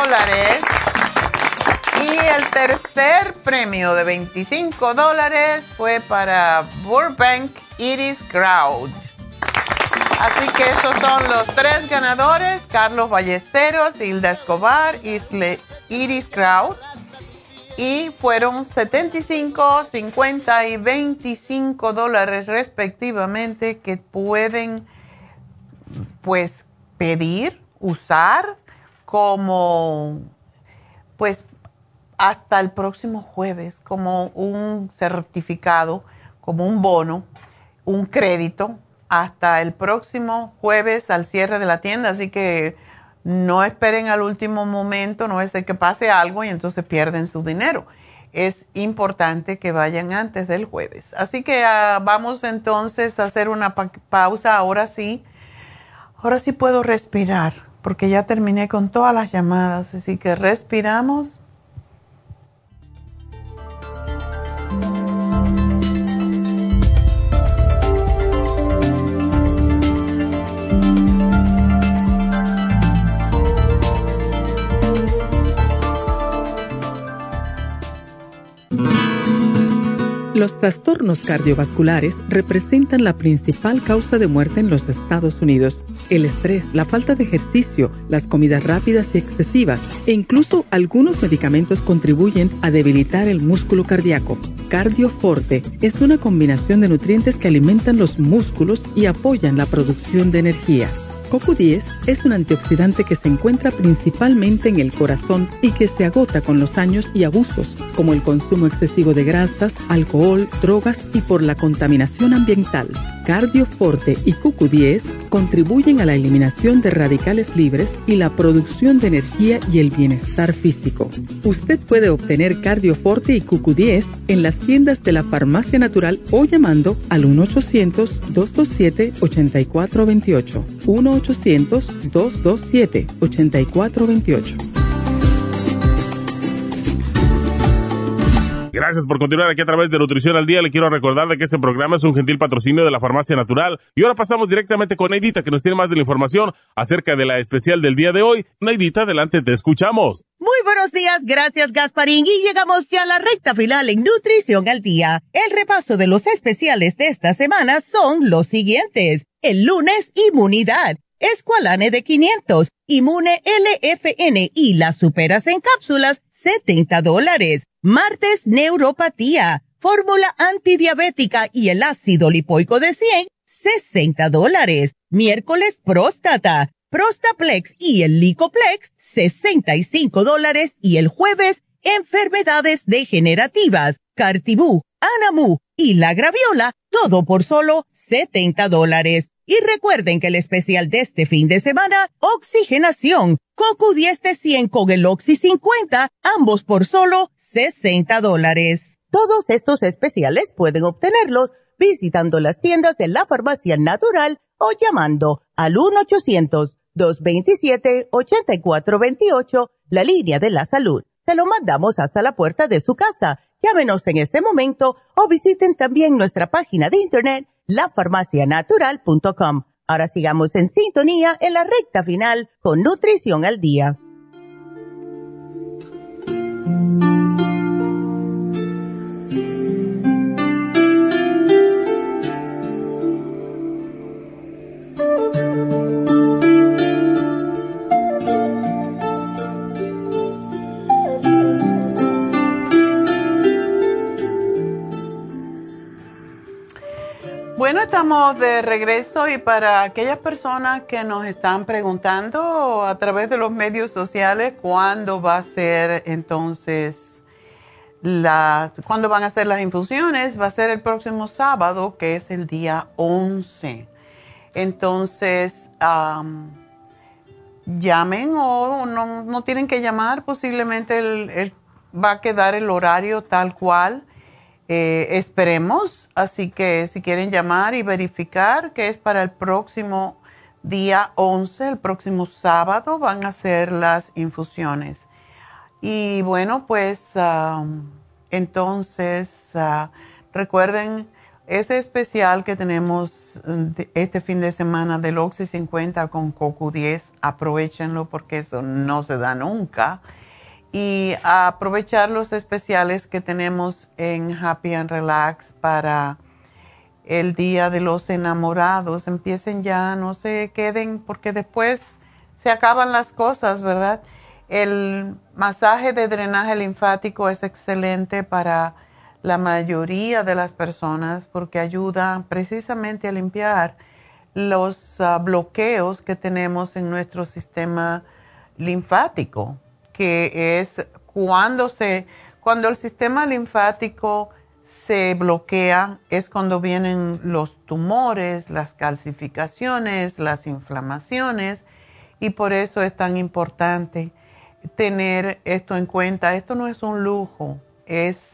Y el tercer premio de $25 fue para Burbank Iris Crowd. Así que esos son los tres ganadores, Carlos Ballesteros, Hilda Escobar y Iris Crowd. Y fueron $75, $50 y $25 respectivamente que pueden pues pedir, usar como pues hasta el próximo jueves como un certificado, como un bono, un crédito hasta el próximo jueves al cierre de la tienda, así que no esperen al último momento, no es que pase algo y entonces pierden su dinero. Es importante que vayan antes del jueves. Así que vamos entonces a hacer una pausa. Ahora sí puedo respirar, porque ya terminé con todas las llamadas, así que respiramos. Los trastornos cardiovasculares representan la principal causa de muerte en los Estados Unidos. El estrés, la falta de ejercicio, las comidas rápidas y excesivas e incluso algunos medicamentos contribuyen a debilitar el músculo cardíaco. Cardioforte es una combinación de nutrientes que alimentan los músculos y apoyan la producción de energía. CoQ10 es un antioxidante que se encuentra principalmente en el corazón y que se agota con los años y abusos, como el consumo excesivo de grasas, alcohol, drogas y por la contaminación ambiental. Cardioforte y CoQ10 contribuyen a la eliminación de radicales libres y la producción de energía y el bienestar físico. Usted puede obtener Cardioforte y CoQ10 en las tiendas de la Farmacia Natural o llamando al 1-800-227-8428. 1-800-227-8428. Gracias por continuar aquí a través de Nutrición al Día. Le quiero recordar de que este programa es un gentil patrocinio de la Farmacia Natural. Y ahora pasamos directamente con Neidita, que nos tiene más de la información acerca de la especial del día de hoy. Neidita, adelante, te escuchamos. Muy buenos días, gracias Gasparín. Y llegamos ya a la recta final en Nutrición al Día. El repaso de los especiales de esta semana son los siguientes. El lunes, Inmunidad, Esqualane de 500, Inmune LFN y las Superas en cápsulas, $70. Martes, Neuropatía, Fórmula Antidiabética y el ácido lipoico de 100, $60. Miércoles, Próstata, Prostaplex y el Licoplex, $65. Y el jueves, Enfermedades degenerativas, Cartibú, Anamu y la Graviola, todo por solo $70. Y recuerden que el especial de este fin de semana, Oxigenación, CoQ10 de 100 con el Oxy 50, ambos por solo $60. Todos estos especiales pueden obtenerlos visitando las tiendas de la Farmacia Natural o llamando al 1-800-227-8428, la línea de la salud. Se lo mandamos hasta la puerta de su casa. Llámenos en este momento o visiten también nuestra página de internet, lafarmacianatural.com. Ahora sigamos en sintonía en la recta final con Nutrición al Día. Bueno, estamos de regreso y para aquellas personas que nos están preguntando a través de los medios sociales cuándo va a ser entonces cuándo van a ser las infusiones, va a ser el próximo sábado, que es el día 11. Entonces, llamen o no tienen que llamar, posiblemente va a quedar el horario tal cual. Esperemos, así que si quieren llamar y verificar que es para el próximo día 11, el próximo sábado, van a hacer las infusiones. Y bueno, pues entonces recuerden ese especial que tenemos este fin de semana del Oxy 50 con CoQ10, aprovechenlo porque eso no se da nunca. Y a aprovechar los especiales que tenemos en Happy and Relax para el Día de los Enamorados. Empiecen ya, no se queden porque después se acaban las cosas, ¿verdad? El masaje de drenaje linfático es excelente para la mayoría de las personas porque ayuda precisamente a limpiar los bloqueos que tenemos en nuestro sistema linfático, que es cuando el sistema linfático se bloquea, es cuando vienen los tumores, las calcificaciones, las inflamaciones, y por eso es tan importante tener esto en cuenta. Esto no es un lujo, es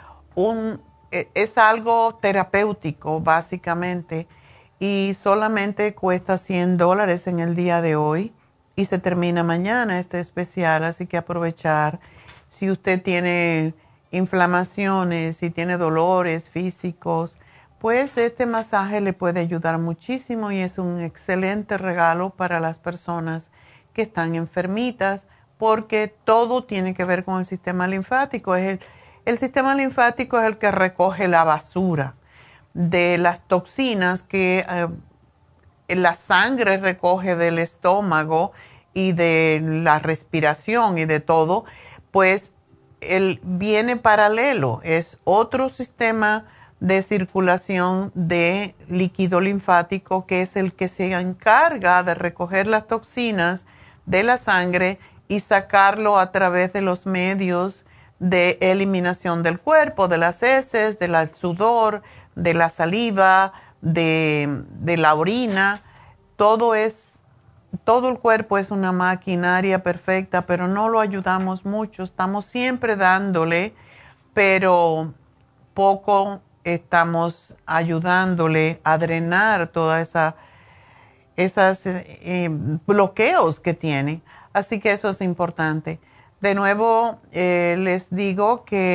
algo terapéutico básicamente, y solamente cuesta $100 en el día de hoy. Y se termina mañana este especial, así que aprovechar. Si usted tiene inflamaciones, si tiene dolores físicos, pues este masaje le puede ayudar muchísimo y es un excelente regalo para las personas que están enfermitas, porque todo tiene que ver con el sistema linfático. El sistema linfático es el que recoge la basura de las toxinas que la sangre recoge del estómago y de la respiración y de todo, pues él viene paralelo, es otro sistema de circulación de líquido linfático que es el que se encarga de recoger las toxinas de la sangre y sacarlo a través de los medios de eliminación del cuerpo, de las heces, del sudor, de la saliva, de la orina. Todo el cuerpo es una maquinaria perfecta, pero no lo ayudamos mucho. Estamos siempre dándole, pero poco estamos ayudándole a drenar todas esos bloqueos que tiene. Así que eso es importante. De nuevo, les digo que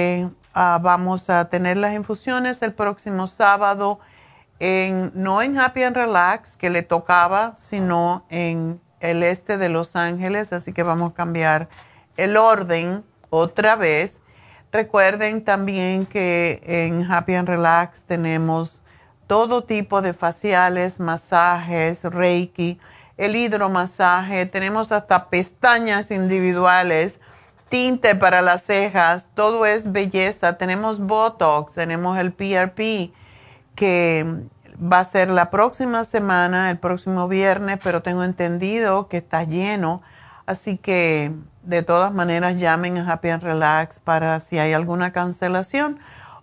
vamos a tener las infusiones el próximo sábado, no en Happy and Relax, que le tocaba, sino en el este de Los Ángeles, así que vamos a cambiar el orden otra vez. Recuerden también que en Happy and Relax tenemos todo tipo de faciales, masajes, Reiki, el hidromasaje, tenemos hasta pestañas individuales, tinte para las cejas, todo es belleza. Tenemos Botox, tenemos el PRP, que va a ser la próxima semana, el próximo viernes, pero tengo entendido que está lleno. Así que de todas maneras llamen a Happy and Relax para si hay alguna cancelación.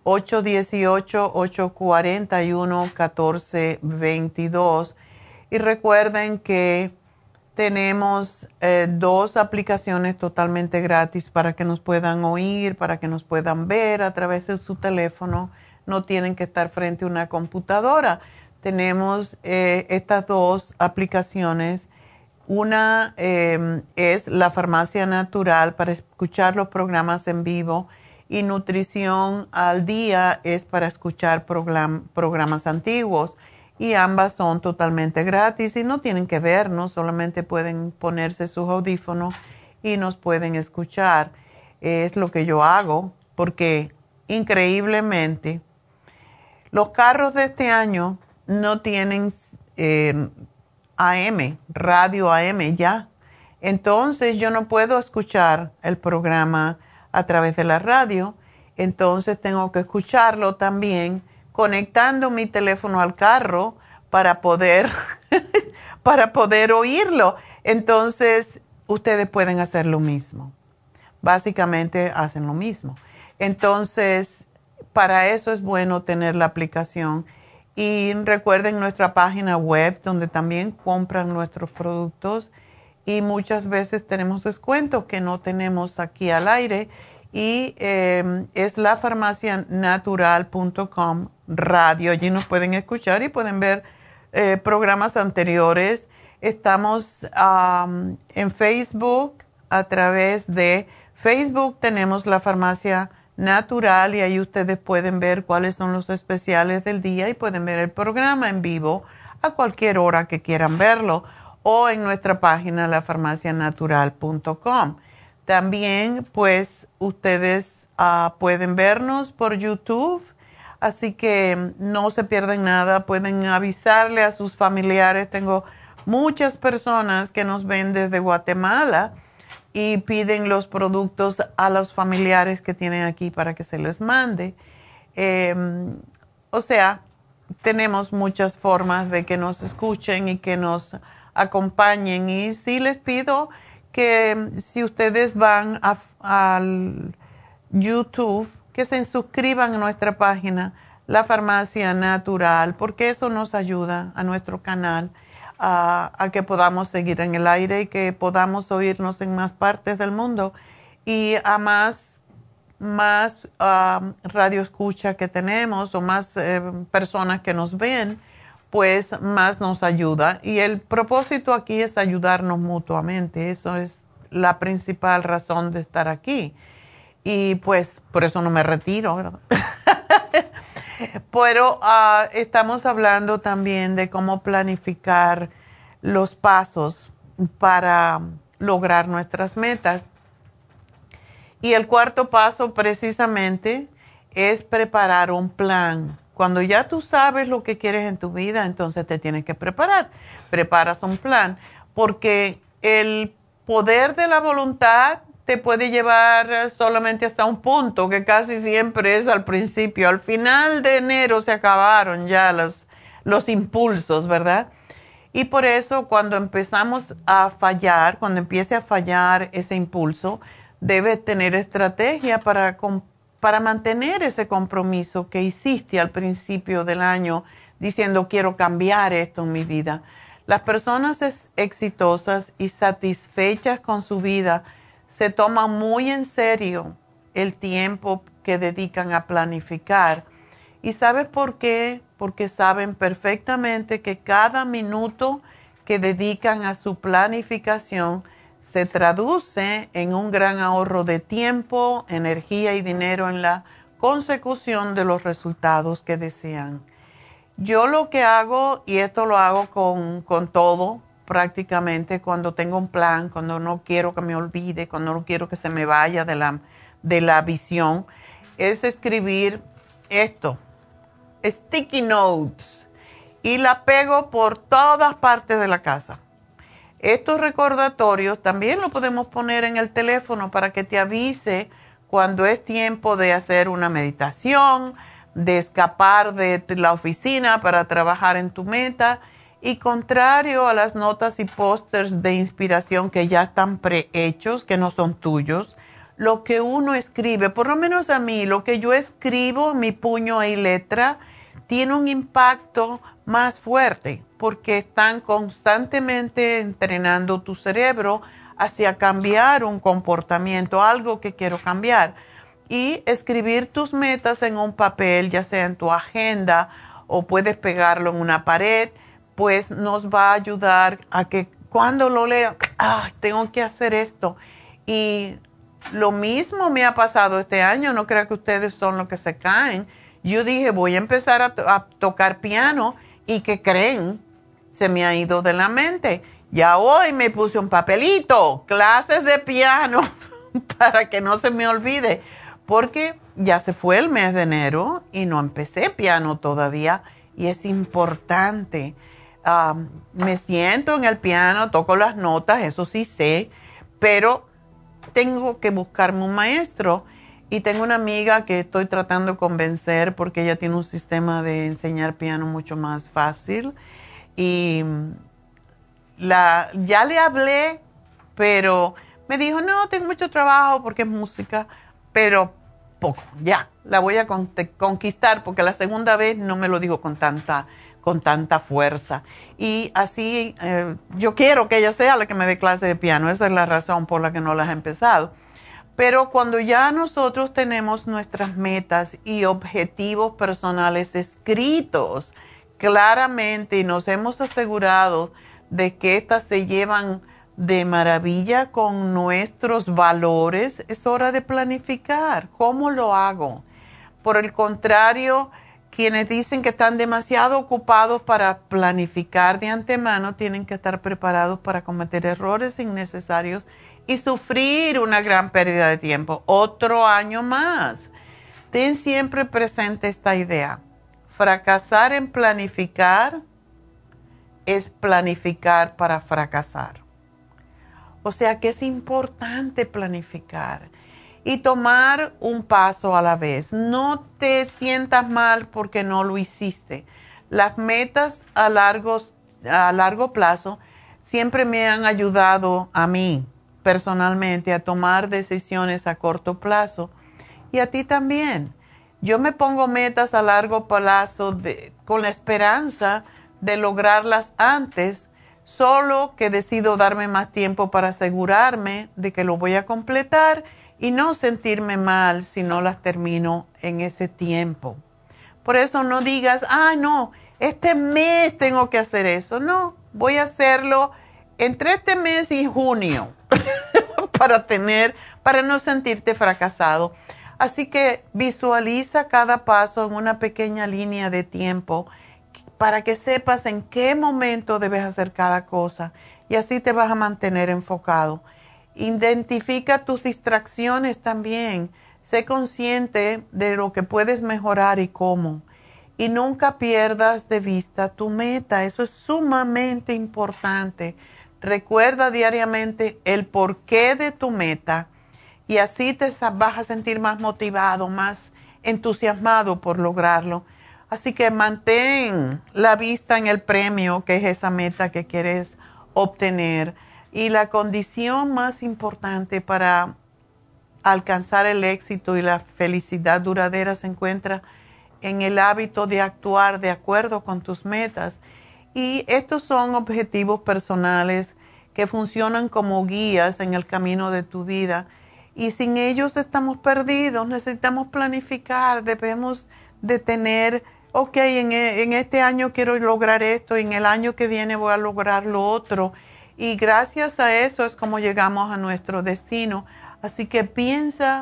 818-841-1422. Y recuerden que tenemos 2 aplicaciones totalmente gratis para que nos puedan oír, para que nos puedan ver a través de su teléfono. No tienen que estar frente a una computadora. Tenemos estas 2 aplicaciones. Una es la Farmacia Natural para escuchar los programas en vivo y Nutrición al Día es para escuchar programas antiguos. Y ambas son totalmente gratis y no tienen que vernos, solamente pueden ponerse sus audífonos y nos pueden escuchar. Es lo que yo hago porque increíblemente los carros de este año no tienen AM, radio AM ya. Entonces yo no puedo escuchar el programa a través de la radio, entonces tengo que escucharlo también conectando mi teléfono al carro para poder oírlo. Entonces, ustedes pueden hacer lo mismo. Básicamente hacen lo mismo. Entonces, para eso es bueno tener la aplicación. Y recuerden nuestra página web donde también compran nuestros productos y muchas veces tenemos descuentos que no tenemos aquí al aire. Y es lafarmacianatural.com radio. Allí nos pueden escuchar y pueden ver programas anteriores. Estamos en Facebook. A través de Facebook tenemos La Farmacia Natural y ahí ustedes pueden ver cuáles son los especiales del día y pueden ver el programa en vivo a cualquier hora que quieran verlo o en nuestra página lafarmacianatural.com. También, pues, ustedes pueden vernos por YouTube, así que no se pierden nada. Pueden avisarle a sus familiares. Tengo muchas personas que nos ven desde Guatemala y piden los productos a los familiares que tienen aquí para que se les mande. O sea, tenemos muchas formas de que nos escuchen y que nos acompañen. Y sí les pido que si ustedes van al YouTube, que se suscriban a nuestra página, La Farmacia Natural, porque eso nos ayuda a nuestro canal a que podamos seguir en el aire y que podamos oírnos en más partes del mundo. Y a más radio escucha que tenemos o más personas que nos ven, pues más nos ayuda. Y el propósito aquí es ayudarnos mutuamente. Eso es la principal razón de estar aquí. Y pues por eso no me retiro, ¿verdad? Pero estamos hablando también de cómo planificar los pasos para lograr nuestras metas. Y el cuarto paso precisamente es preparar un plan. Cuando ya tú sabes lo que quieres en tu vida, entonces te tienes que preparar. Preparas un plan, porque el poder de la voluntad te puede llevar solamente hasta un punto, que casi siempre es al principio. Al final de enero se acabaron ya los impulsos, ¿verdad? Y por eso cuando empezamos a fallar, cuando empiece a fallar ese impulso, debes tener estrategia para mantener ese compromiso que hiciste al principio del año diciendo quiero cambiar esto en mi vida. Las personas exitosas y satisfechas con su vida se toman muy en serio el tiempo que dedican a planificar. ¿Y sabes por qué? Porque saben perfectamente que cada minuto que dedican a su planificación se traduce en un gran ahorro de tiempo, energía y dinero en la consecución de los resultados que desean. Yo lo que hago, y esto lo hago con todo prácticamente, cuando tengo un plan, cuando no quiero que me olvide, cuando no quiero que se me vaya de la visión, es escribir esto, sticky notes, y la pego por todas partes de la casa. Estos recordatorios también lo podemos poner en el teléfono para que te avise cuando es tiempo de hacer una meditación, de escapar de la oficina para trabajar en tu meta. Y contrario a las notas y pósters de inspiración que ya están prehechos, que no son tuyos, lo que uno escribe, por lo menos a mí, lo que yo escribo, mi puño y letra, tiene un impacto más fuerte porque están constantemente entrenando tu cerebro hacia cambiar un comportamiento, algo que quiero cambiar. Y escribir tus metas en un papel, ya sea en tu agenda o puedes pegarlo en una pared, pues nos va a ayudar a que cuando lo lea, tengo que hacer esto. Y lo mismo me ha pasado este año, no creo que ustedes son los que se caen. Yo dije, voy a empezar a tocar piano y ¿qué creen? Se me ha ido de la mente. Ya hoy me puse un papelito, clases de piano, para que no se me olvide, porque ya se fue el mes de enero y no empecé piano todavía y es importante. Me siento en el piano, toco las notas, eso sí sé, pero tengo que buscarme un maestro y tengo una amiga que estoy tratando de convencer porque ella tiene un sistema de enseñar piano mucho más fácil y ya le hablé, pero me dijo, no, tengo mucho trabajo porque es música, pero poco, ya, la voy a conquistar porque la segunda vez no me lo dijo con tanta fuerza. Y así yo quiero que ella sea la que me dé clase de piano. Esa es la razón por la que no las he empezado. Pero cuando ya nosotros tenemos nuestras metas y objetivos personales escritos claramente y nos hemos asegurado de que éstas se llevan de maravilla con nuestros valores, es hora de planificar. ¿Cómo lo hago? Por el contrario, quienes dicen que están demasiado ocupados para planificar de antemano tienen que estar preparados para cometer errores innecesarios y sufrir una gran pérdida de tiempo. Otro año más. Ten siempre presente esta idea. Fracasar en planificar es planificar para fracasar. O sea que es importante planificar y tomar un paso a la vez. No te sientas mal porque no lo hiciste. Las metas a largo plazo siempre me han ayudado a mí personalmente a tomar decisiones a corto plazo y a ti también. Yo me pongo metas a largo plazo con la esperanza de lograrlas antes, solo que decido darme más tiempo para asegurarme de que lo voy a completar y no sentirme mal si no las termino en ese tiempo. Por eso no digas, no, este mes tengo que hacer eso. No, voy a hacerlo entre este mes y junio para no sentirte fracasado. Así que visualiza cada paso en una pequeña línea de tiempo para que sepas en qué momento debes hacer cada cosa y así te vas a mantener enfocado. Identifica tus distracciones también. Sé consciente de lo que puedes mejorar y cómo. Y nunca pierdas de vista tu meta. Eso es sumamente importante. Recuerda diariamente el porqué de tu meta y así te vas a sentir más motivado, más entusiasmado por lograrlo. Así que mantén la vista en el premio, que es esa meta que quieres obtener. Y la condición más importante para alcanzar el éxito y la felicidad duradera se encuentra en el hábito de actuar de acuerdo con tus metas. Y estos son objetivos personales que funcionan como guías en el camino de tu vida. Y sin ellos estamos perdidos, necesitamos planificar, debemos de tener, en este año quiero lograr esto, y en el año que viene voy a lograr lo otro. Y gracias a eso es como llegamos a nuestro destino. Así que piensa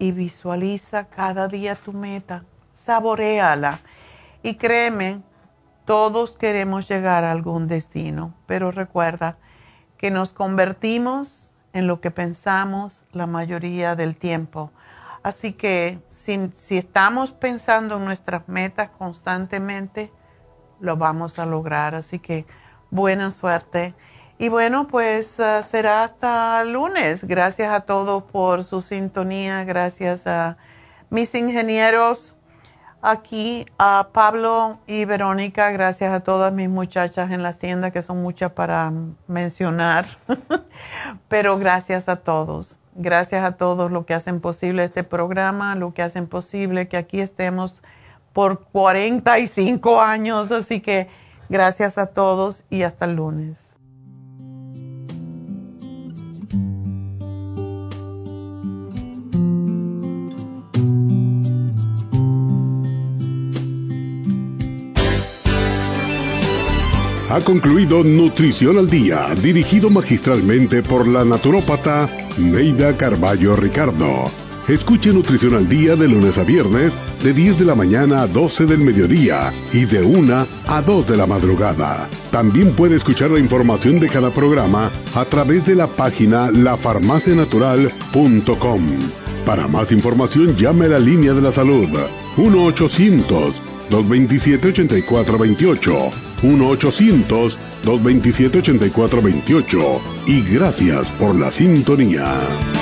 y visualiza cada día tu meta, saboréala y créeme, todos queremos llegar a algún destino, pero recuerda que nos convertimos en lo que pensamos la mayoría del tiempo. Así que si estamos pensando en nuestras metas constantemente, lo vamos a lograr. Así que buena suerte. Y bueno, pues será hasta el lunes. Gracias a todos por su sintonía. Gracias a mis ingenieros aquí, a Pablo y Verónica. Gracias a todas mis muchachas en la tienda, que son muchas para mencionar. Pero gracias a todos. Gracias a todos los que hacen posible este programa, lo que hacen posible que aquí estemos por 45 años. Así que gracias a todos y hasta el lunes. Ha concluido Nutrición al Día, dirigido magistralmente por la naturópata Neida Carballo Ricardo. Escuche Nutrición al Día de lunes a viernes, de 10 de la mañana a 12 del mediodía y de 1 a 2 de la madrugada. También puede escuchar la información de cada programa a través de la página lafarmacianatural.com. Para más información, llame a la línea de la salud 1-800-227-8428. 1-800-227-8428 y gracias por la sintonía.